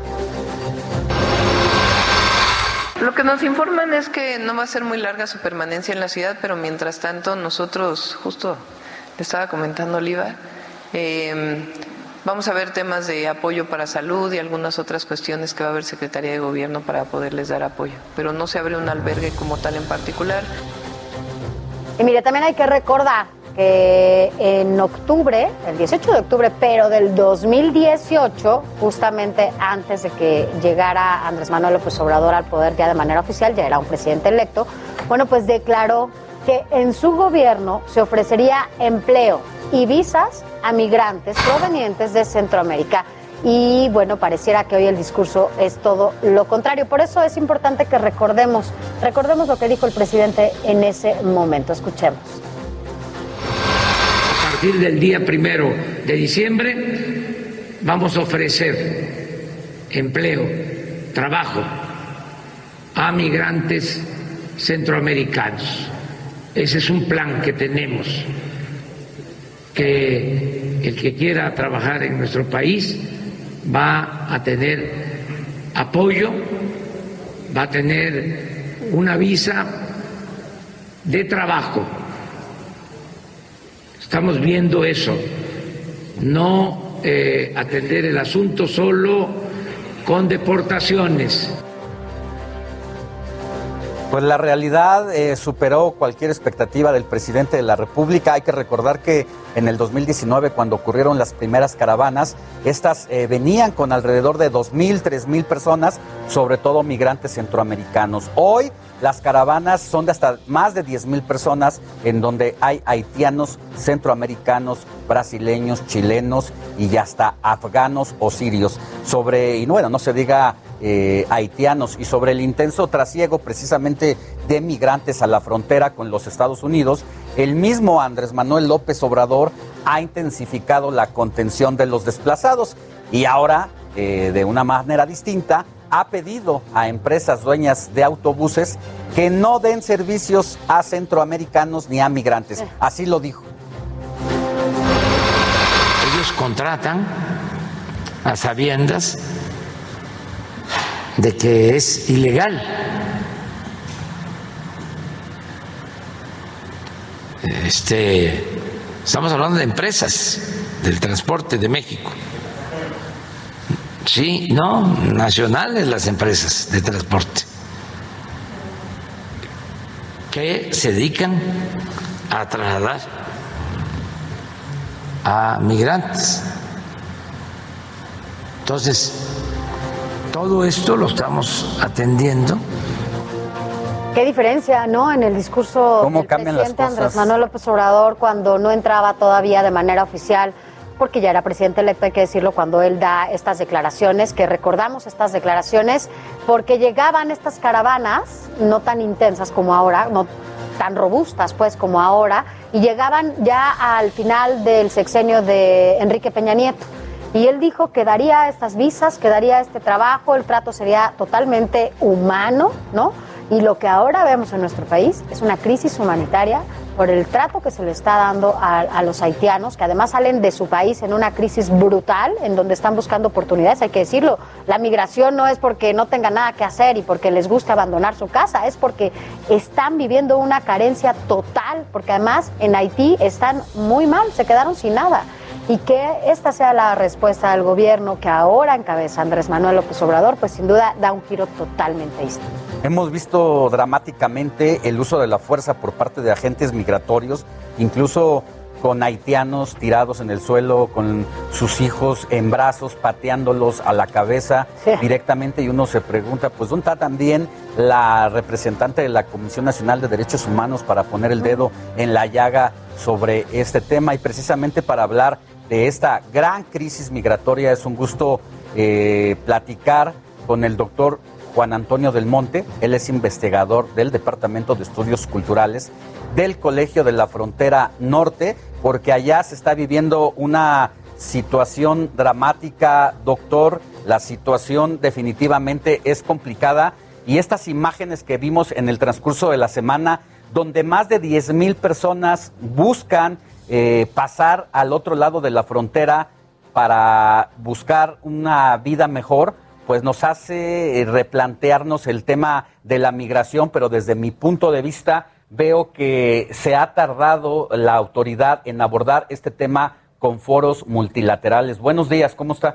Lo que nos informan es que no va a ser muy larga su permanencia en la ciudad, pero mientras tanto nosotros, justo le estaba comentando Oliva, vamos a ver temas de apoyo para salud y algunas otras cuestiones que va a haber Secretaría de Gobierno para poderles dar apoyo, pero no se abre un albergue como tal en particular. Y mire, también hay que recordar que en octubre, el 18 de octubre, pero del 2018, justamente antes de que llegara Andrés Manuel López Obrador al poder ya de manera oficial, ya era un presidente electo, bueno, pues declaró que en su gobierno se ofrecería empleo y visas a migrantes provenientes de Centroamérica. Y bueno, pareciera que hoy el discurso es todo lo contrario. Por eso es importante que recordemos lo que dijo el presidente en ese momento. Escuchemos. A partir del día 1 de diciembre vamos a ofrecer empleo, trabajo a migrantes centroamericanos Ese es un plan que tenemos, que el que quiera trabajar en nuestro país va a tener apoyo, va a tener una visa de trabajo. Estamos viendo eso, no atender el asunto solo con deportaciones. Pues la realidad superó cualquier expectativa del presidente de la República. Hay que recordar que en el 2019, cuando ocurrieron las primeras caravanas, estas venían con alrededor de 2,000, 3,000 personas, sobre todo migrantes centroamericanos. Hoy las caravanas son de hasta más de 10,000 personas, en donde hay haitianos, centroamericanos, brasileños, chilenos y hasta afganos o sirios. Y bueno, no se diga haitianos, y sobre el intenso trasiego precisamente de migrantes a la frontera con los Estados Unidos, el mismo Andrés Manuel López Obrador ha intensificado la contención de los desplazados y ahora, de una manera distinta, ha pedido a empresas dueñas de autobuses que no den servicios a centroamericanos ni a migrantes. Así lo dijo. Ellos contratan a sabiendas de que es ilegal. Estamos hablando de empresas del transporte de México. Sí, no, nacionales las empresas de transporte que se dedican a trasladar a migrantes. Entonces, todo esto lo estamos atendiendo. Qué diferencia, ¿no? En el discurso del presidente Andrés Manuel López Obrador, cuando no entraba todavía de manera oficial, porque ya era presidente electo, hay que decirlo, cuando él da estas declaraciones, que recordamos estas declaraciones, porque llegaban estas caravanas, no tan intensas como ahora, no tan robustas pues como ahora, y llegaban ya al final del sexenio de Enrique Peña Nieto. Y él dijo que daría estas visas, que daría este trabajo, el trato sería totalmente humano, ¿no? Y lo que ahora vemos en nuestro país es una crisis humanitaria por el trato que se le está dando a los haitianos, que además salen de su país en una crisis brutal, en donde están buscando oportunidades, hay que decirlo. La migración no es porque no tengan nada que hacer y porque les guste abandonar su casa, es porque están viviendo una carencia total, porque además en Haití están muy mal, se quedaron sin nada. Y que esta sea la respuesta del gobierno que ahora encabeza Andrés Manuel López Obrador, pues sin duda da un giro totalmente distinto. Hemos visto dramáticamente el uso de la fuerza por parte de agentes migratorios, incluso con haitianos tirados en el suelo, con sus hijos en brazos, pateándolos a la cabeza directamente, y uno se pregunta, pues ¿dónde está también la representante de la Comisión Nacional de Derechos Humanos para poner el dedo en la llaga sobre este tema? Y precisamente para hablar de esta gran crisis migratoria es un gusto platicar con el doctor Juan Antonio del Monte. Él es investigador del Departamento de Estudios Culturales del Colegio de la Frontera Norte, porque allá se está viviendo una situación dramática, doctor. La situación definitivamente es complicada, y estas imágenes que vimos en el transcurso de la semana, donde más de 10,000 personas buscan pasar al otro lado de la frontera para buscar una vida mejor, pues nos hace replantearnos el tema de la migración, pero desde mi punto de vista veo que se ha tardado la autoridad en abordar este tema con foros multilaterales. Buenos días, ¿cómo está?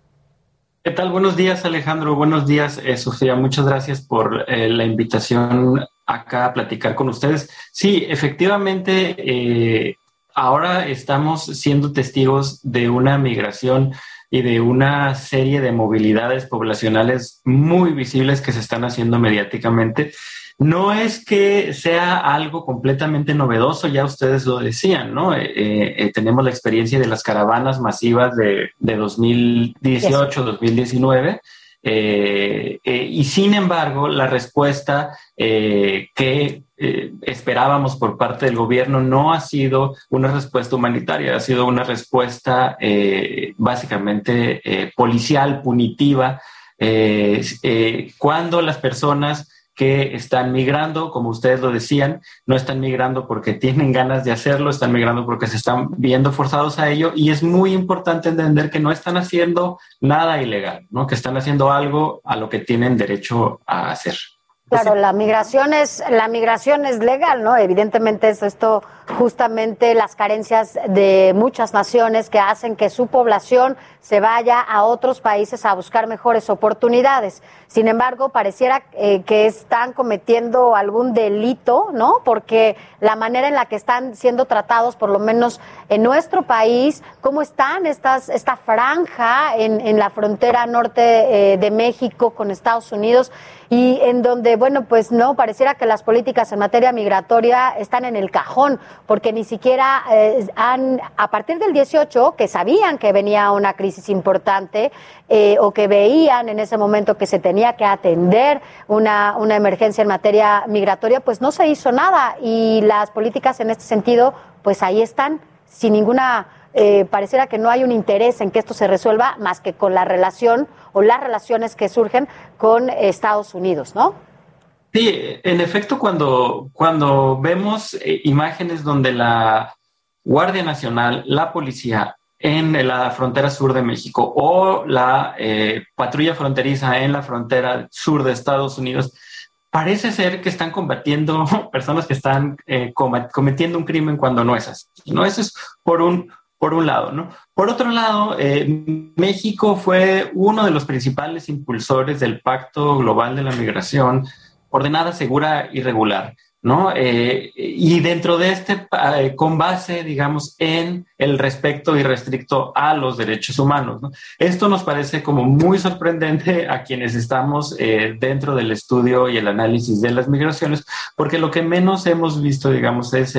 ¿Qué tal? Buenos días, Alejandro. Buenos días, Sofía. Muchas gracias por la invitación acá a platicar con ustedes. Sí, efectivamente, ahora estamos siendo testigos de una migración y de una serie de movilidades poblacionales muy visibles que se están haciendo mediáticamente. No es que sea algo completamente novedoso, ya ustedes lo decían, ¿no? Tenemos la experiencia de las caravanas masivas de 2018, 2019, y sin embargo, la respuesta que esperábamos por parte del gobierno no ha sido una respuesta humanitaria, ha sido una respuesta básicamente policial, punitiva, cuando las personas que están migrando, como ustedes lo decían, no están migrando porque tienen ganas de hacerlo, están migrando porque se están viendo forzados a ello, y es muy importante entender que no están haciendo nada ilegal, ¿no? Que están haciendo algo a lo que tienen derecho a hacer. Claro, la migración es legal, ¿no? Evidentemente es esto justamente las carencias de muchas naciones que hacen que su población se vaya a otros países a buscar mejores oportunidades. Sin embargo, pareciera que están cometiendo algún delito, ¿no? Porque la manera en la que están siendo tratados, por lo menos en nuestro país, cómo están esta franja en la frontera norte de México con Estados Unidos, y en donde, bueno, pues no, pareciera que las políticas en materia migratoria están en el cajón, porque ni siquiera a partir del 18, que sabían que venía una crisis importante, o que veían en ese momento que se tenía que atender una emergencia en materia migratoria, pues no se hizo nada, y las políticas en este sentido, pues ahí están, sin ninguna... pareciera que no hay un interés en que esto se resuelva más que con la relación o las relaciones que surgen con Estados Unidos, ¿no? Sí, en efecto, cuando vemos imágenes donde la Guardia Nacional, la policía en la frontera sur de México o la patrulla fronteriza en la frontera sur de Estados Unidos, parece ser que están combatiendo personas que están cometiendo un crimen cuando no es así, ¿no? Eso es por un lado, ¿no? Por otro lado, México fue uno de los principales impulsores del Pacto Global de la Migración Ordenada, Segura y Regular, ¿no? Y dentro de con base, digamos, en el respeto irrestricto a los derechos humanos, ¿no? Esto nos parece como muy sorprendente a quienes estamos dentro del estudio y el análisis de las migraciones, porque lo que menos hemos visto, digamos, es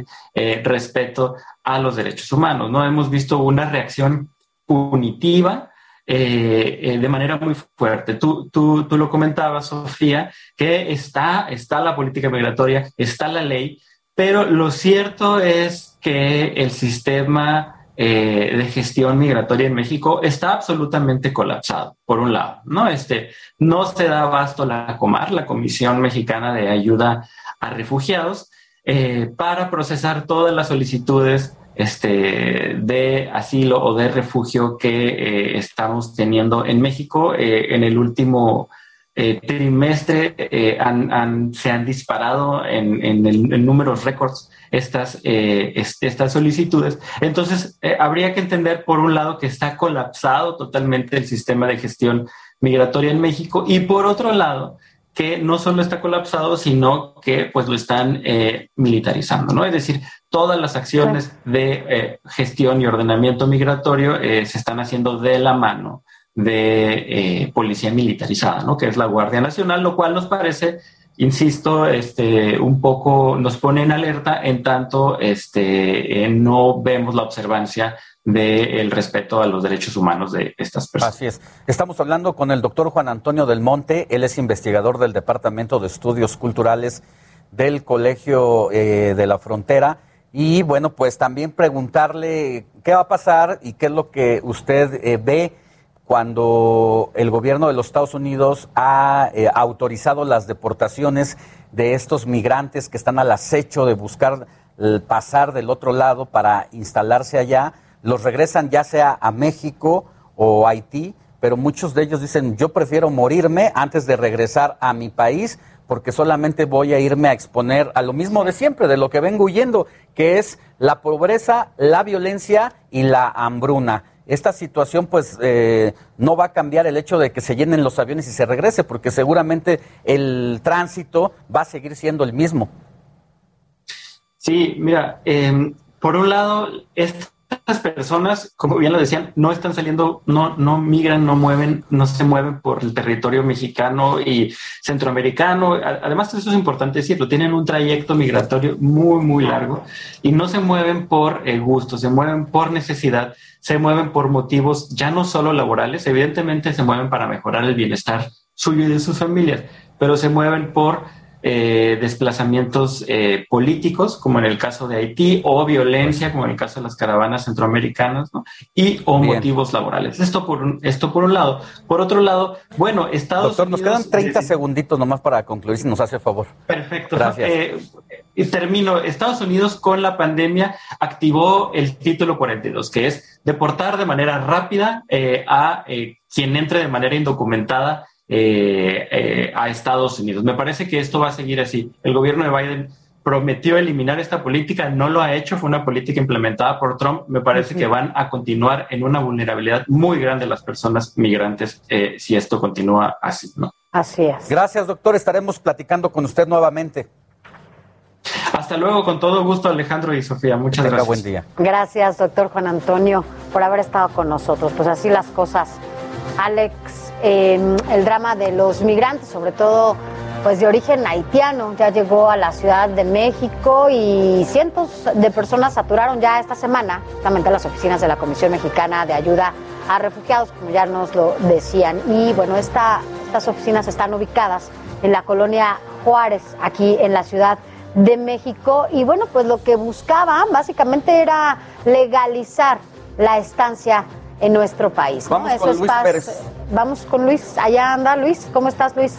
respeto a los derechos humanos, ¿no? Hemos visto una reacción punitiva de manera muy fuerte. Tú lo comentabas, Sofía, que está la política migratoria, está la ley, pero lo cierto es que el sistema de gestión migratoria en México está absolutamente colapsado, por un lado, ¿no? No se da abasto la COMAR, la Comisión Mexicana de Ayuda a Refugiados, para procesar todas las solicitudes de asilo o de refugio que estamos teniendo en México. En el último trimestre se han disparado en números récords estas solicitudes. Entonces, habría que entender, por un lado, que está colapsado totalmente el sistema de gestión migratoria en México, y por otro lado, que no solo está colapsado, sino que pues lo están militarizando, ¿no? Es decir, todas las acciones de gestión y ordenamiento migratorio se están haciendo de la mano de policía militarizada, ¿no? Que es la Guardia Nacional, lo cual nos parece, insisto, un poco nos pone en alerta en tanto no vemos la observancia del respeto a los derechos humanos de estas personas. Así es. Estamos hablando con el doctor Juan Antonio del Monte. Él es investigador del Departamento de Estudios Culturales del Colegio de la Frontera. Y bueno, pues también preguntarle qué va a pasar y qué es lo que usted ve cuando el gobierno de los Estados Unidos ha autorizado las deportaciones de estos migrantes que están al acecho de buscar pasar del otro lado para instalarse allá. Los regresan ya sea a México o Haití, pero muchos de ellos dicen, yo prefiero morirme antes de regresar a mi país, porque solamente voy a irme a exponer a lo mismo de siempre, de lo que vengo huyendo, que es la pobreza, la violencia y la hambruna. Esta situación pues no va a cambiar el hecho de que se llenen los aviones y se regrese, porque seguramente el tránsito va a seguir siendo el mismo. Sí, mira, por un lado, estas personas, como bien lo decían, no están saliendo, no migran, no se mueven por el territorio mexicano y centroamericano. Además, eso es importante decirlo, tienen un trayecto migratorio muy, muy largo y no se mueven por gusto, se mueven por necesidad, se mueven por motivos ya no solo laborales, evidentemente se mueven para mejorar el bienestar suyo y de sus familias, pero se mueven por desplazamientos políticos, como en el caso de Haití, o violencia, como en el caso de las caravanas centroamericanas, ¿no? O motivos laborales. Esto por un lado. Por otro lado, bueno, Estados Doctor, Unidos... nos quedan 30 segunditos nomás para concluir, si nos hace favor. Perfecto. Gracias. Y termino. Estados Unidos con la pandemia activó el título 42, que es deportar de manera rápida a quien entre de manera indocumentada a Estados Unidos. Me parece que esto va a seguir así. El gobierno de Biden prometió eliminar esta política, no lo ha hecho, fue una política implementada por Trump. Me parece que van a continuar en una vulnerabilidad muy grande las personas migrantes si esto continúa así, ¿no? Así es. Gracias, doctor. Estaremos platicando con usted nuevamente. Hasta luego, con todo gusto, Alejandro y Sofía. Muchas gracias. Buen día. Gracias, doctor Juan Antonio, por haber estado con nosotros. Pues así las cosas, Alex. El drama de los migrantes, sobre todo pues de origen haitiano, ya llegó a la Ciudad de México y cientos de personas saturaron ya esta semana justamente las oficinas de la Comisión Mexicana de Ayuda a Refugiados, como ya nos lo decían. Y bueno, estas oficinas están ubicadas en la colonia Juárez, aquí en la Ciudad de México. Y bueno, pues lo que buscaban básicamente era legalizar la estancia en nuestro país, ¿no? Vamos con Luis Pérez. Vamos con Luis. Allá anda Luis. ¿Cómo estás, Luis?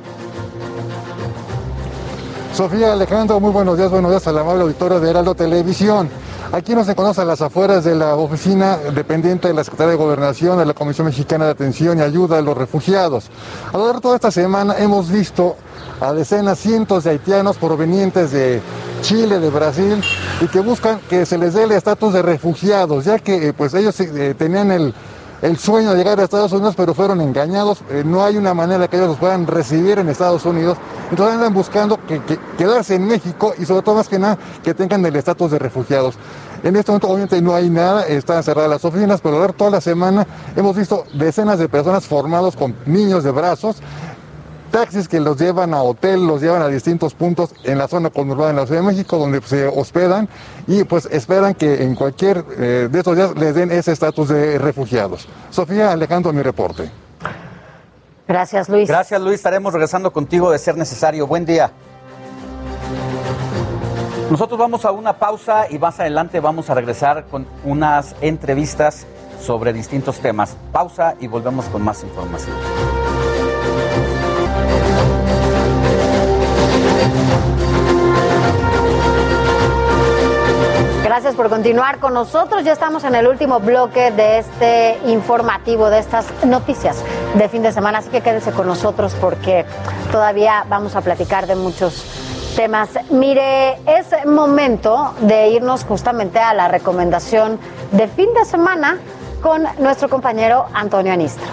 Sofía, Alejandro, muy buenos días al amable auditorio de Heraldo Televisión. Aquí nos encontramos a las afueras de la oficina dependiente de la Secretaría de Gobernación de la Comisión Mexicana de Atención y Ayuda a los Refugiados. A lo largo de toda esta semana hemos visto a decenas, cientos de haitianos provenientes de Chile, de Brasil, y que buscan que se les dé el estatus de refugiados, ya que pues ellos tenían el sueño de llegar a Estados Unidos, pero fueron engañados. No hay una manera que ellos los puedan recibir en Estados Unidos. Entonces andan buscando quedarse en México y sobre todo más que nada que tengan el estatus de refugiados. En este momento obviamente no hay nada, están cerradas las oficinas, pero a lo largo de toda la semana hemos visto decenas de personas formados con niños de brazos, taxis que los llevan a hotel, los llevan a distintos puntos en la zona conurbada en la Ciudad de México, donde se hospedan y pues esperan que en cualquier de estos días les den ese estatus de refugiados. Sofía, Alejandro, mi reporte. Gracias, Luis. Gracias, Luis. Estaremos regresando contigo de ser necesario. Buen día. Nosotros vamos a una pausa y más adelante vamos a regresar con unas entrevistas sobre distintos temas. Pausa y volvemos con más información. Gracias por continuar con nosotros. Ya estamos en el último bloque de este informativo, de estas noticias de fin de semana. Así que quédese con nosotros porque todavía vamos a platicar de muchos temas. Mire, es momento de irnos justamente a la recomendación de fin de semana con nuestro compañero Antonio Anistro.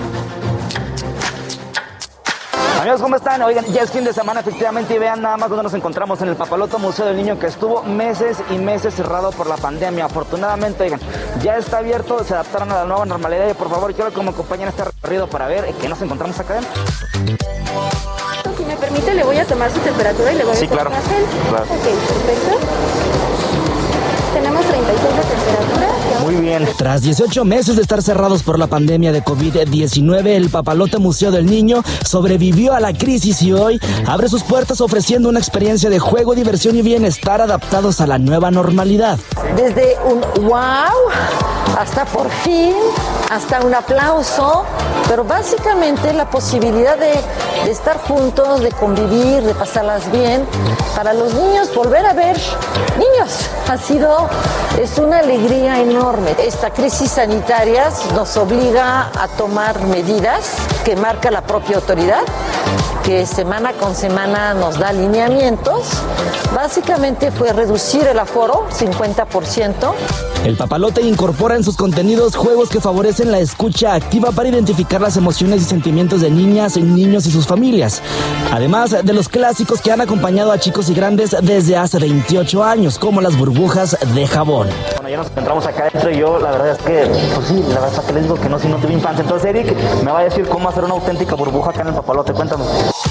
Amigos, ¿cómo están? Oigan, ya es fin de semana efectivamente y vean nada más dónde nos encontramos, en el Papaloto Museo del Niño, que estuvo meses y meses cerrado por la pandemia. Afortunadamente, oigan, ya está abierto, se adaptaron a la nueva normalidad y por favor quiero que me acompañen a este recorrido para ver qué nos encontramos acá adentro. Si me permite, le voy a tomar su temperatura y le voy a poner claro. Claro. Ok, perfecto. Tenemos 36 de temperatura. Muy bien. Tras 18 meses de estar cerrados por la pandemia de COVID-19, el Papalote Museo del Niño sobrevivió a la crisis y hoy abre sus puertas ofreciendo una experiencia de juego, diversión y bienestar adaptados a la nueva normalidad. Desde un wow hasta por fin, hasta un aplauso, pero básicamente la posibilidad de estar juntos, de convivir, de pasarlas bien. Para los niños, volver a ver niños es una alegría enorme. Esta crisis sanitaria nos obliga a tomar medidas que marca la propia autoridad, que semana con semana nos da lineamientos. Básicamente fue reducir el aforo 50%. El Papalote incorpora en sus contenidos juegos que favorecen la escucha activa para identificar las emociones y sentimientos de niñas, niños y sus familias. Además de los clásicos que han acompañado a chicos y grandes desde hace 28 años, como las burbujas de jabón. Bueno, ya nos encontramos acá adentro y yo la verdad es que, pues sí, la verdad es que les digo que no, si no tuve infancia. Entonces Eric me va a decir cómo hacer una auténtica burbuja acá en el Papalote. Cuéntame.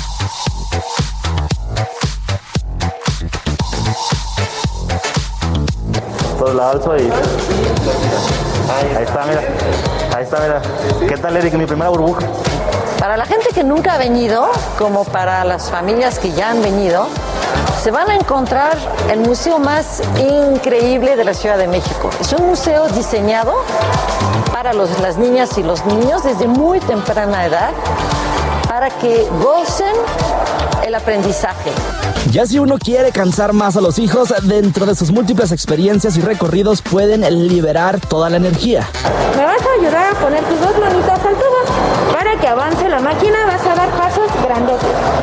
Entonces la alzo y... Ahí está, mira. ¿Qué tal, Eric? Mi primera burbuja. Para la gente que nunca ha venido, como para las familias que ya han venido, se van a encontrar el museo más increíble de la Ciudad de México. Es un museo diseñado para las niñas y los niños desde muy temprana edad, para que gocen el aprendizaje. Ya si uno quiere cansar más a los hijos, dentro de sus múltiples experiencias y recorridos pueden liberar toda la energía. Me vas a ayudar a poner tus dos manitas al tubo. Para que avance la máquina vas a dar pasos grandotes.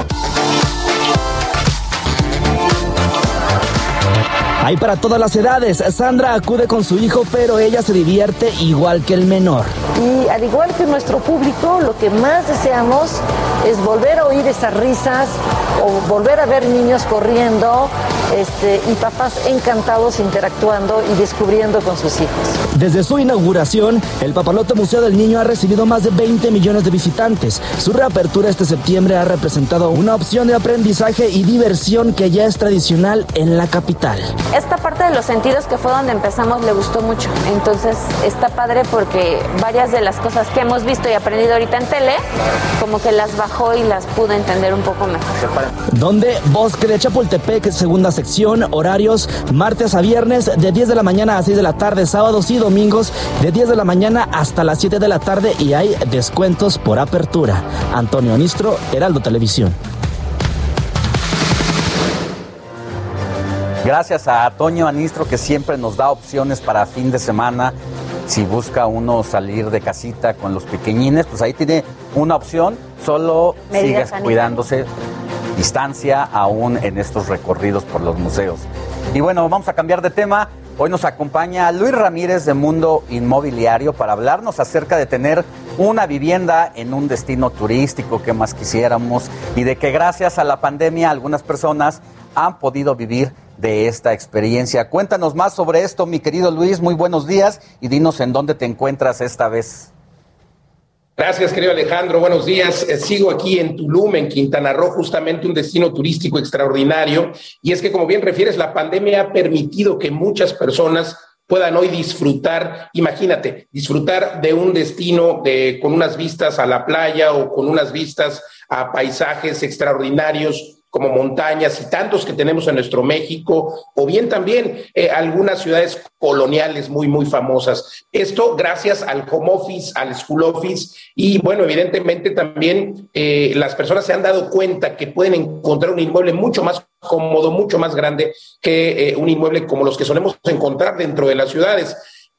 Hay para todas las edades. Sandra acude con su hijo, pero ella se divierte igual que el menor. Y al igual que nuestro público, lo que más deseamos es volver a oír esas risas o volver a ver niños corriendo y papás encantados interactuando y descubriendo con sus hijos. Desde su inauguración, el Papalote Museo del Niño ha recibido más de 20 millones de visitantes. Su reapertura este septiembre ha representado una opción de aprendizaje y diversión que ya es tradicional en la capital. Esta parte de los sentidos, que fue donde empezamos, le gustó mucho. Entonces está padre porque varias de las cosas que hemos visto y aprendido ahorita en tele, como que las bajó y las pudo entender un poco mejor. Donde Bosque de Chapultepec, segunda sección, horarios martes a viernes de 10 de la mañana a 6 de la tarde, sábados y domingos de 10 de la mañana hasta las 7 de la tarde, y hay descuentos por apertura. Antonio Anistro, Heraldo Televisión. Gracias a Toño Anistro, que siempre nos da opciones para fin de semana. Si busca uno salir de casita con los pequeñines, pues ahí tiene una opción. Solo sigas cuidándose, distancia aún en estos recorridos por los museos. Y bueno, vamos a cambiar de tema. Hoy nos acompaña Luis Ramírez de Mundo Inmobiliario para hablarnos acerca de tener una vivienda en un destino turístico, que más quisiéramos, y de que gracias a la pandemia algunas personas han podido vivir de esta experiencia. Cuéntanos más sobre esto, mi querido Luis. Muy buenos días y dinos en dónde te encuentras esta vez. Gracias, querido Alejandro. Buenos días. Sigo aquí en Tulum, en Quintana Roo, justamente un destino turístico extraordinario. Y es que, como bien refieres, la pandemia ha permitido que muchas personas puedan hoy disfrutar, imagínate, disfrutar de un destino con unas vistas a la playa o con unas vistas a paisajes extraordinarios como montañas y tantos que tenemos en nuestro México, o bien también algunas ciudades coloniales muy, muy famosas. Esto gracias al home office, al school office, y bueno, evidentemente también las personas se han dado cuenta que pueden encontrar un inmueble mucho más cómodo, mucho más grande que un inmueble como los que solemos encontrar dentro de las ciudades.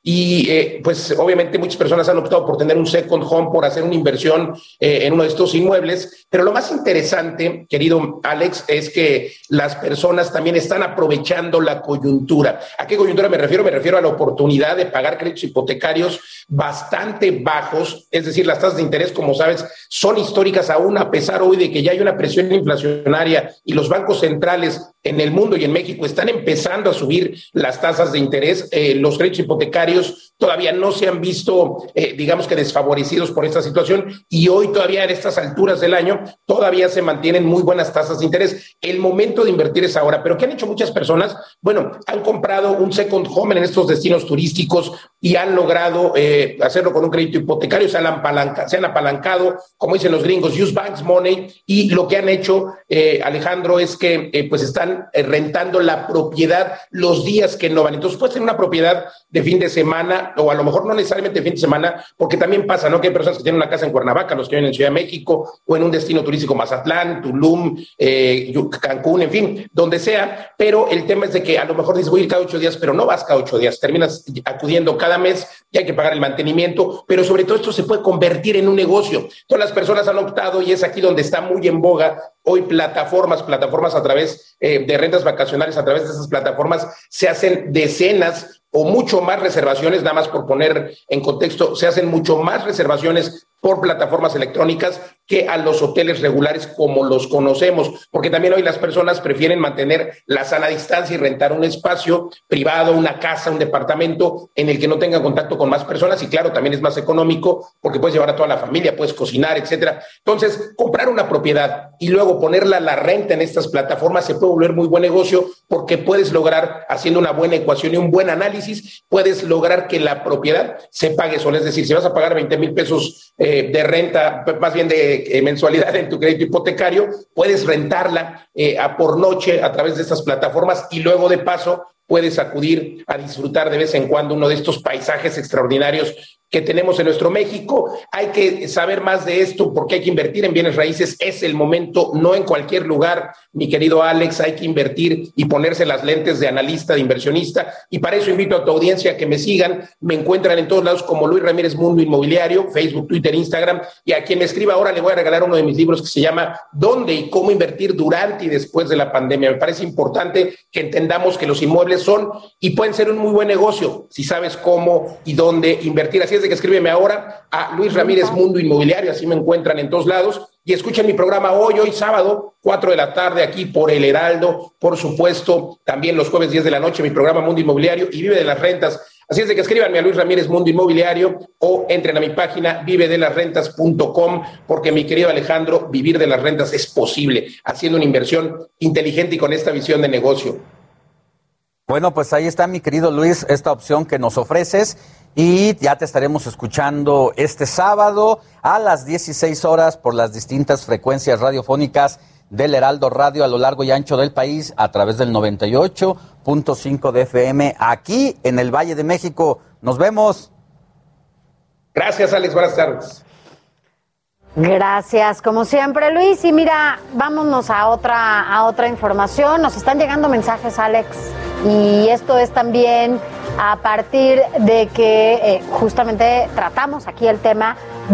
Y pues obviamente muchas personas han optado por tener un second home, por hacer una inversión en uno de estos inmuebles, pero lo más interesante, querido Alex, es que las personas también están aprovechando la coyuntura. ¿A qué coyuntura me refiero? Me refiero a la oportunidad de pagar créditos hipotecarios bastante bajos, es decir, las tasas de interés, como sabes, son históricas aún a pesar hoy de que ya hay una presión inflacionaria y los bancos centrales en el mundo y en México están empezando a subir las tasas de interés. Los créditos hipotecarios todavía no se han visto, digamos que desfavorecidos por esta situación, y hoy todavía en estas alturas del año todavía se mantienen muy buenas tasas de interés. El momento de invertir es ahora. ¿Pero qué han hecho muchas personas? Bueno, han comprado un second home en estos destinos turísticos y han logrado hacerlo con un crédito hipotecario, se han apalancado, como dicen los gringos, use banks money, y lo que han hecho, Alejandro, es que pues están rentando la propiedad los días que no van. Entonces puedes tener una propiedad de fin de semana, o a lo mejor no necesariamente de fin de semana, porque también pasa, ¿no?, que hay personas que tienen una casa en Cuernavaca, los que viven en Ciudad de México, o en un destino turístico Mazatlán, Tulum, Cancún, en fin, donde sea, pero el tema es de que a lo mejor dices, voy a ir cada 8 días, pero no vas cada 8 días, terminas acudiendo cada mes y hay que pagar el mantenimiento, pero sobre todo esto se puede convertir en un negocio. Todas las personas han optado, y es aquí donde está muy en boga hoy, plataformas a través de rentas vacacionales. A través de esas plataformas se hacen decenas o mucho más reservaciones, nada más por poner en contexto, se hacen mucho más reservaciones por plataformas electrónicas que a los hoteles regulares como los conocemos, porque también hoy las personas prefieren mantener la sana distancia y rentar un espacio privado, una casa, un departamento en el que no tengan contacto con más personas, y claro, también es más económico porque puedes llevar a toda la familia, puedes cocinar, etcétera. Entonces, comprar una propiedad y luego ponerla a la renta en estas plataformas se puede volver muy buen negocio, porque puedes lograr, haciendo una buena ecuación y un buen análisis, puedes lograr que la propiedad se pague sola. Es decir, si vas a pagar 20,000 pesos de renta, más bien de mensualidad en tu crédito hipotecario, puedes rentarla por noche a través de estas plataformas y luego de paso puedes acudir a disfrutar de vez en cuando uno de estos paisajes extraordinarios que tenemos en nuestro México. Hay que saber más de esto porque hay que invertir en bienes raíces. Es el momento, no en cualquier lugar, mi querido Alex, hay que invertir y ponerse las lentes de analista, de inversionista, y para eso invito a tu audiencia a que me sigan. Me encuentran en todos lados como Luis Ramírez Mundo Inmobiliario, Facebook, Twitter, Instagram, y a quien me escriba ahora le voy a regalar uno de mis libros que se llama ¿Dónde y cómo invertir durante y después de la pandemia? Me parece importante que entendamos que los inmuebles son y pueden ser un muy buen negocio si sabes cómo y dónde invertir. Así es de que escríbeme ahora a Luis Ramírez Mundo Inmobiliario, así me encuentran en todos lados, y escuchen mi programa hoy sábado, 4 de la tarde, aquí por El Heraldo, por supuesto, también los jueves 10 de la noche, mi programa Mundo Inmobiliario y Vive de las Rentas. Así es de que escríbanme a Luis Ramírez Mundo Inmobiliario o entren a mi página vivedelasrentas.com, porque mi querido Alejandro, vivir de las rentas es posible, haciendo una inversión inteligente y con esta visión de negocio. Bueno, pues ahí está, mi querido Luis, esta opción que nos ofreces, y ya te estaremos escuchando este sábado a las 16 horas por las distintas frecuencias radiofónicas del Heraldo Radio a lo largo y ancho del país a través del 98.5 de FM aquí en el Valle de México. Nos vemos. Gracias, Alex. Buenas tardes. Gracias, como siempre, Luis. Y mira, vámonos a otra información. Nos están llegando mensajes, Alex, y esto es también a partir de que justamente tratamos aquí el tema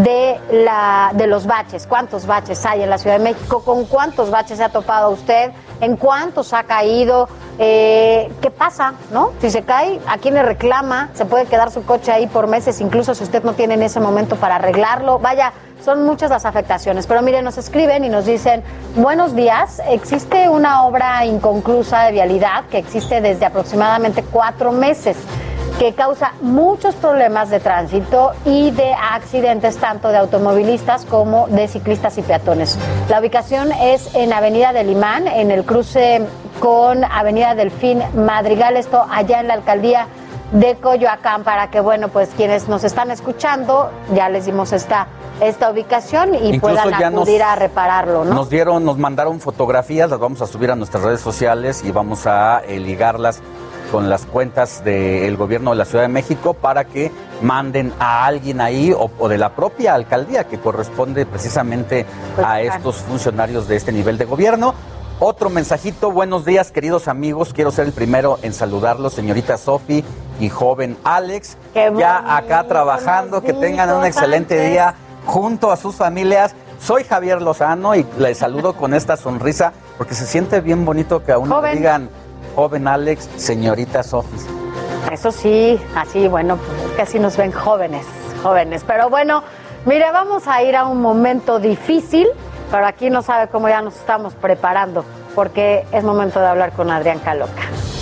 de los baches. ¿Cuántos baches hay en la Ciudad de México? ¿Con cuántos baches se ha topado usted? ¿En cuántos ha caído? ¿Qué pasa, no? Si se cae, ¿a quién le reclama? ¿Se puede quedar su coche ahí por meses, incluso si usted no tiene en ese momento para arreglarlo? Vaya, son muchas las afectaciones. Pero miren, nos escriben y nos dicen: buenos días, existe una obra inconclusa de vialidad que existe desde aproximadamente 4 meses, que causa muchos problemas de tránsito y de accidentes tanto de automovilistas como de ciclistas y peatones. La ubicación es en Avenida del Imán, en el cruce con Avenida Delfín Madrigal, esto allá en la alcaldía de Coyoacán, para que, bueno, pues quienes nos están escuchando, ya les dimos esta ubicación y incluso puedan acudir a repararlo, ¿no? Nos mandaron fotografías, las vamos a subir a nuestras redes sociales y vamos a ligarlas con las cuentas del gobierno de la Ciudad de México para que manden a alguien ahí o de la propia alcaldía que corresponde precisamente a estos funcionarios de este nivel de gobierno. Otro mensajito: buenos días, queridos amigos, quiero ser el primero en saludarlos, señorita Sofi y joven Alex, ya acá trabajando, que tengan un excelente día junto a sus familias. Soy Javier Lozano y les saludo con esta sonrisa porque se siente bien bonito que a uno le digan joven Alex, señorita Sofi. Eso sí, así, bueno, pues casi nos ven jóvenes. Pero bueno, mire, vamos a ir a un momento difícil, pero aquí no sabe cómo ya nos estamos preparando, porque es momento de hablar con Adrián Caloca.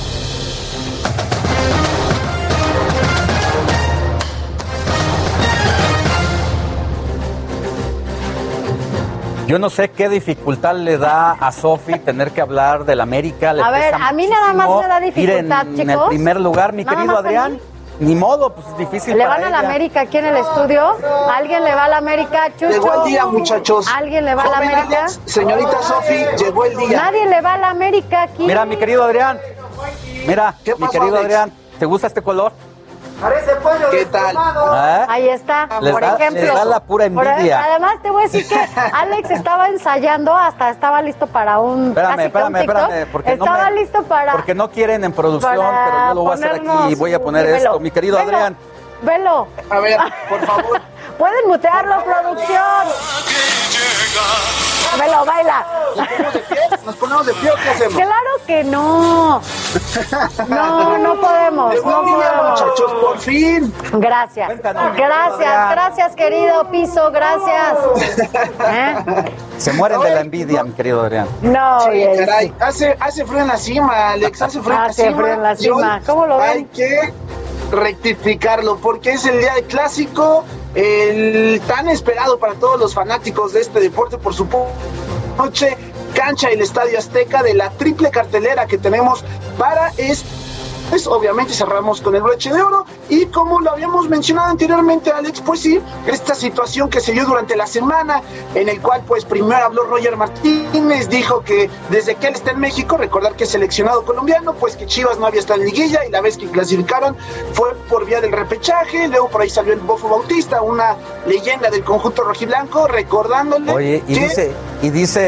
Yo no sé qué dificultad le da a Sofi tener que hablar del América. A ver, a mí nada más me da dificultad, chicos. En el primer lugar, mi querido Adrián. Ni modo, pues es difícil. ¿Le van a la América aquí en el estudio? ¿Alguien le va a la América, Chucho? Llegó el día, muchachos. ¿Alguien le va a la América? Señorita Sofi, llegó el día. Nadie le va a la América aquí. Mira, mi querido Adrián. Mira, mi querido Adrián. ¿Te gusta este color? Parece pollo. ¿Qué tal? Ahí está, por ejemplo. Les da la pura envidia. Además, te voy a decir que Alex estaba ensayando, hasta estaba listo para un... Espérame. Porque estaba listo para... Porque no quieren en producción, pero yo lo voy a hacer aquí y voy a poner esto. Mi querido Adrián. Velo. A ver, por favor. Pueden mutearlo, producción. Velo, baila. ¿Nos ponemos de pie o qué hacemos? Claro que no. No podemos. Muchachos, por fin. Gracias. Gracias, querido Piso, gracias. Se mueren de la envidia, mi querido Adrián. No, sí, caray. Hace frío en la cima, Alex. Hace frío en la cima. ¿Cómo lo ven? Hay que rectificarlo porque es el día del clásico, el tan esperado para todos los fanáticos de este deporte, por supuesto. Noche, cancha y el Estadio Azteca, de la triple cartelera que tenemos para Pues obviamente cerramos con el broche de oro y como lo habíamos mencionado anteriormente, Alex, pues sí, esta situación que se dio durante la semana en el cual pues primero habló Roger Martínez, dijo que desde que él está en México, recordar que es seleccionado colombiano, pues que Chivas no había estado en liguilla y la vez que clasificaron fue por vía del repechaje. Luego por ahí salió el Bofo Bautista, una leyenda del conjunto rojiblanco, recordándole. Oye, y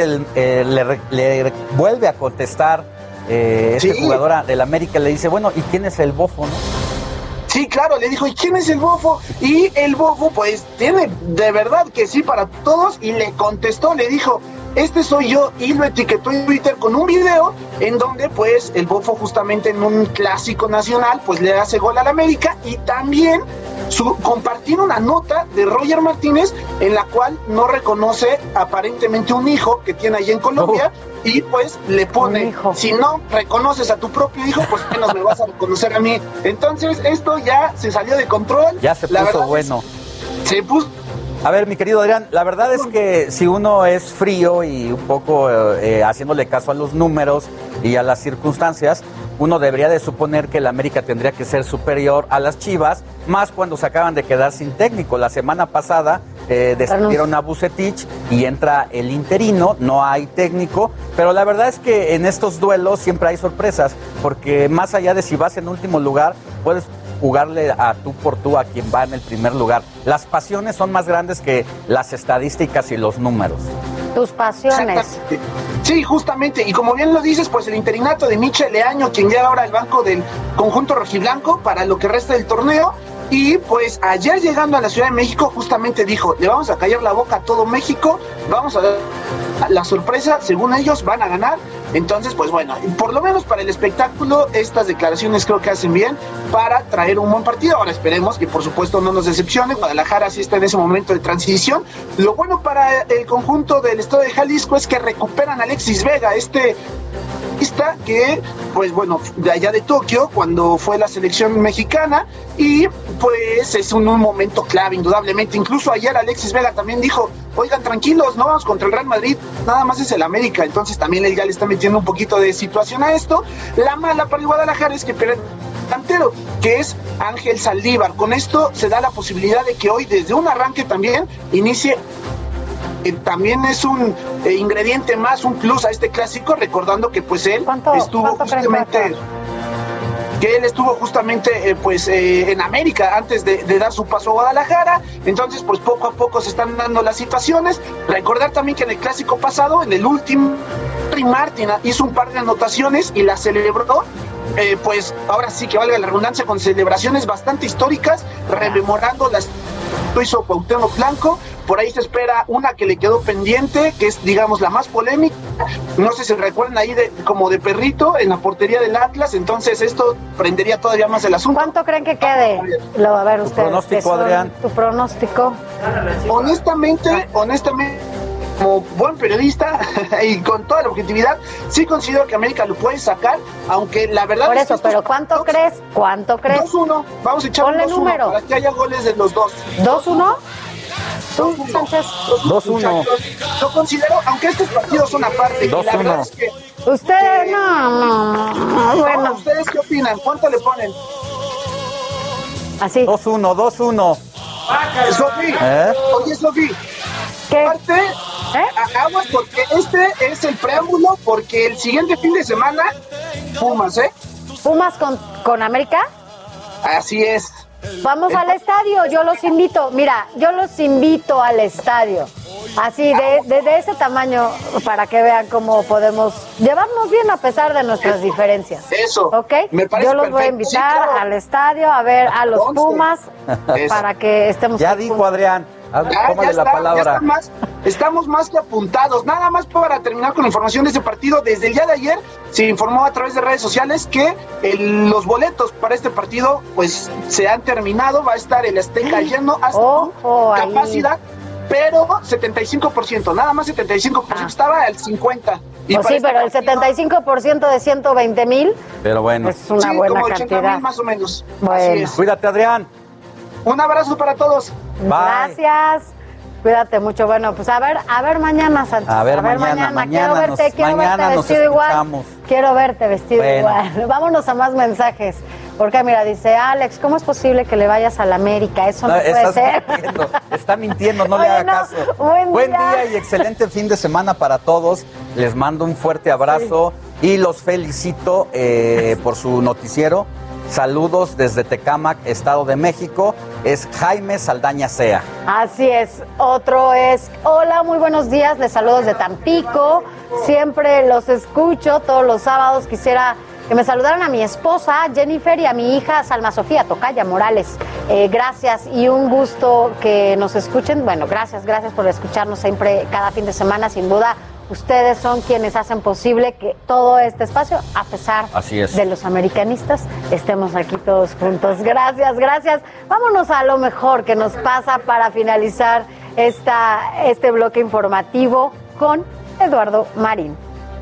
le vuelve a contestar jugadora del América, le dice, bueno, ¿y quién es el Bofo, no? Sí, claro, le dijo, ¿y quién es el Bofo? Y el Bofo, pues, tiene de verdad que sí para todos, y le contestó, le dijo, este soy yo, y lo etiquetó en Twitter con un video en donde, pues, el Bofo justamente en un clásico nacional, pues, le hace gol al América, y también compartir una nota de Roger Martínez en la cual no reconoce aparentemente un hijo que tiene allí en Colombia, y pues le pone, si no reconoces a tu propio hijo, pues menos me vas a reconocer a mí. Entonces esto ya se salió de control. Ya se puso bueno. Se puso. A ver, mi querido Adrián, la verdad es que si uno es frío y un poco haciéndole caso a los números y a las circunstancias, uno debería de suponer que el América tendría que ser superior a las Chivas, más cuando se acaban de quedar sin técnico. La semana pasada despidieron a Vucetich y entra el interino, no hay técnico, pero la verdad es que en estos duelos siempre hay sorpresas, porque más allá de si vas en último lugar, puedes jugarle a tú por tú a quien va en el primer lugar. Las pasiones son más grandes que las estadísticas y los números. Tus pasiones. Sí, justamente, y como bien lo dices, pues el interinato de Michel Leaño, quien lleva ahora el banco del conjunto rojiblanco para lo que resta del torneo, y pues ayer llegando a la Ciudad de México justamente dijo, le vamos a callar la boca a todo México, vamos a dar la sorpresa, según ellos van a ganar. Entonces, pues bueno, por lo menos para el espectáculo, estas declaraciones creo que hacen bien para traer un buen partido. Ahora esperemos que por supuesto no nos decepcione. Guadalajara sí está en ese momento de transición. Lo bueno para el conjunto del estado de Jalisco es que recuperan a Alexis Vega, que, pues bueno, de allá de Tokio, cuando fue la selección mexicana, y pues es un momento clave, indudablemente. Incluso ayer Alexis Vega también dijo, oigan, tranquilos, no vamos contra el Real Madrid, nada más es el América. Entonces también él ya le está metiendo un poquito de situación a esto. La mala para el Guadalajara es que pierde delantero, que es Ángel Saldívar. Con esto se da la posibilidad de que hoy, desde un arranque también, inicie. También es un ingrediente más, un plus a este clásico, recordando que pues él estuvo justamente en América antes de dar su paso a Guadalajara. Entonces pues poco a poco se están dando las situaciones. Recordar también que en el clásico pasado, en el último, Martín hizo un par de anotaciones y las celebró, pues ahora sí que valga la redundancia, con celebraciones bastante históricas, rememorando las hizo Cuauhtémoc Blanco. Por ahí se espera una que le quedó pendiente, que es, digamos, la más polémica. No sé si recuerdan ahí como de perrito en la portería del Atlas. Entonces esto prendería todavía más el asunto. ¿Cuánto creen que quede? A ver, ustedes. ¿Tu pronóstico, Adrián? ¿Tu pronóstico? Honestamente, como buen periodista y con toda la objetividad, sí considero que América lo puede sacar, aunque la verdad por eso, pero ¿cuánto crees? 2-1, vamos a echar un 2-1 para que haya goles de los dos. ¿2-1? ¿Tú, Sánchez? 2-1. Yo considero, aunque estos partidos son aparte, 2-1. la verdad es que ustedes no, bueno. ¿Ustedes qué opinan? ¿Cuánto le ponen? Así. 2-1. Sofi, oye Sofi, ¿qué? Aparte, aguas, porque este es el preámbulo, porque el siguiente fin de semana, Pumas, ¿Pumas con América? Así es. Vamos al estadio, yo los invito. Mira, yo los invito al estadio. Así, de ese tamaño, para que vean cómo podemos llevarnos bien a pesar de nuestras diferencias. Eso. ¿Ok? Me parece yo los voy a perfecto. invitar Sí, claro. al estadio a ver a los Pumas para que estemos. Ya dijo Adrián. Tómale la palabra. Estamos más que apuntados. Nada más para terminar con la información de este partido. Desde el día de ayer se informó a través de redes sociales que los boletos para este partido pues se han terminado. Va a estar el Azteca lleno hasta capacidad, pero 75%, nada más 75%, estaba al 50%. Pues sí, pero el 75% de 120,000 pero bueno, es una buena como cantidad. 80,000 más o menos. Bueno. Así es. Cuídate, Adrián. Un abrazo para todos. Bye. Gracias. Cuídate mucho. Bueno, pues a ver mañana, Sánchez. A ver mañana Quiero verte mañana nos vestido igual. escuchamos. Quiero verte vestido igual. Vámonos a más mensajes. Porque mira, dice Alex, ¿cómo es posible que le vayas a la América? Eso no puede ser. Está mintiendo, no le haga caso. Buen día y excelente fin de semana para todos. Les mando un fuerte abrazo y los felicito por su noticiero. Saludos desde Tecámac, Estado de México. Es Jaime Saldaña Sea. Así es. Otro es, hola, muy buenos días. Les saludo desde Tampico. Siempre los escucho todos los sábados. Quisiera que me saludaran a mi esposa Jennifer y a mi hija Salma Sofía Tocaya Morales. Gracias y un gusto que nos escuchen. Bueno, gracias por escucharnos siempre cada fin de semana. Sin duda, ustedes son quienes hacen posible que todo este espacio, a pesar de los americanistas, estemos aquí todos juntos. Gracias. Vámonos a lo mejor que nos pasa para finalizar este bloque informativo con Eduardo Marín.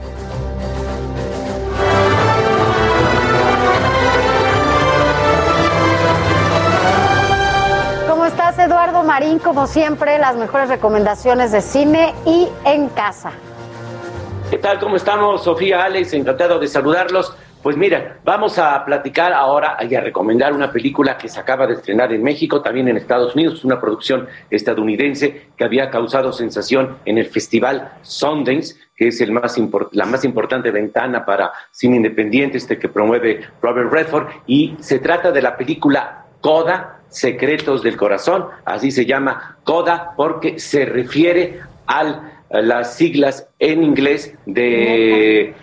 ¿Cómo estás, Eduardo Marín? Como siempre, las mejores recomendaciones de cine y en casa. ¿Qué tal? ¿Cómo estamos, Sofía, Alex? Encantado de saludarlos. Pues mira, vamos a platicar ahora y a recomendar una película que se acaba de estrenar en México, también en Estados Unidos. Es una producción estadounidense que había causado sensación en el Festival Sundance, que es la más importante ventana para cine independiente que promueve Robert Redford. Y se trata de la película Coda, Secretos del Corazón. Así se llama, Coda, porque se refiere a las siglas en inglés de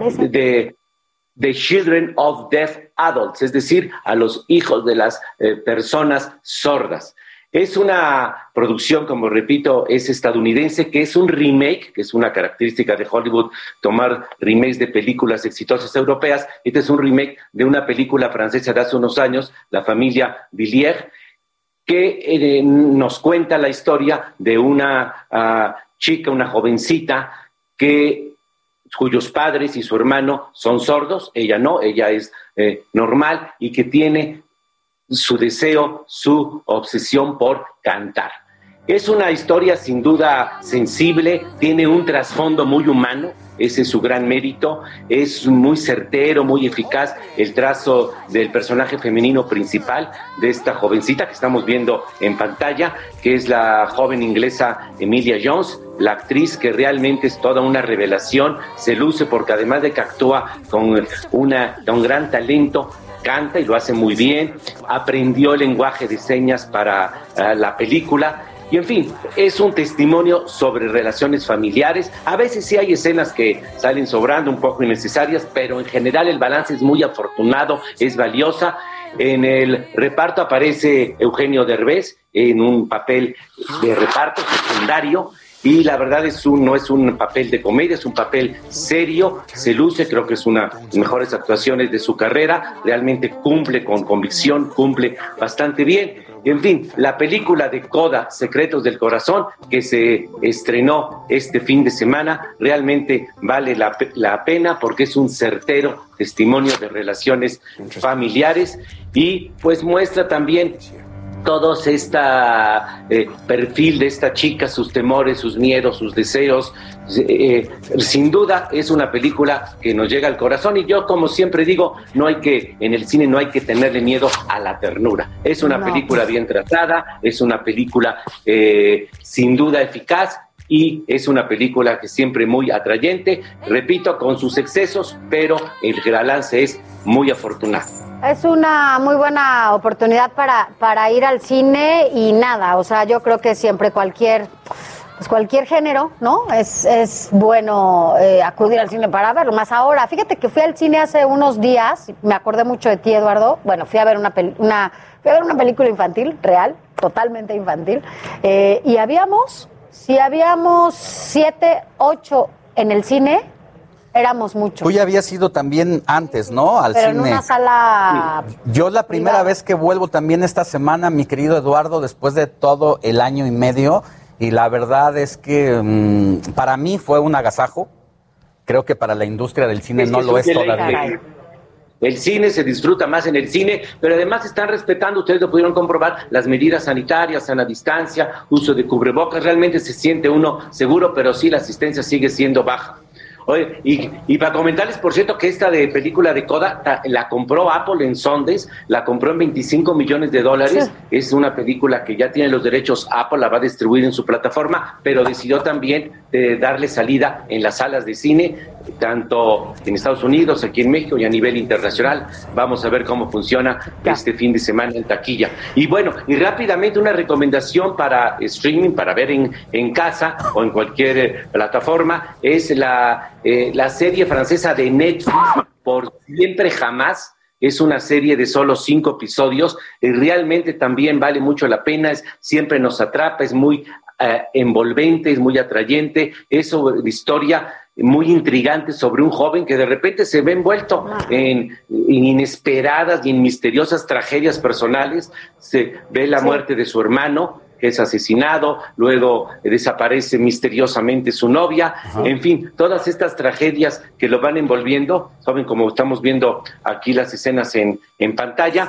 Children of Deaf Adults, es decir, a los hijos de las personas sordas. Es una producción, como repito, es estadounidense, que es un remake, que es una característica de Hollywood, tomar remakes de películas exitosas europeas. Este es un remake de una película francesa de hace unos años, La familia Villiers, que nos cuenta la historia de una chica, una jovencita, cuyos padres y su hermano son sordos. Ella no, ella es normal, y que tiene su deseo, su obsesión por cantar. Es una historia sin duda sensible, tiene un trasfondo muy humano, ese es su gran mérito, es muy certero, muy eficaz el trazo del personaje femenino principal, de esta jovencita que estamos viendo en pantalla, que es la joven inglesa Emilia Jones, la actriz que realmente es toda una revelación, se luce porque además de que actúa con un gran talento, canta y lo hace muy bien, aprendió el lenguaje de señas para la película. Y en fin, es un testimonio sobre relaciones familiares. A veces sí hay escenas que salen sobrando, un poco innecesarias, pero en general el balance es muy afortunado, es valiosa. En el reparto aparece Eugenio Derbez en un papel de reparto secundario. Y la verdad no es un papel de comedia, es un papel serio, se luce, creo que es una de las mejores actuaciones de su carrera, realmente cumple con convicción, cumple bastante bien. En fin, la película de Coda, Secretos del Corazón, que se estrenó este fin de semana, realmente vale la pena porque es un certero testimonio de relaciones familiares y pues muestra también todo perfil de esta chica, sus temores, sus miedos, sus deseos. Sin duda es una película que nos llega al corazón y yo, como siempre digo, en el cine no hay que tenerle miedo a la ternura. Es una película bien tratada, es una película sin duda eficaz y es una película que siempre muy atrayente, repito, con sus excesos, pero el balance es muy afortunado. Es una muy buena oportunidad para ir al cine y nada, o sea, yo creo que siempre cualquier género, ¿no? Es bueno acudir al cine para verlo, más ahora. Fíjate que fui al cine hace unos días, me acordé mucho de ti, Eduardo. Bueno, fui a ver una película infantil, real, totalmente infantil, y habíamos 7, 8 en el cine. Éramos muchos. Tú ya habías ido también antes, ¿no? Al Pero cine. En una sala. Yo la primera vez que vuelvo también esta semana, mi querido Eduardo, después de todo el año y medio, y la verdad es que para mí fue un agasajo. Creo que para la industria del cine no lo es todavía. El cine se disfruta más en el cine, pero además están respetando, ustedes lo pudieron comprobar, las medidas sanitarias, sana distancia, uso de cubrebocas. Realmente se siente uno seguro, pero sí la asistencia sigue siendo baja. Oye, y para comentarles, por cierto, que esta de película de Coda la compró Apple en Sundance, la compró en $25 millones. Sí. Es una película que ya tiene los derechos, Apple la va a distribuir en su plataforma, pero decidió también darle salida en las salas de cine, tanto en Estados Unidos, aquí en México y a nivel internacional. Vamos a ver cómo funciona este fin de semana en taquilla. Y bueno, y rápidamente una recomendación para streaming, para ver en casa o en cualquier plataforma, es la serie francesa de Netflix, Por Siempre Jamás. Es una serie de solo 5 episodios y realmente también vale mucho la pena, siempre nos atrapa, es muy envolvente, es muy atrayente, es sobre la historia muy intrigante sobre un joven que de repente se ve envuelto en inesperadas y en misteriosas tragedias personales. Se ve la muerte de su hermano, que es asesinado, luego desaparece misteriosamente su novia. Ajá. En fin, todas estas tragedias que lo van envolviendo, saben, como estamos viendo aquí las escenas en pantalla,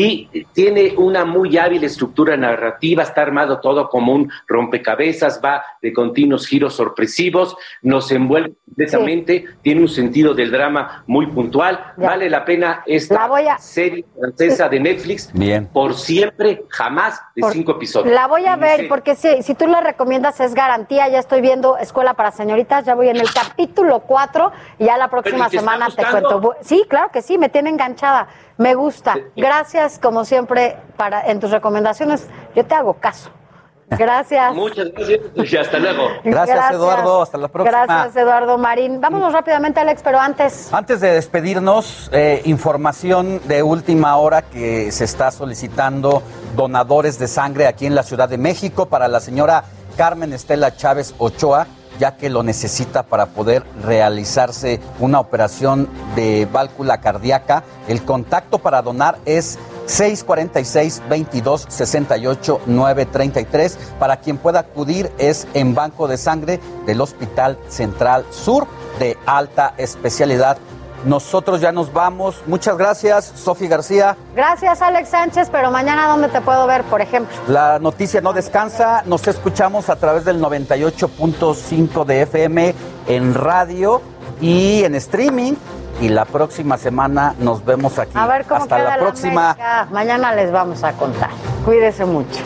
y tiene una muy hábil estructura narrativa, está armado todo como un rompecabezas, va de continuos giros sorpresivos, nos envuelve completamente, tiene un sentido del drama muy puntual. Vale la pena esta serie francesa de Netflix, Por Siempre Jamás, de 5 episodios. La voy a ver, porque si tú la recomiendas es garantía. Ya estoy viendo Escuela para Señoritas, ya voy en el capítulo 4 y ya la próxima semana te cuento. Sí, claro que sí, me tiene enganchada, me gusta. Gracias, como siempre, en tus recomendaciones, yo te hago caso. Gracias. Muchas gracias y hasta luego. Gracias, Eduardo, hasta la próxima. Gracias, Eduardo Marín. Vámonos rápidamente, Alex, pero antes de despedirnos, información de última hora que se está solicitando donadores de sangre aquí en la Ciudad de México para la señora Carmen Estela Chávez Ochoa, ya que lo necesita para poder realizarse una operación de válvula cardíaca. El contacto para donar es 646-2268-933. Para quien pueda acudir es en Banco de Sangre del Hospital Central Sur de alta especialidad. Nosotros ya nos vamos. Muchas gracias, Sofi García. Gracias, Alex Sánchez, pero mañana, ¿dónde te puedo ver, por ejemplo? La noticia no descansa. Nos escuchamos a través del 98.5 de FM en radio y en streaming. Y la próxima semana nos vemos aquí. A ver cómo Hasta queda la próxima. América. Mañana les vamos a contar. Cuídese mucho.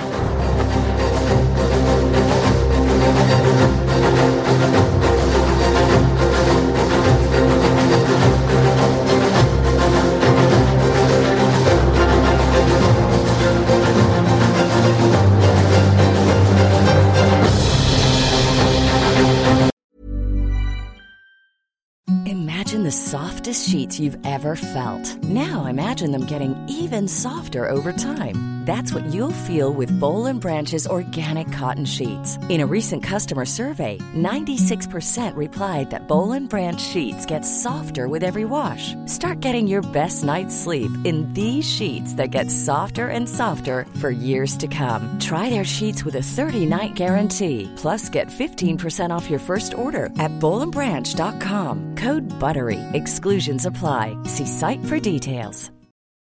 Imagine the softest sheets you've ever felt. Now imagine them getting even softer over time. That's what you'll feel with Boll & Branch's organic cotton sheets. In a recent customer survey, 96% replied that Boll & Branch sheets get softer with every wash. Start getting your best night's sleep in these sheets that get softer and softer for years to come. Try their sheets with a 30-night guarantee. Plus, get 15% off your first order at bollandbranch.com. Code BUTTERY. Exclusions apply. See site for details.